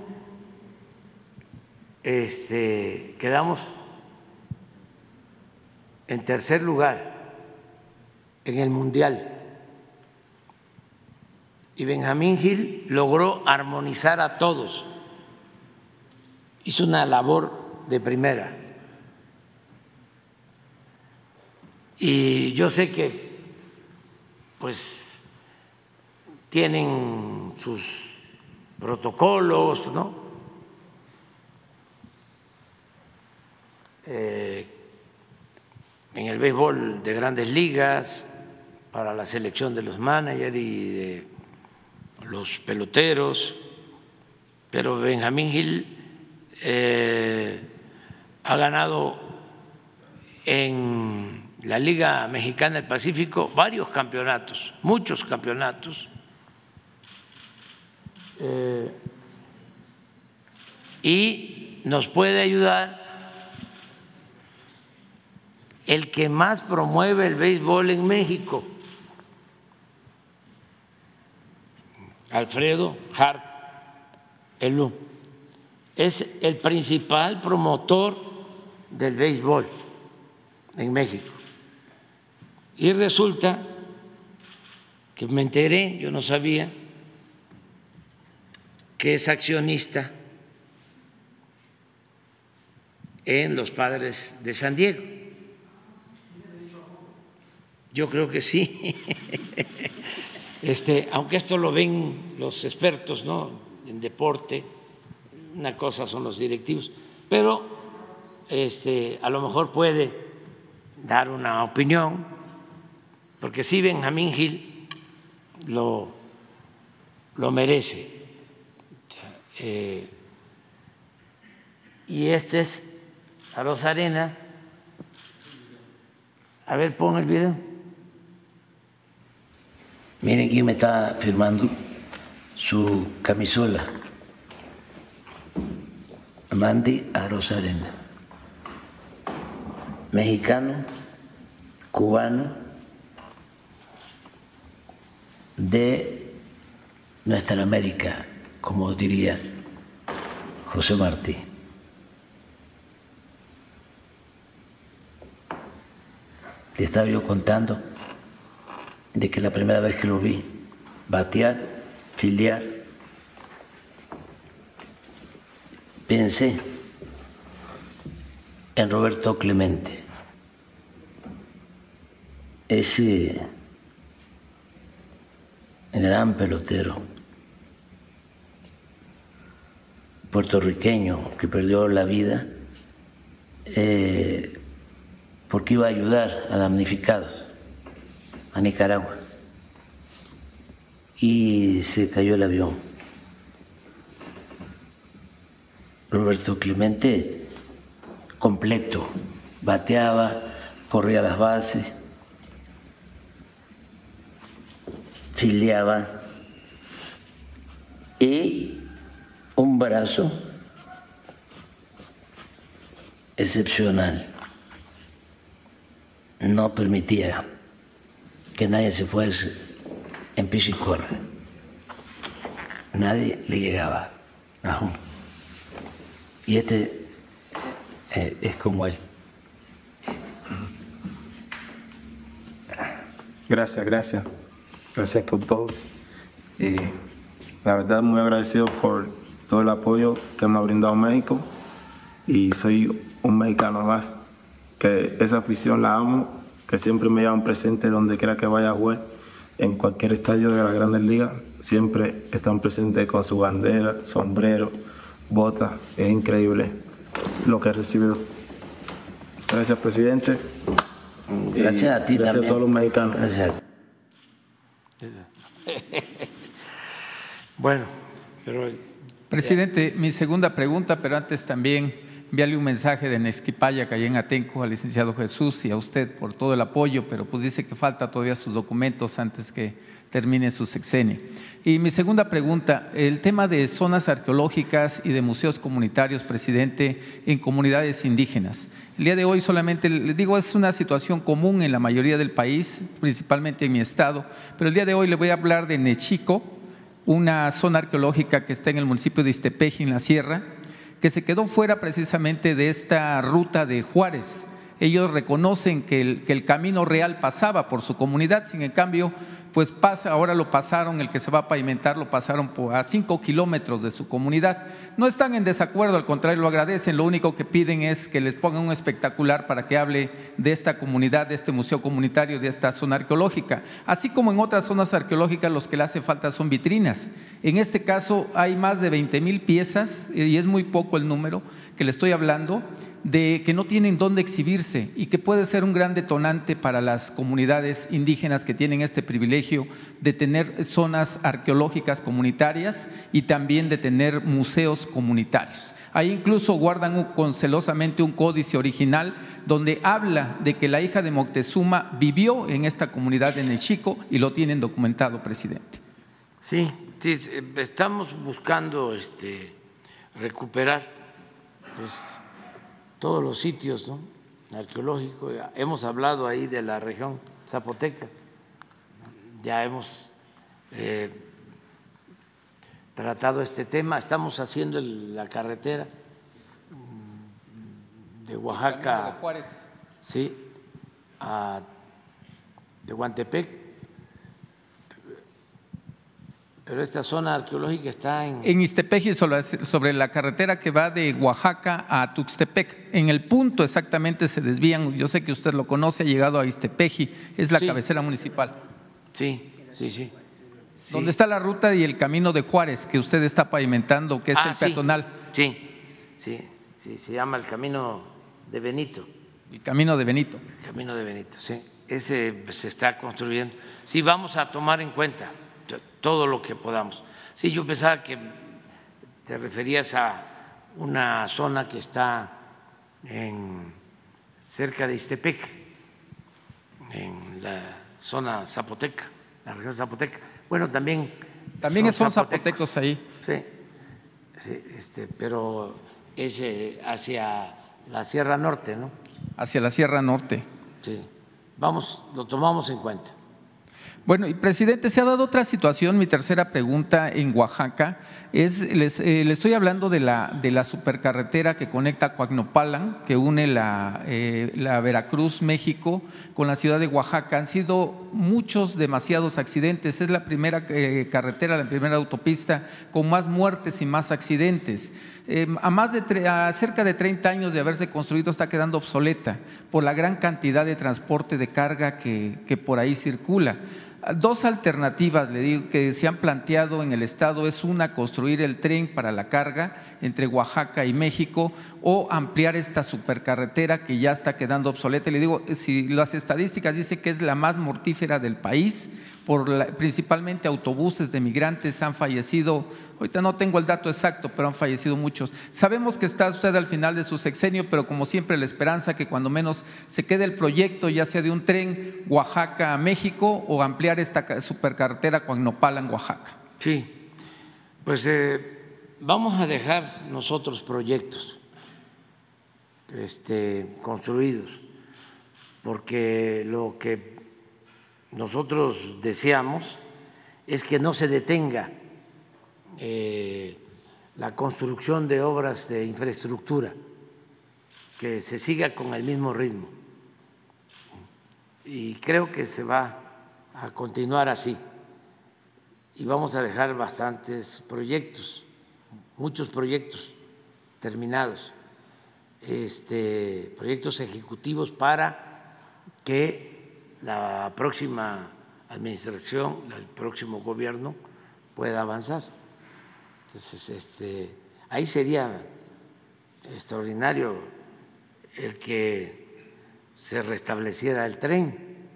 este, quedamos en tercer lugar en el Mundial. Y Benjamín Gil logró armonizar a todos. Hizo una labor de primera. Y yo sé que pues tienen sus protocolos, ¿no? Eh, en el béisbol de Grandes Ligas, para la selección de los managers y de los peloteros, pero Benjamín Gil eh, ha ganado en la Liga Mexicana del Pacífico varios campeonatos, muchos campeonatos, eh, y nos puede ayudar el que más promueve el béisbol en México, Alfredo Harp Elú, es el principal promotor del béisbol en México. Y resulta que me enteré, yo no sabía, que es accionista en los Padres de San Diego. Yo creo que sí. Este, aunque esto lo ven los expertos, ¿no?, en deporte, una cosa son los directivos, pero este, a lo mejor puede dar una opinión, porque sí, Benjamín Gil lo, lo merece. Eh, y este es a Rosarena. A ver, pon el video. Miren quién me está firmando su camisola. Mandy Arozarena, mexicano, cubano, de nuestra América, como diría José Martí. Le estaba yo contando de que la primera vez que lo vi batear, filiar, pensé en Roberto Clemente, ese gran pelotero puertorriqueño que perdió la vida eh, porque iba a ayudar a damnificados a Nicaragua y se cayó el avión. Roberto Clemente completo, bateaba, corría las bases, filiaba y un brazo excepcional. No permitía que nadie se fuese en piso y corre. Nadie le llegaba. Aún. Y este eh, es como él. Gracias, gracias. Gracias por todo. Y la verdad, muy agradecido por todo el apoyo que me ha brindado México. Y soy un mexicano más, que esa afición la amo, que siempre me llevan presente donde quiera que vaya a jugar, en cualquier estadio de las Grandes Ligas, siempre están presentes con su bandera, sombrero, botas. Es increíble lo que he recibido. Gracias, presidente. Gracias a ti gracias también. a todos los mexicanos. Gracias. Bueno, pero... Presidente, mi segunda pregunta, pero antes también enviarle un mensaje de Nexquipaya, que allá en Atenco, al licenciado Jesús y a usted por todo el apoyo, pero pues dice que falta todavía sus documentos antes que termine su sexenio. Y mi segunda pregunta, el tema de zonas arqueológicas y de museos comunitarios, presidente, en comunidades indígenas. El día de hoy solamente, les digo, es una situación común en la mayoría del país, principalmente en mi estado, pero el día de hoy le voy a hablar de Nechico, una zona arqueológica que está en el municipio de Iztepeji, en la sierra, que se quedó fuera precisamente de esta ruta de Juárez. Ellos reconocen que el, que el camino real pasaba por su comunidad, sin en cambio, pues pasa, ahora lo pasaron, el que se va a pavimentar lo pasaron por, a cinco kilómetros de su comunidad. No están en desacuerdo, al contrario, lo agradecen, lo único que piden es que les pongan un espectacular para que hable de esta comunidad, de este museo comunitario, de esta zona arqueológica. Así como en otras zonas arqueológicas, los que le hace falta son vitrinas. En este caso hay más de veinte mil piezas, y es muy poco el número que le estoy hablando, de que no tienen dónde exhibirse y que puede ser un gran detonante para las comunidades indígenas que tienen este privilegio de tener zonas arqueológicas comunitarias y también de tener museos comunitarios. Ahí incluso guardan un, con celosamente un códice original donde habla de que la hija de Moctezuma vivió en esta comunidad en el Xico y lo tienen documentado, presidente. Sí, sí, estamos buscando este, recuperar pues, todos los sitios, ¿no?, arqueológicos. Hemos hablado ahí de la región zapoteca, ya hemos eh, tratado este tema, estamos haciendo el, la carretera de Oaxaca, de Juárez. Sí, a Tehuantepec. Pero esta zona arqueológica está en… En Ixtepeji, sobre la carretera que va de Oaxaca a Tuxtepec. En el punto exactamente se desvían, yo sé que usted lo conoce, ha llegado a Ixtepeji, es la sí. cabecera municipal. Sí, sí, sí, sí. Donde está la ruta y el camino de Juárez que usted está pavimentando, que es ah, el sí. peatonal. Sí, sí, sí, se llama el Camino de Benito. El Camino de Benito. El Camino de Benito, sí. Ese se está construyendo. Sí, vamos a tomar en cuenta todo lo que podamos. Sí, yo pensaba que te referías a una zona que está en, cerca de Ixtepec, en la zona zapoteca, la región zapoteca. Bueno, también… También son, son zapotecos. zapotecos ahí. Sí, sí este, pero es eh, hacia la Sierra Norte, ¿no? Hacia la Sierra Norte. Sí, vamos, lo tomamos en cuenta. Bueno, y presidente, se ha dado otra situación, mi tercera pregunta en Oaxaca, es, les, eh, le estoy hablando de la, de la supercarretera que conecta Coacnopalan, que une la, eh, la Veracruz, México, con la ciudad de Oaxaca. Han sido muchos, demasiados accidentes, es la primera eh, carretera, la primera autopista con más muertes y más accidentes. Eh, a, más de a cerca de treinta años de haberse construido está quedando obsoleta por la gran cantidad de transporte de carga que, que por ahí circula. Dos alternativas, le digo, que se han planteado en el Estado es una, construir el tren para la carga entre Oaxaca y México o ampliar esta supercarretera que ya está quedando obsoleta. Le digo, si las estadísticas dicen que es la más mortífera del país, por la, principalmente autobuses de migrantes han fallecido, ahorita no tengo el dato exacto, pero han fallecido muchos. Sabemos que está usted al final de su sexenio, pero como siempre la esperanza que cuando menos se quede el proyecto, ya sea de un tren Oaxaca a México o ampliar esta supercarretera Coacnopalan, Oaxaca. Sí, pues eh, vamos a dejar nosotros proyectos este, construidos, porque lo que nosotros deseamos es que no se detenga eh, la construcción de obras de infraestructura, que se siga con el mismo ritmo. Y creo que se va a continuar así. Y vamos a dejar bastantes proyectos, muchos proyectos terminados, este, proyectos ejecutivos para que la próxima administración, el próximo gobierno pueda avanzar. Entonces, este, ahí sería extraordinario el que se restableciera el tren.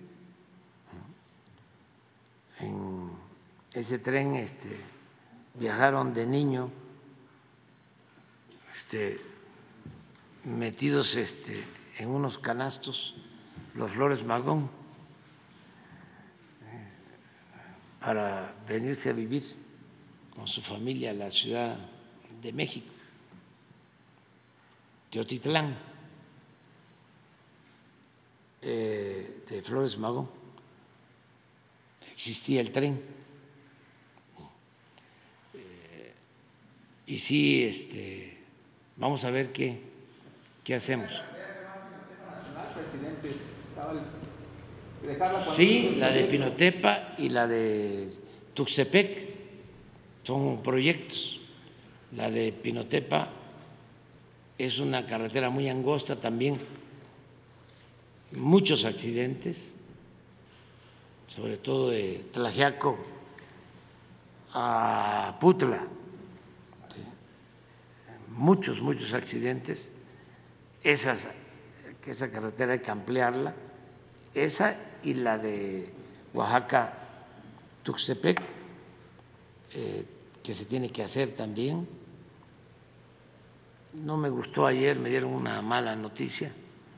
En ese tren este, viajaron de niño este, metidos este, en unos canastos los Flores Magón, para venirse a vivir con su familia a la Ciudad de México, Teotitlán, eh, de Flores Magón. Existía el tren. Eh, y sí, este, vamos a ver qué, qué hacemos. presidente. Sí, la de Pinotepa y la de Tuxtepec son proyectos. La de Pinotepa es una carretera muy angosta, también muchos accidentes, sobre todo de Tlaxiaco a Putla, ¿sí? muchos, muchos accidentes. Esas, que esa carretera hay que ampliarla, esa y la de Oaxaca-Tuxtepec, eh, que se tiene que hacer también. No me gustó ayer, me dieron una mala noticia.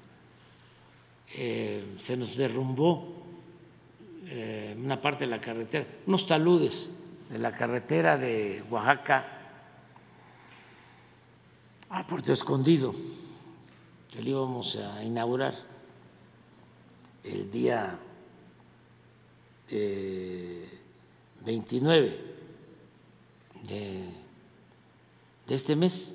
Eh, se nos derrumbó eh, una parte de la carretera, unos taludes de la carretera de Oaxaca a Puerto Escondido, que le íbamos a inaugurar el día eh, veintinueve de, de este mes.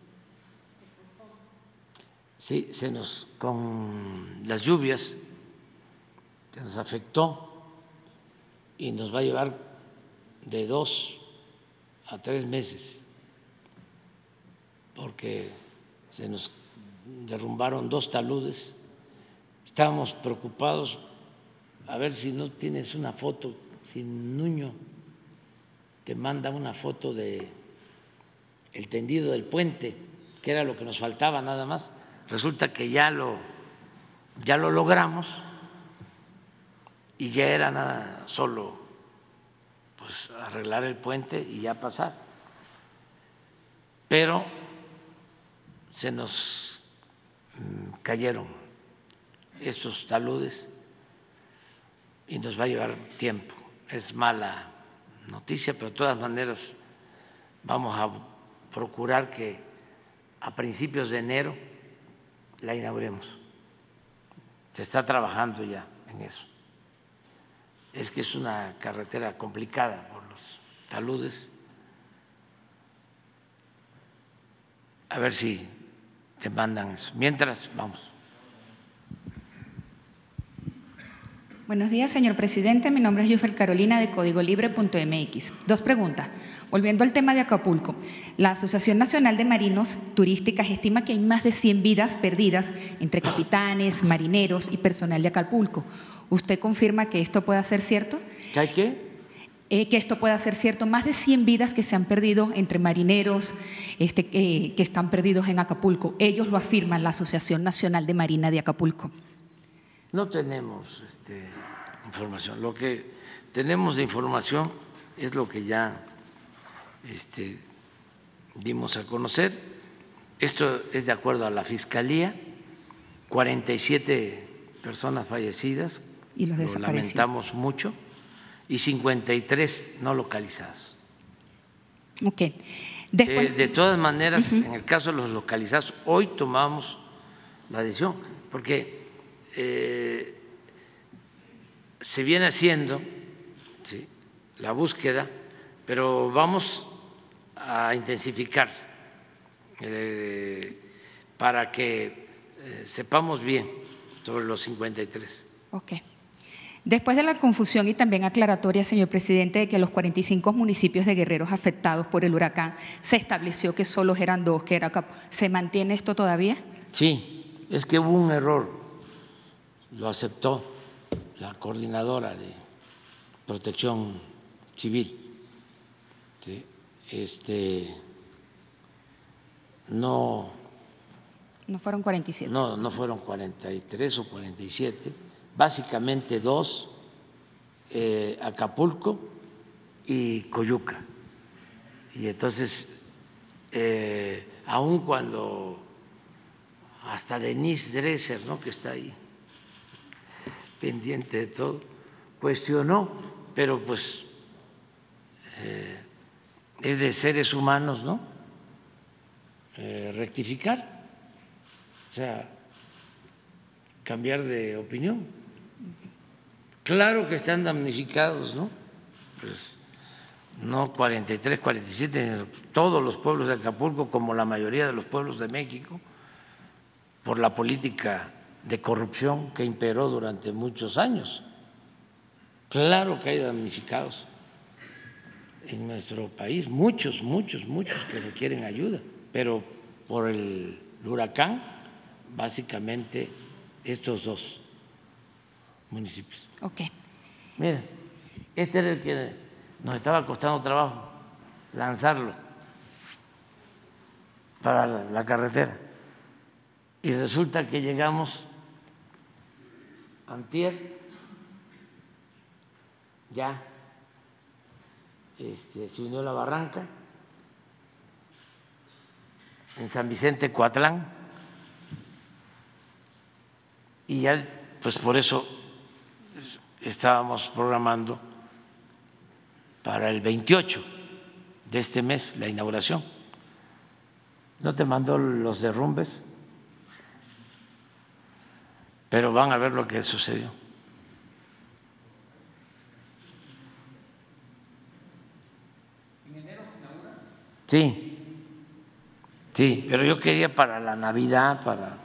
Sí, se nos, con las lluvias, se nos afectó y nos va a llevar de dos a tres meses, porque se nos derrumbaron dos taludes. Estábamos preocupados, a ver si no tienes una foto, si Nuño te manda una foto de el tendido del puente, que era lo que nos faltaba nada más. Resulta que ya lo, ya lo logramos y ya era nada, solo pues, arreglar el puente y ya pasar. Pero se nos cayeron estos taludes y nos va a llevar tiempo. Es mala noticia, pero de todas maneras vamos a procurar que a principios de enero la inauguremos. Se está trabajando ya en eso. Es que es una carretera complicada por los taludes. A ver si te mandan eso. Mientras, vamos. Buenos días, señor presidente. Mi nombre es Yufel Carolina, de Código Libre punto M X. Dos preguntas. Volviendo al tema de Acapulco, la Asociación Nacional de Marinos Turísticas estima que hay más de cien vidas perdidas entre capitanes, marineros y personal de Acapulco. ¿Usted confirma que esto pueda ser cierto? ¿Que hay qué? Eh, que esto pueda ser cierto. Más de cien vidas que se han perdido entre marineros este, eh, que están perdidos en Acapulco. Ellos lo afirman, la Asociación Nacional de Marina de Acapulco. No tenemos este, información. Lo que tenemos de información es lo que ya Este, dimos a conocer. Esto es de acuerdo a la Fiscalía, cuarenta y siete personas fallecidas, y los lo lamentamos mucho, y cincuenta y tres no localizados. Okay. Después, eh, de todas maneras, uh-huh. en el caso de los localizados, hoy tomamos la decisión, porque eh, se viene haciendo ¿sí? la búsqueda, pero vamos a intensificar eh, para que eh, sepamos bien sobre los cincuenta y tres. Ok. Después de la confusión y también aclaratoria, señor presidente, de que los cuarenta y cinco municipios de Guerreros afectados por el huracán se estableció que solo eran dos, que era Cap- ¿se mantiene esto todavía? Sí, es que hubo un error, lo aceptó la coordinadora de Protección Civil. Sí. Este, no, no fueron cuarenta y siete. No, no fueron cuarenta y tres o cuarenta y siete, básicamente dos, eh, Acapulco y Coyuca. Y entonces, eh, aun cuando hasta Denise Dresser, ¿no? que está ahí pendiente de todo, cuestionó, pero pues eh, es de seres humanos, ¿no? Eh, rectificar, o sea, cambiar de opinión. Claro que están damnificados, ¿no? Pues no cuarenta y tres, cuarenta y siete, todos los pueblos de Acapulco, como la mayoría de los pueblos de México, por la política de corrupción que imperó durante muchos años. Claro que hay damnificados en nuestro país, muchos, muchos, muchos que requieren ayuda, pero por el huracán, básicamente estos dos municipios. Ok. Mira, este era el que nos estaba costando trabajo lanzarlo para la carretera. Y resulta que llegamos antier, ya este, se unió la barranca en San Vicente Coatlán y ya pues por eso estábamos programando para el veintiocho de este mes la inauguración. ¿No te mandó los derrumbes? Pero van a ver lo que sucedió. ¿En enero se inaugura? Sí, sí, pero yo quería para la Navidad, para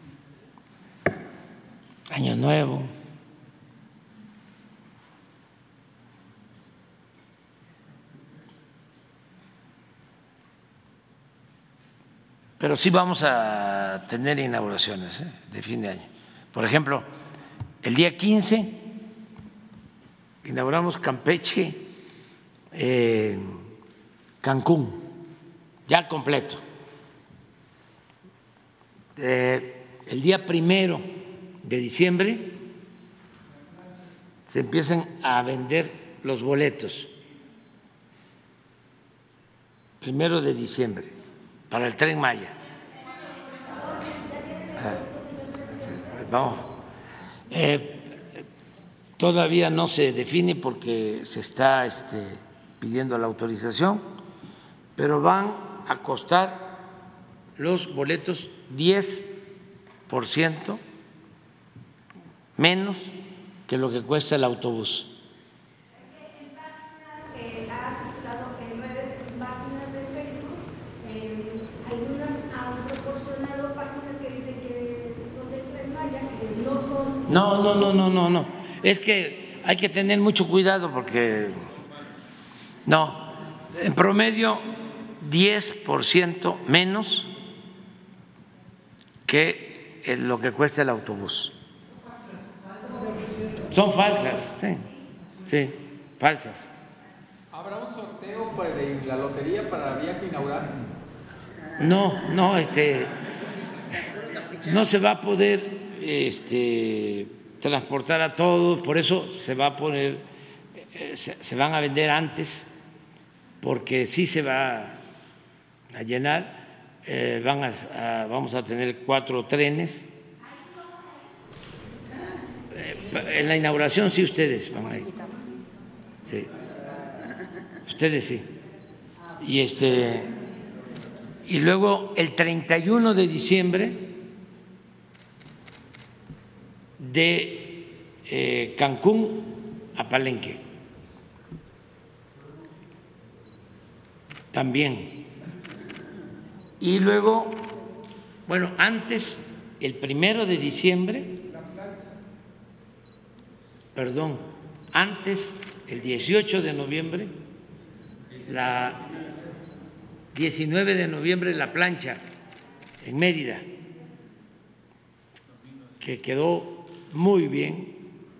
Año Nuevo. Pero sí vamos a tener inauguraciones ¿eh? de fin de año. Por ejemplo, el día quince inauguramos Campeche, eh, Cancún, ya completo. Eh, el día primero de diciembre se empiezan a vender los boletos. Primero de diciembre, para el Tren Maya. Ah, vamos. Eh, todavía no se define porque se está este, pidiendo la autorización, pero van a costar los boletos diez por ciento menos que lo que cuesta el autobús. No, no, no, no, no, no. Es que hay que tener mucho cuidado porque no, en promedio diez por ciento menos que lo que cuesta el autobús. Son falsas, sí, sí, falsas. ¿Habrá un sorteo de la lotería para el viaje inaugural? No, no, este, no se va a poder este, transportar a todos, por eso se va a poner, se, se van a vender antes, porque sí se va a llenar, eh, van a, a, vamos a tener cuatro trenes. En la inauguración sí ustedes van a ir. Sí. Ustedes sí. Y este y luego el treinta y uno de diciembre de eh, Cancún a Palenque. También. Y luego, bueno, antes, el primero de diciembre, perdón, antes, el dieciocho de noviembre, la diecinueve de noviembre, la plancha en Mérida, que quedó muy bien,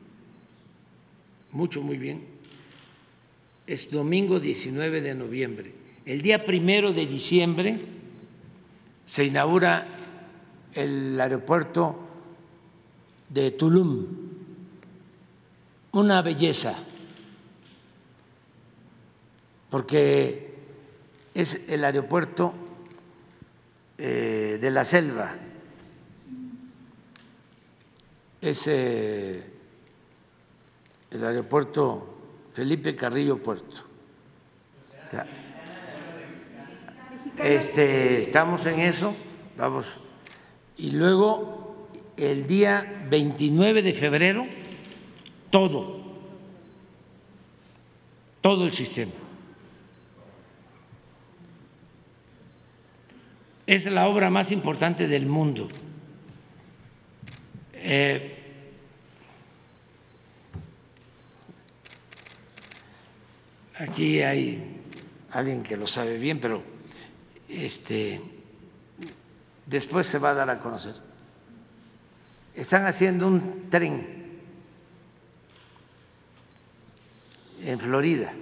mucho, muy bien. Es domingo diecinueve de noviembre. El día primero de diciembre se inaugura el aeropuerto de Tulum, una belleza, porque es el aeropuerto eh, de la selva, es eh, el aeropuerto Felipe Carrillo Puerto. O sea, este, estamos en eso, vamos. Y luego el día veintinueve de febrero, todo, todo el sistema. Es la obra más importante del mundo. Eh, aquí hay alguien que lo sabe bien, pero este, después se va a dar a conocer. Están haciendo un tren en Florida.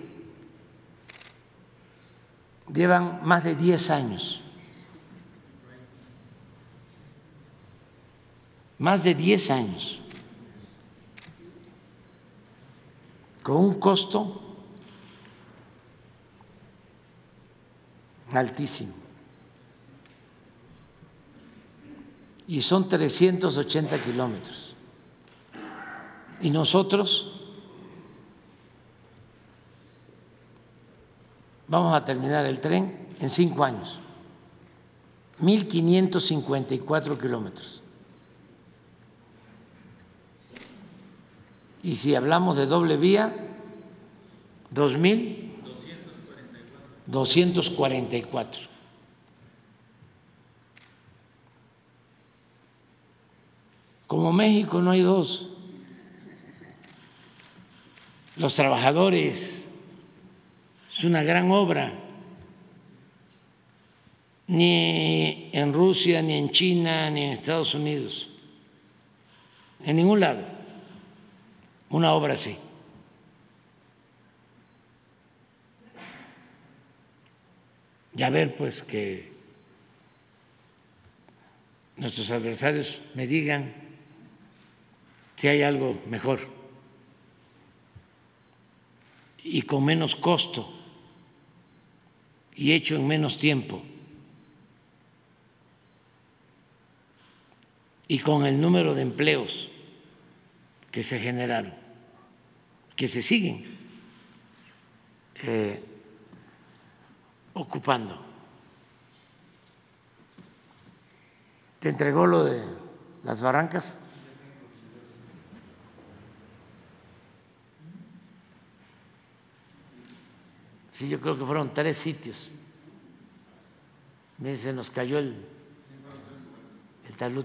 Llevan más de diez años. Más de diez años. Con un costo altísimo. Y son trescientos ochenta kilómetros. Y nosotros vamos a terminar el tren en cinco años, mil quinientos cincuenta y cuatro kilómetros. Y si hablamos de doble vía, dos mil doscientos cuarenta y cuatro. Como México no hay dos. Los trabajadores, es una gran obra. Ni en Rusia, ni en China, ni en Estados Unidos. En ningún lado. Una obra así. Y a ver, pues, que nuestros adversarios me digan si hay algo mejor y con menos costo y hecho en menos tiempo y con el número de empleos que se generaron, que se siguen eh, ocupando. ¿Te entregó lo de las barrancas? Sí, yo creo que fueron tres sitios. Miren, se nos cayó el, el talud.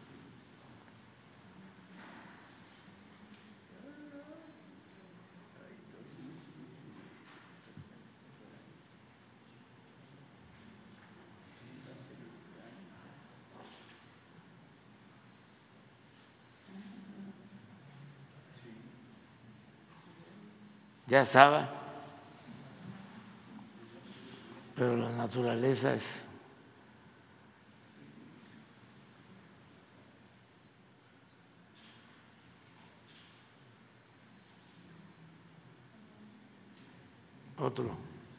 Ya estaba, pero la naturaleza es otro.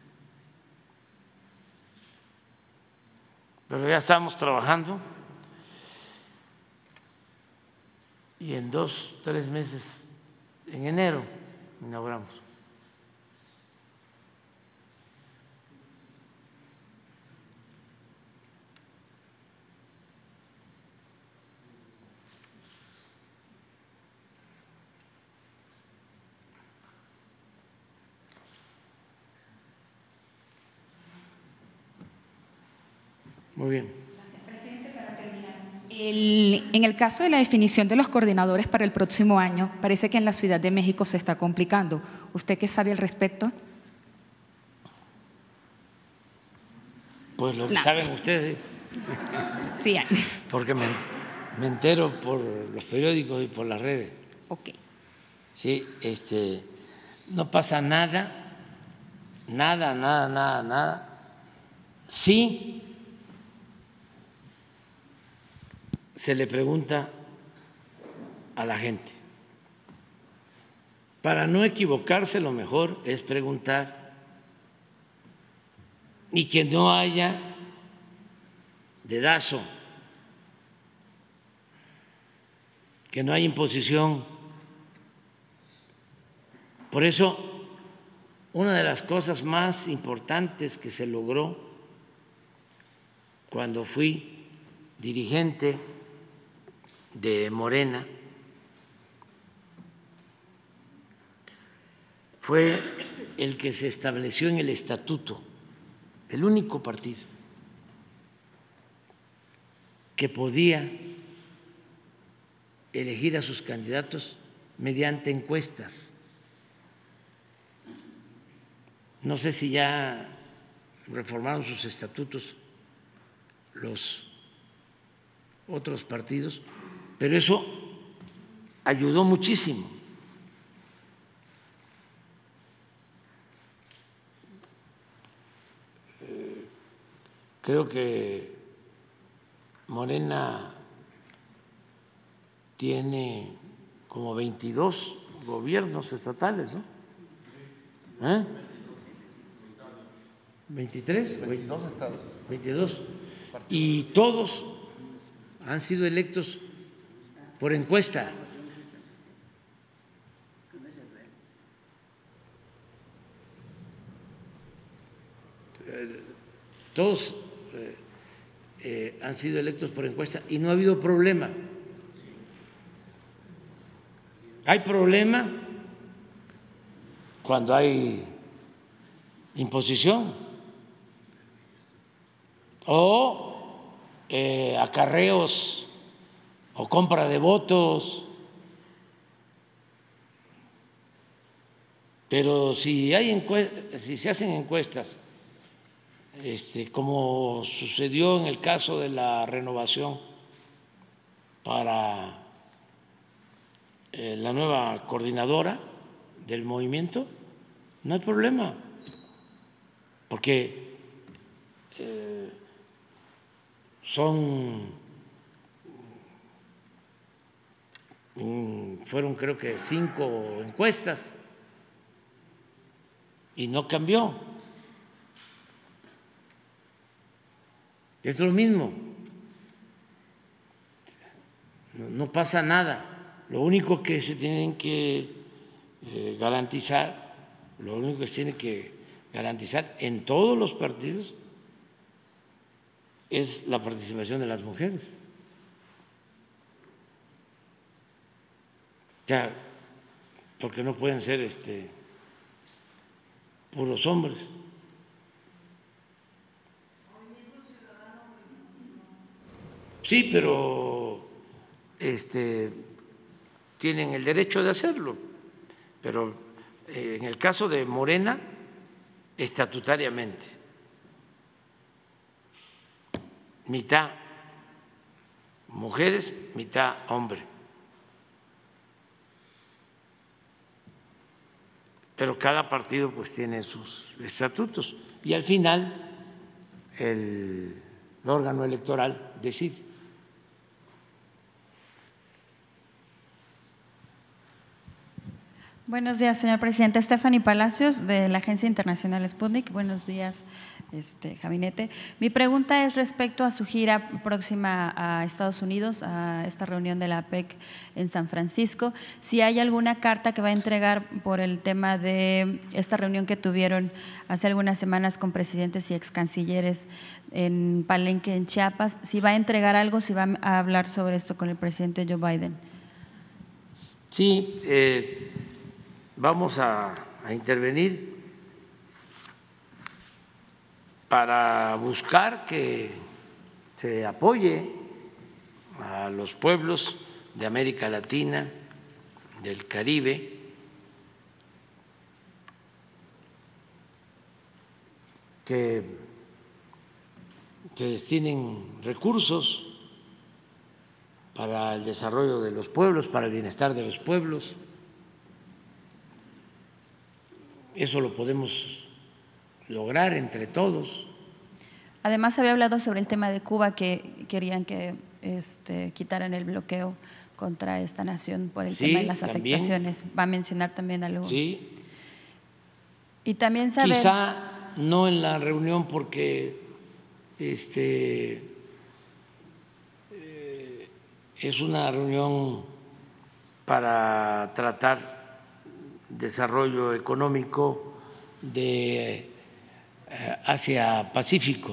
Pero ya estamos trabajando y en dos, tres meses, en enero, inauguramos. Muy bien. Gracias, presidente. Para terminar, el, en el caso de la definición de los coordinadores para el próximo año, parece que en la Ciudad de México se está complicando. ¿Usted qué sabe al respecto? Pues lo que no. saben ustedes. Sí. Porque me, me entero por los periódicos y por las redes. Ok. Sí, este, no pasa nada, nada, nada, nada, nada. Sí. Se le pregunta a la gente. Para no equivocarse, lo mejor es preguntar y que no haya dedazo, que no haya imposición. Por eso, una de las cosas más importantes que se logró cuando fui dirigente de Morena fue el que se estableció en el estatuto, el único partido que podía elegir a sus candidatos mediante encuestas. No sé si ya reformaron sus estatutos los otros partidos, pero eso ayudó muchísimo. Eh, creo que Morena tiene como veintidós gobiernos estatales, ¿no? ¿Eh? ¿veintitrés? veintidós estados. veintidós. Y todos han sido electos por encuesta. Todos eh, eh, han sido electos por encuesta y no ha habido problema. Hay problema cuando hay imposición o eh, acarreos o compra de votos, pero si hay encuestas, si se hacen encuestas, este, como sucedió en el caso de la renovación para eh, la nueva coordinadora del movimiento, no hay problema, porque eh, son fueron creo que cinco encuestas y no cambió. Es lo mismo, no, no pasa nada. Lo único que se tienen que eh, garantizar, lo único que se tiene que garantizar en todos los partidos es la participación de las mujeres. Ya, porque no pueden ser este, puros hombres. Sí, pero este, tienen el derecho de hacerlo. Pero eh, en el caso de Morena, estatutariamente, mitad mujeres, mitad hombre. Pero cada partido pues tiene sus estatutos y al final el órgano electoral decide. Buenos días, señor presidente. Stephanie Palacios, de la Agencia Internacional Sputnik. Buenos días, este, gabinete. Mi pregunta es respecto a su gira próxima a Estados Unidos, a esta reunión de la A P E C en San Francisco. Si hay alguna carta que va a entregar por el tema de esta reunión que tuvieron hace algunas semanas con presidentes y ex cancilleres en Palenque, en Chiapas, si va a entregar algo, si va a hablar sobre esto con el presidente Joe Biden. Sí, eh, vamos a, a intervenir para buscar que se apoye a los pueblos de América Latina, del Caribe, que se destinen recursos para el desarrollo de los pueblos, para el bienestar de los pueblos. Eso lo podemos lograr entre todos. Además, había hablado sobre el tema de Cuba, que querían que este, quitaran el bloqueo contra esta nación por el sí, tema de las también. afectaciones. ¿Va a mencionar también algo? Sí. Y también saber… Quizá no en la reunión porque este, eh, es una reunión para tratar desarrollo económico de eh, Asia-Pacífico,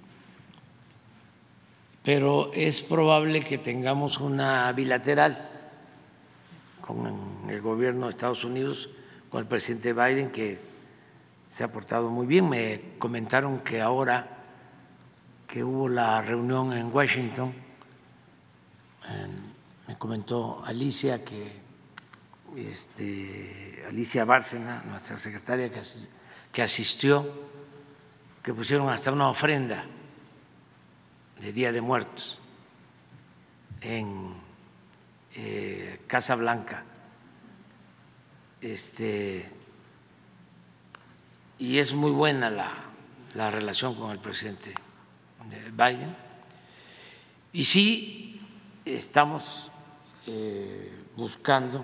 pero es probable que tengamos una bilateral con el gobierno de Estados Unidos, con el presidente Biden, que se ha portado muy bien. Me comentaron que ahora que hubo la reunión en Washington, en, comentó Alicia que este, Alicia Bárcena, nuestra secretaria que, que asistió, que pusieron hasta una ofrenda de Día de Muertos en eh, Casa Blanca. Este, y es muy buena la, la relación con el presidente Biden. Y sí estamos eh, buscando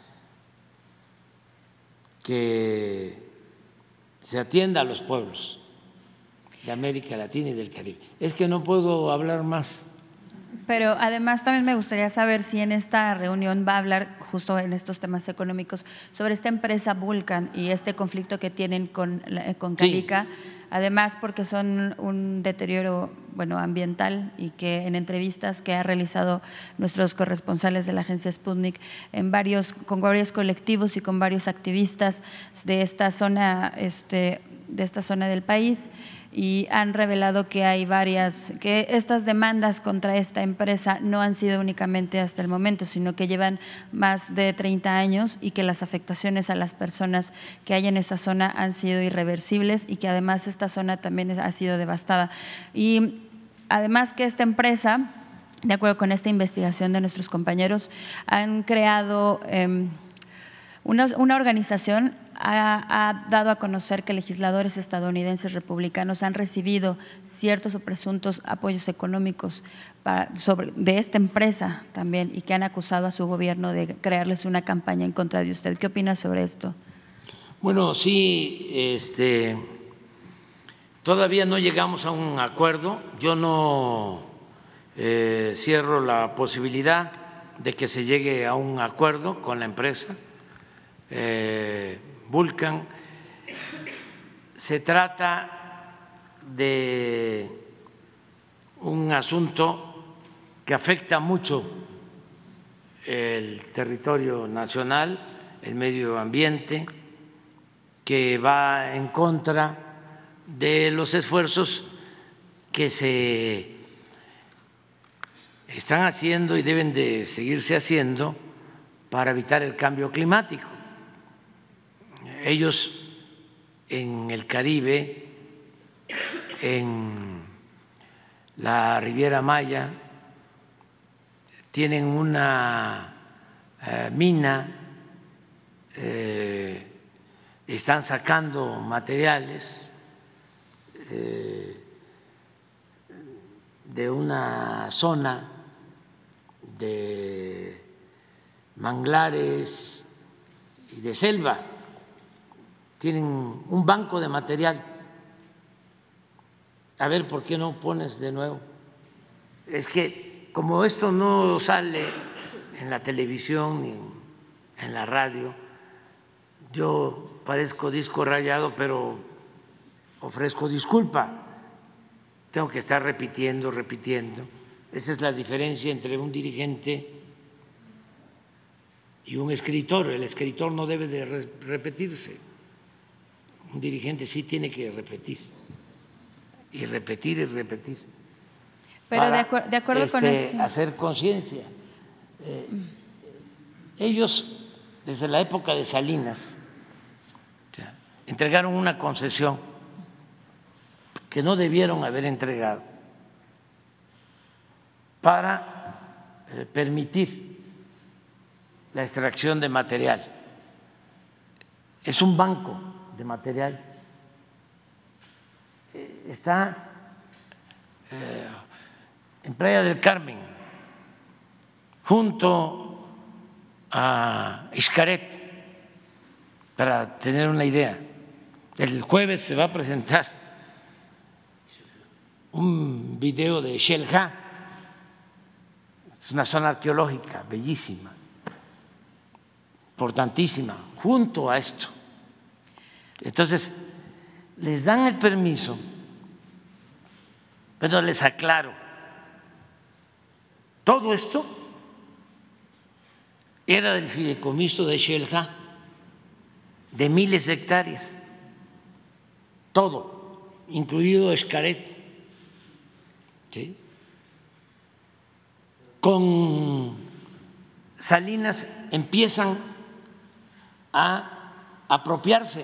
que se atienda a los pueblos de América Latina y del Caribe. Es que no puedo hablar más. Pero además también me gustaría saber si en esta reunión va a hablar justo en estos temas económicos sobre esta empresa Vulcan y este conflicto que tienen con, con Calica. Sí. Además, porque son un deterioro bueno, ambiental y que en entrevistas que ha realizado nuestros corresponsales de la agencia Sputnik en varios, con varios colectivos y con varios activistas de esta zona, este, de esta zona del país, y han revelado que hay varias, que estas demandas contra esta empresa no han sido únicamente hasta el momento, sino que llevan más de treinta años y que las afectaciones a las personas que hay en esa zona han sido irreversibles y que además esta zona también ha sido devastada. Y además que esta empresa, de acuerdo con esta investigación de nuestros compañeros, han creado eh, una, una organización Ha, ha dado a conocer que legisladores estadounidenses republicanos han recibido ciertos o presuntos apoyos económicos para, sobre, de esta empresa también y que han acusado a su gobierno de crearles una campaña en contra de usted. ¿Qué opina sobre esto? Bueno, sí, este, todavía no llegamos a un acuerdo. Yo no eh, cierro la posibilidad de que se llegue a un acuerdo con la empresa Eh, Vulcan. Se trata de un asunto que afecta mucho el territorio nacional, el medio ambiente, que va en contra de los esfuerzos que se están haciendo y deben de seguirse haciendo para evitar el cambio climático. Ellos en el Caribe, en la Riviera Maya, tienen una eh, mina, eh, están sacando materiales eh, de una zona de manglares y de selva. Tienen un banco de material. A ver, ¿por qué no pones de nuevo? Es que como esto no sale en la televisión ni en la radio, yo parezco disco rayado, pero ofrezco disculpa. Tengo que estar repitiendo, repitiendo. Esa es la diferencia entre un dirigente y un escritor. El escritor no debe de repetirse. Un dirigente sí tiene que repetir y repetir y repetir. Pero para, de, acuer de acuerdo este, con eso, hacer conciencia. Eh, ellos, desde la época de Salinas, o sea, entregaron una concesión que no debieron haber entregado para eh, permitir la extracción de material. Es un banco de material. Eh, está eh, en Playa del Carmen, junto a Xcaret, para tener una idea. El jueves se va a presentar un video de Xel-Há, es una zona arqueológica bellísima, importantísima, junto a esto. Entonces, les dan el permiso, pero les aclaro, todo esto era del fideicomiso de Xel-Há, de miles de hectáreas, todo, incluido Xcaret, ¿sí? Con Salinas empiezan a apropiarse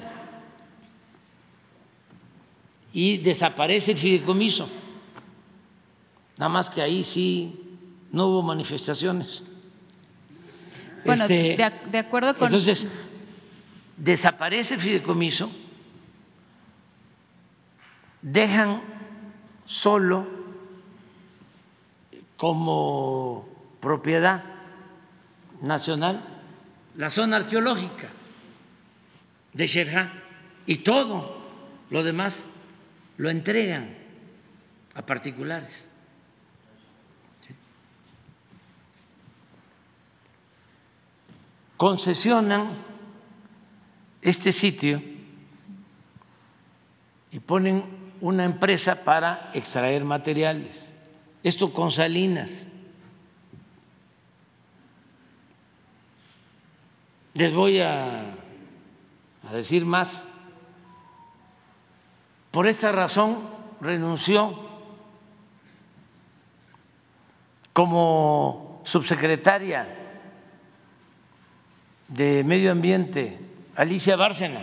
y desaparece el fideicomiso. Nada más que ahí sí no hubo manifestaciones. Bueno, este, de, de acuerdo con… Entonces, desaparece el fideicomiso, dejan solo como propiedad nacional la zona arqueológica de Xel-Há y todo lo demás lo entregan a particulares. Concesionan este sitio y ponen una empresa para extraer materiales. Esto con Salinas. Les voy a, a decir más. Por esta razón renunció como subsecretaria de Medio Ambiente Alicia Bárcena,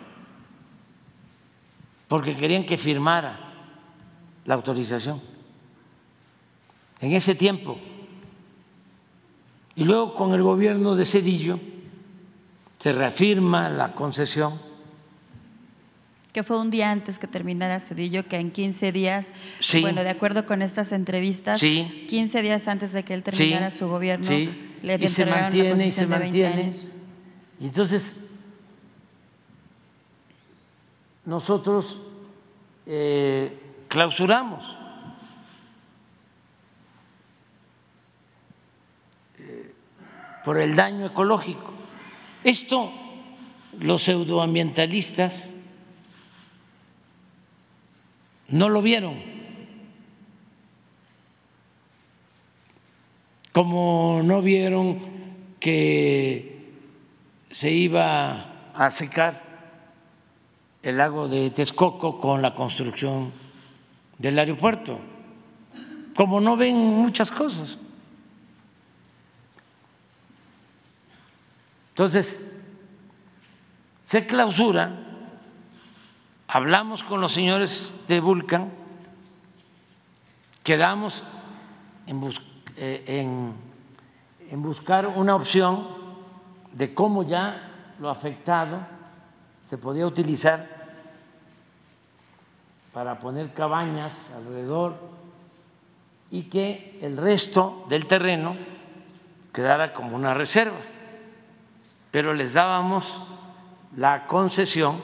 porque querían que firmara la autorización en ese tiempo. Y luego con el gobierno de Zedillo se reafirma la concesión. Que fue un día antes que terminara Zedillo, que en quince días, sí. bueno, de acuerdo con estas entrevistas, sí. quince días antes de que él terminara sí. su gobierno, sí. le y se entregaron mantiene, una concesión y se de veinte mantiene. años. Y entonces, nosotros eh, clausuramos eh, por el daño ecológico. Esto los pseudoambientalistas no lo vieron. Como no vieron que se iba a secar el lago de Texcoco con la construcción del aeropuerto, como no ven muchas cosas. Entonces, se clausura, hablamos con los señores de Vulcan, quedamos en, bus eh, en, en buscar una opción de cómo ya lo afectado se podía utilizar para poner cabañas alrededor y que el resto del terreno quedara como una reserva, pero les dábamos la concesión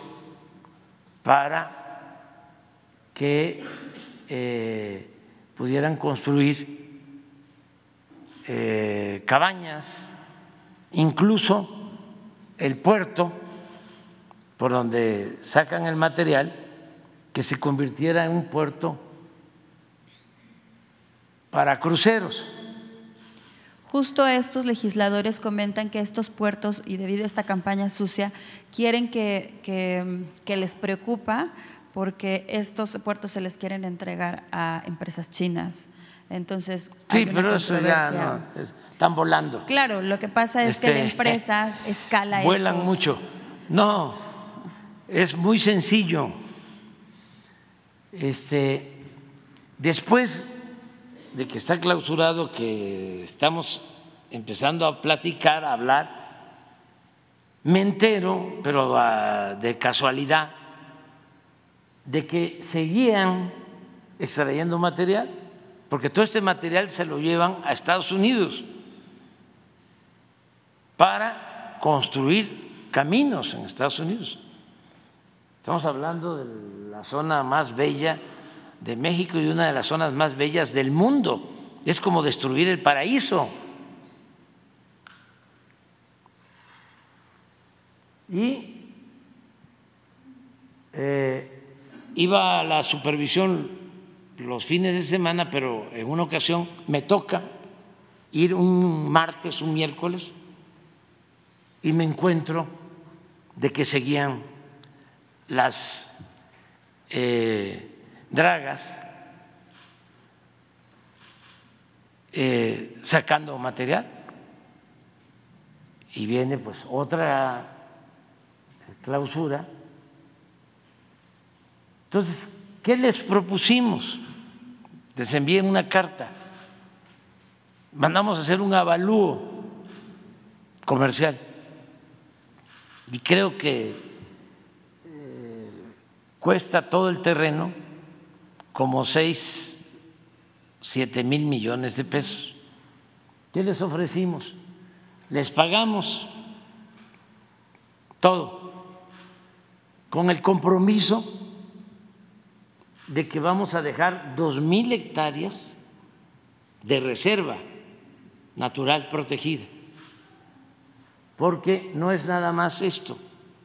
para que eh, pudieran construir eh, cabañas, incluso el puerto por donde sacan el material, que se convirtiera en un puerto para cruceros. Justo estos legisladores comentan que estos puertos, y debido a esta campaña sucia, quieren que, que, que les preocupa porque estos puertos se les quieren entregar a empresas chinas. Entonces, sí, pero eso ya no, están volando. Claro, lo que pasa es este, que la empresa escala vuelan estos. mucho. No, es muy sencillo. Este, después de que está clausurado, que estamos empezando a platicar, a hablar, me entero, pero uh, de casualidad, de que seguían extrayendo material, porque todo este material se lo llevan a Estados Unidos para construir caminos en Estados Unidos. Estamos hablando de la zona más bella de México y de una de las zonas más bellas del mundo. Es como destruir el paraíso. Y eh, iba a la supervisión los fines de semana, pero en una ocasión me toca ir un martes, un miércoles, y me encuentro de que seguían las eh, dragas eh, sacando material. y viene pues otra clausura. Entonces, ¿qué les propusimos? Les envié una carta, mandamos a hacer un avalúo comercial y creo que eh, cuesta todo el terreno como seis, siete mil millones de pesos. ¿Qué les ofrecimos? Les pagamos todo con el compromiso de que vamos a dejar dos mil hectáreas de reserva natural protegida, porque no es nada más esto,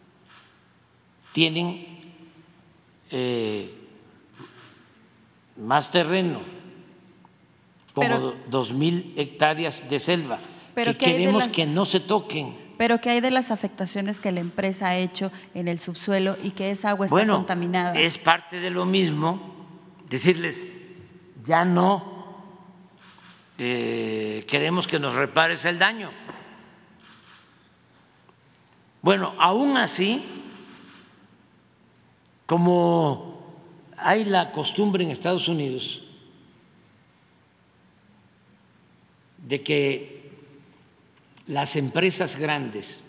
tienen eh, más terreno, como Pero, dos mil hectáreas de selva, pero que ¿qué hay de queremos las- que no se toquen. Pero ¿qué hay de las afectaciones que la empresa ha hecho en el subsuelo y que esa agua está Bueno, contaminada? es parte de lo mismo decirles, ya no eh, queremos que nos repares el daño. Bueno, aún así, como hay la costumbre en Estados Unidos de que las empresas grandes,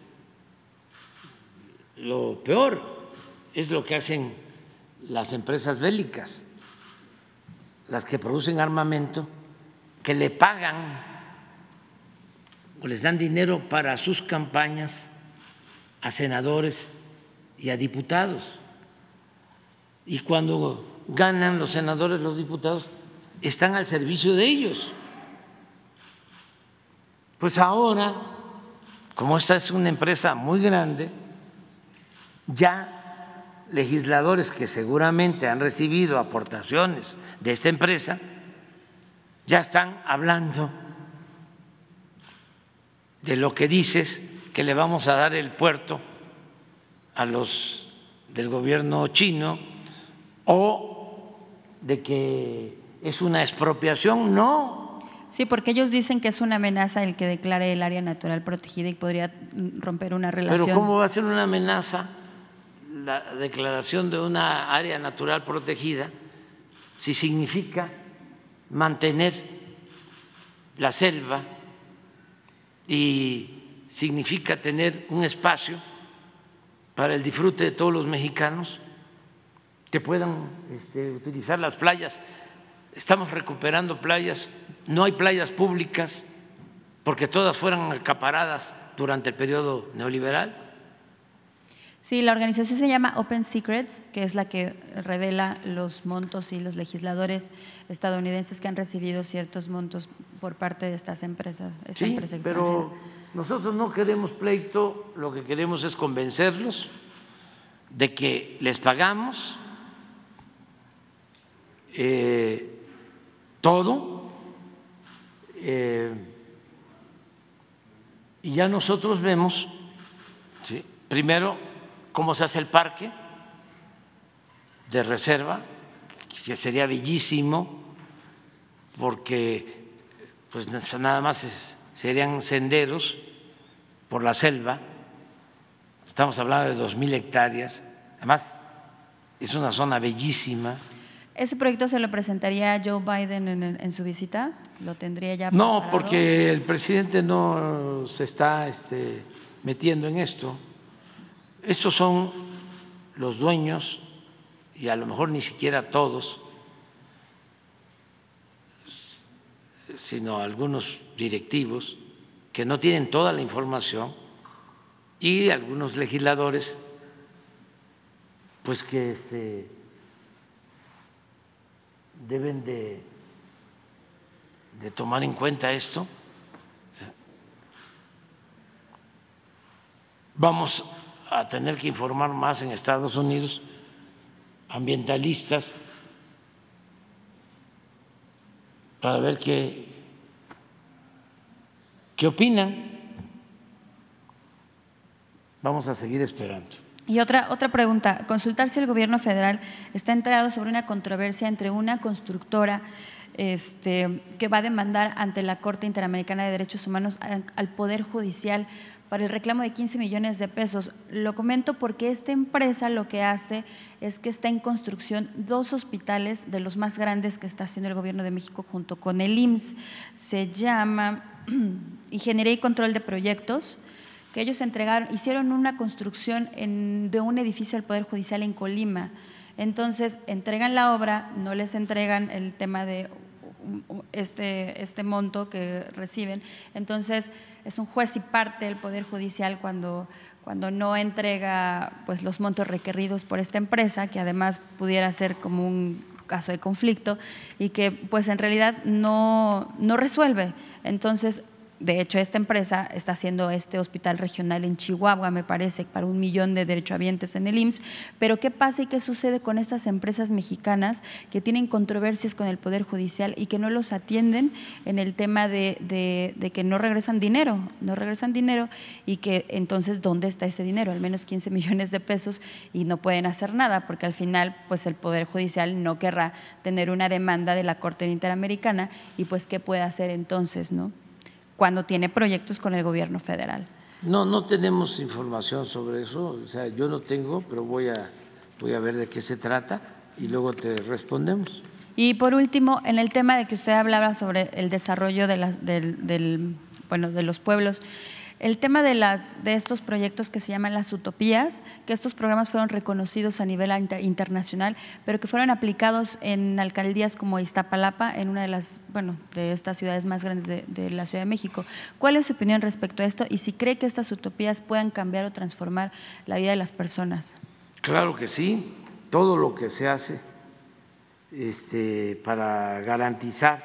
lo peor es lo que hacen las empresas bélicas, las que producen armamento, que le pagan o les dan dinero para sus campañas a senadores y a diputados. Y cuando ganan los senadores, los diputados, están al servicio de ellos. Pues ahora, como esta es una empresa muy grande, ya legisladores que seguramente han recibido aportaciones de esta empresa ya están hablando de lo que dices, que le vamos a dar el puerto a los del gobierno chino, o de que es una expropiación. No. Sí, porque ellos dicen que es una amenaza el que declare el área natural protegida y podría romper una relación. Pero ¿cómo va a ser una amenaza la declaración de una área natural protegida si significa mantener la selva y significa tener un espacio para el disfrute de todos los mexicanos, que puedan este, utilizar las playas? Estamos recuperando playas, no hay playas públicas porque todas fueron acaparadas durante el periodo neoliberal. Sí, la organización se llama Open Secrets, que es la que revela los montos y los legisladores estadounidenses que han recibido ciertos montos por parte de estas empresas. Esta Sí, empresa pero extranjera. nosotros no queremos pleito, lo que queremos es convencerlos de que les pagamos eh, todo eh, y ya nosotros vemos, ¿sí?, primero cómo se hace el parque de reserva, que sería bellísimo porque pues nada más es, serían senderos por la selva. Estamos hablando de dos mil hectáreas, además es una zona bellísima. ¿Ese proyecto se lo presentaría Joe Biden en, en su visita? ¿Lo tendría ya No, preparado? porque el presidente no se está este, metiendo en esto. Estos son los dueños, y a lo mejor ni siquiera todos, sino algunos directivos que no tienen toda la información, y algunos legisladores pues que este, deben de, de tomar en cuenta esto. Vamos a tener que informar más en Estados Unidos, ambientalistas, para ver qué, qué opinan. Vamos a seguir esperando. Y otra, otra pregunta, consultar si el gobierno federal está enterado sobre una controversia entre una constructora este, que va a demandar ante la Corte Interamericana de Derechos Humanos al, al Poder Judicial para el reclamo de quince millones de pesos. Lo comento porque esta empresa lo que hace es que está en construcción dos hospitales de los más grandes que está haciendo el Gobierno de México junto con el I M S S. Se llama Ingeniería y Control de Proyectos, que ellos entregaron, hicieron una construcción en, de un edificio del Poder Judicial en Colima. Entonces, entregan la obra, no les entregan el tema de este, este monto que reciben. Entonces, es un juez y parte del Poder Judicial cuando, cuando no entrega pues, los montos requeridos por esta empresa, que además pudiera ser como un caso de conflicto y que pues en realidad no, no resuelve. Entonces, de hecho, esta empresa está haciendo este hospital regional en Chihuahua, me parece, para un millón de derechohabientes en el I M S S, pero ¿qué pasa y qué sucede con estas empresas mexicanas que tienen controversias con el Poder Judicial y que no los atienden en el tema de, de, de que no regresan dinero, no regresan dinero y que entonces ¿dónde está ese dinero? Al menos quince millones de pesos y no pueden hacer nada porque al final pues el Poder Judicial no querrá tener una demanda de la Corte Interamericana y pues ¿qué puede hacer entonces, no? Cuando tiene proyectos con el gobierno federal. No, no tenemos información sobre eso, o sea, yo no tengo, pero voy a, voy a ver de qué se trata y luego te respondemos. Y por último, en el tema de que usted hablaba sobre el desarrollo de, las, del, del, bueno, de los pueblos, el tema de, las, de estos proyectos que se llaman las utopías, que estos programas fueron reconocidos a nivel internacional, pero que fueron aplicados en alcaldías como Iztapalapa, en una de las, bueno, de estas ciudades más grandes de, de la Ciudad de México. ¿Cuál es su opinión respecto a esto y si cree que estas utopías puedan cambiar o transformar la vida de las personas? Claro que sí, todo lo que se hace este, para garantizar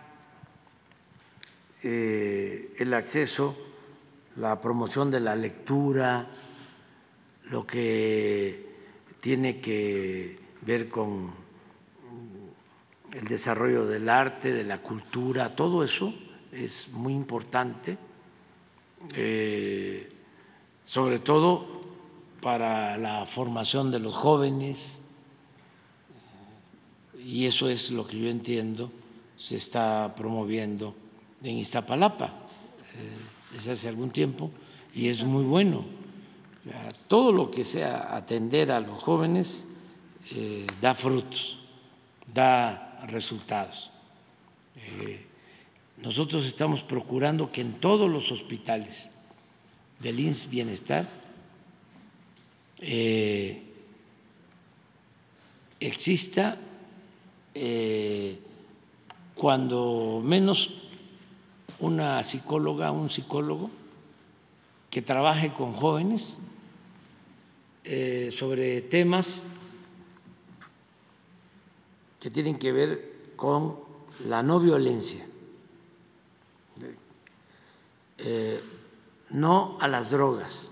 eh, el acceso, la promoción de la lectura, lo que tiene que ver con el desarrollo del arte, de la cultura, todo eso es muy importante, eh, sobre todo para la formación de los jóvenes, y eso es lo que yo entiendo se está promoviendo en Iztapalapa eh, desde hace algún tiempo y es muy bueno. Todo lo que sea atender a los jóvenes eh, da frutos, da resultados. Eh, nosotros estamos procurando que en todos los hospitales del I M S S Bienestar eh, exista eh, cuando menos una psicóloga, un psicólogo que trabaje con jóvenes eh, sobre temas que tienen que ver con la no violencia, eh, no a las drogas,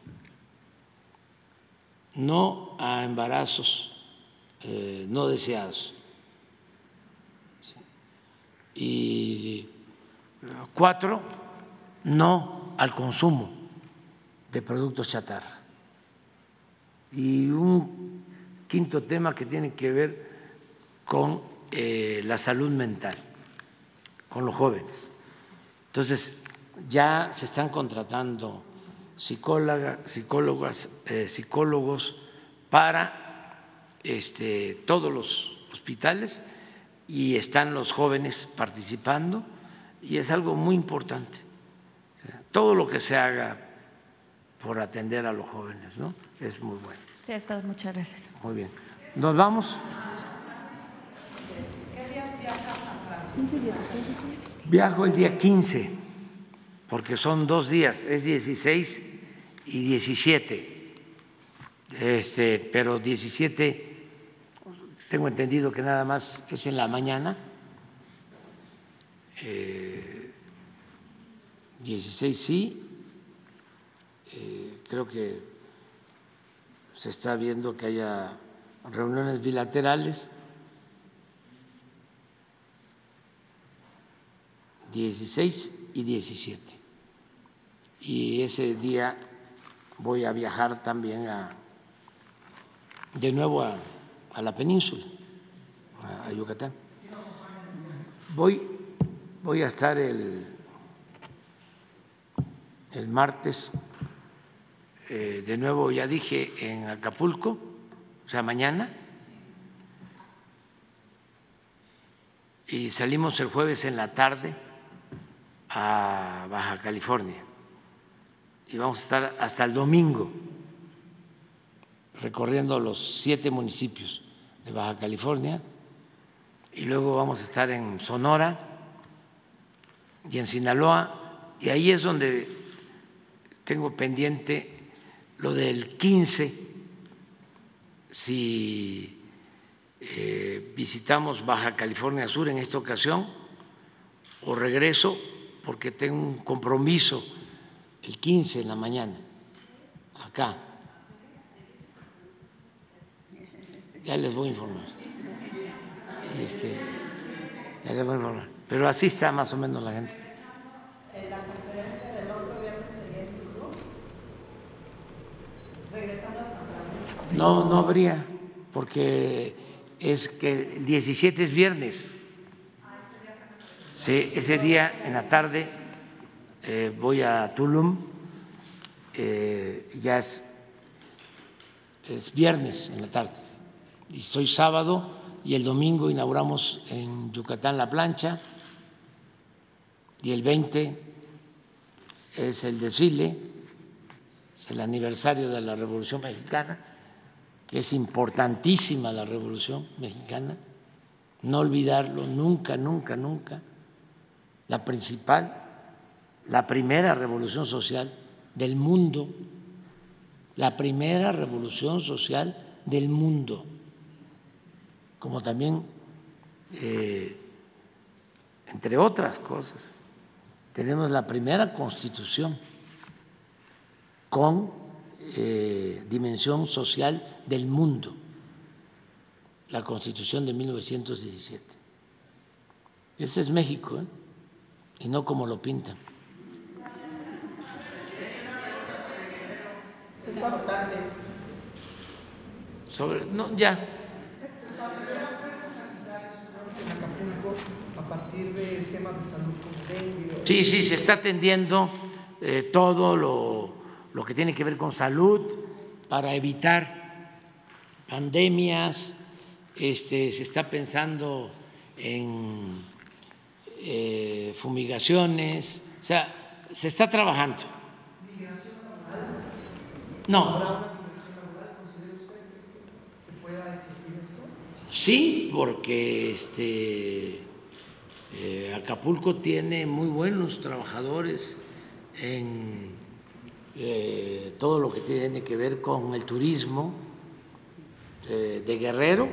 no a embarazos eh, no deseados. Y cuatro, no al consumo de productos chatarra. Y un quinto tema que tiene que ver con eh, la salud mental, con los jóvenes. Entonces, ya se están contratando psicólogas, psicólogas, eh, psicólogos para este, todos los hospitales y están los jóvenes participando. Y es algo muy importante, todo lo que se haga por atender a los jóvenes, ¿no? Es muy bueno. Sí, es todo. Muchas gracias. Muy bien. ¿Nos vamos? Viajo el día quince, porque son dos días, es dieciséis y diecisiete, este, pero diecisiete tengo entendido que nada más es en la mañana. Eh, dieciséis sí, eh, creo que se está viendo que haya reuniones bilaterales. dieciséis y diecisiete. Y ese día voy a viajar también a, de nuevo a, a la península, a, a Yucatán. Voy, voy a estar el, el martes, eh, de nuevo, ya dije, en Acapulco, o sea, mañana, y salimos el jueves en la tarde a Baja California y vamos a estar hasta el domingo recorriendo los siete municipios de Baja California y luego vamos a estar en Sonora y en Sinaloa, y ahí es donde tengo pendiente lo del quince, si eh, visitamos Baja California Sur en esta ocasión o regreso, porque tengo un compromiso el quince en la mañana, acá. Ya les voy a informar. Este, ya les voy a informar. Pero así está más o menos la gente. ¿En la conferencia del otro viernes sería en Tulum? ¿Regresando a San Francisco? No, no habría, porque es que el diecisiete es viernes. Sí, ese día en la tarde eh, voy a Tulum, eh, ya es, es viernes en la tarde, y estoy sábado y el domingo inauguramos en Yucatán La Plancha, y el veinte es el desfile, es el aniversario de la Revolución Mexicana, que es importantísima la Revolución Mexicana, no olvidarlo nunca, nunca, nunca. La principal, la primera revolución social del mundo, la primera revolución social del mundo, como también, eh, entre otras cosas, tenemos la primera constitución con eh, dimensión social del mundo, la Constitución de mil novecientos diecisiete. Ese es México, ¿eh? Y no como lo pintan. Es importante. Sobre, no, ya. A partir de temas de salud como dengue. Sí, sí, se está atendiendo eh, todo lo, lo que tiene que ver con salud para evitar pandemias. Este, se está pensando en Eh, fumigaciones, o sea, se está trabajando. ¿Migración laboral? No. ¿Habrá una migración laboral, considera usted, que pueda existir esto? Sí, porque este, eh, Acapulco tiene muy buenos trabajadores en eh, todo lo que tiene que ver con el turismo eh, de Guerrero.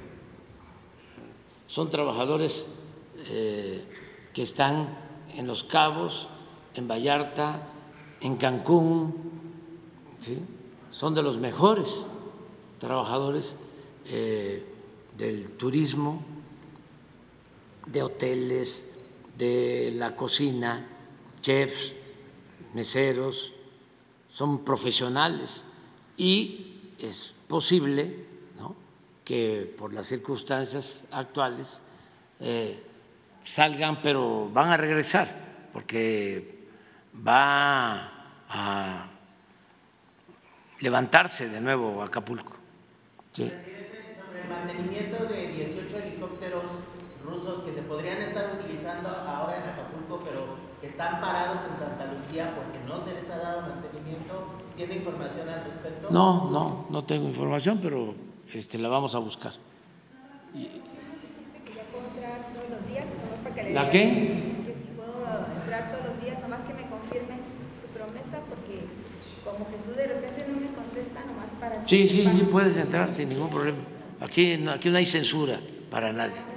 Son trabajadores eh, que están en Los Cabos, en Vallarta, en Cancún, ¿sí? Son de los mejores trabajadores eh, del turismo, de hoteles, de la cocina, chefs, meseros, son profesionales y es posible, ¿no?, que por las circunstancias actuales eh, salgan, pero van a regresar porque va a levantarse de nuevo Acapulco. Sí. Presidente, sobre el mantenimiento de dieciocho helicópteros rusos que se podrían estar utilizando ahora en Acapulco, pero que están parados en Santa Lucía porque no se les ha dado mantenimiento, ¿tiene información al respecto? No, no, no tengo información, pero este, la vamos a buscar. ¿La qué? Que si puedo entrar todos los días, nomás que me confirmen su promesa, porque como Jesús de repente no me contesta, nomás para... Sí, sí, sí, puedes entrar sin ningún problema. Aquí no, aquí no hay censura para nadie.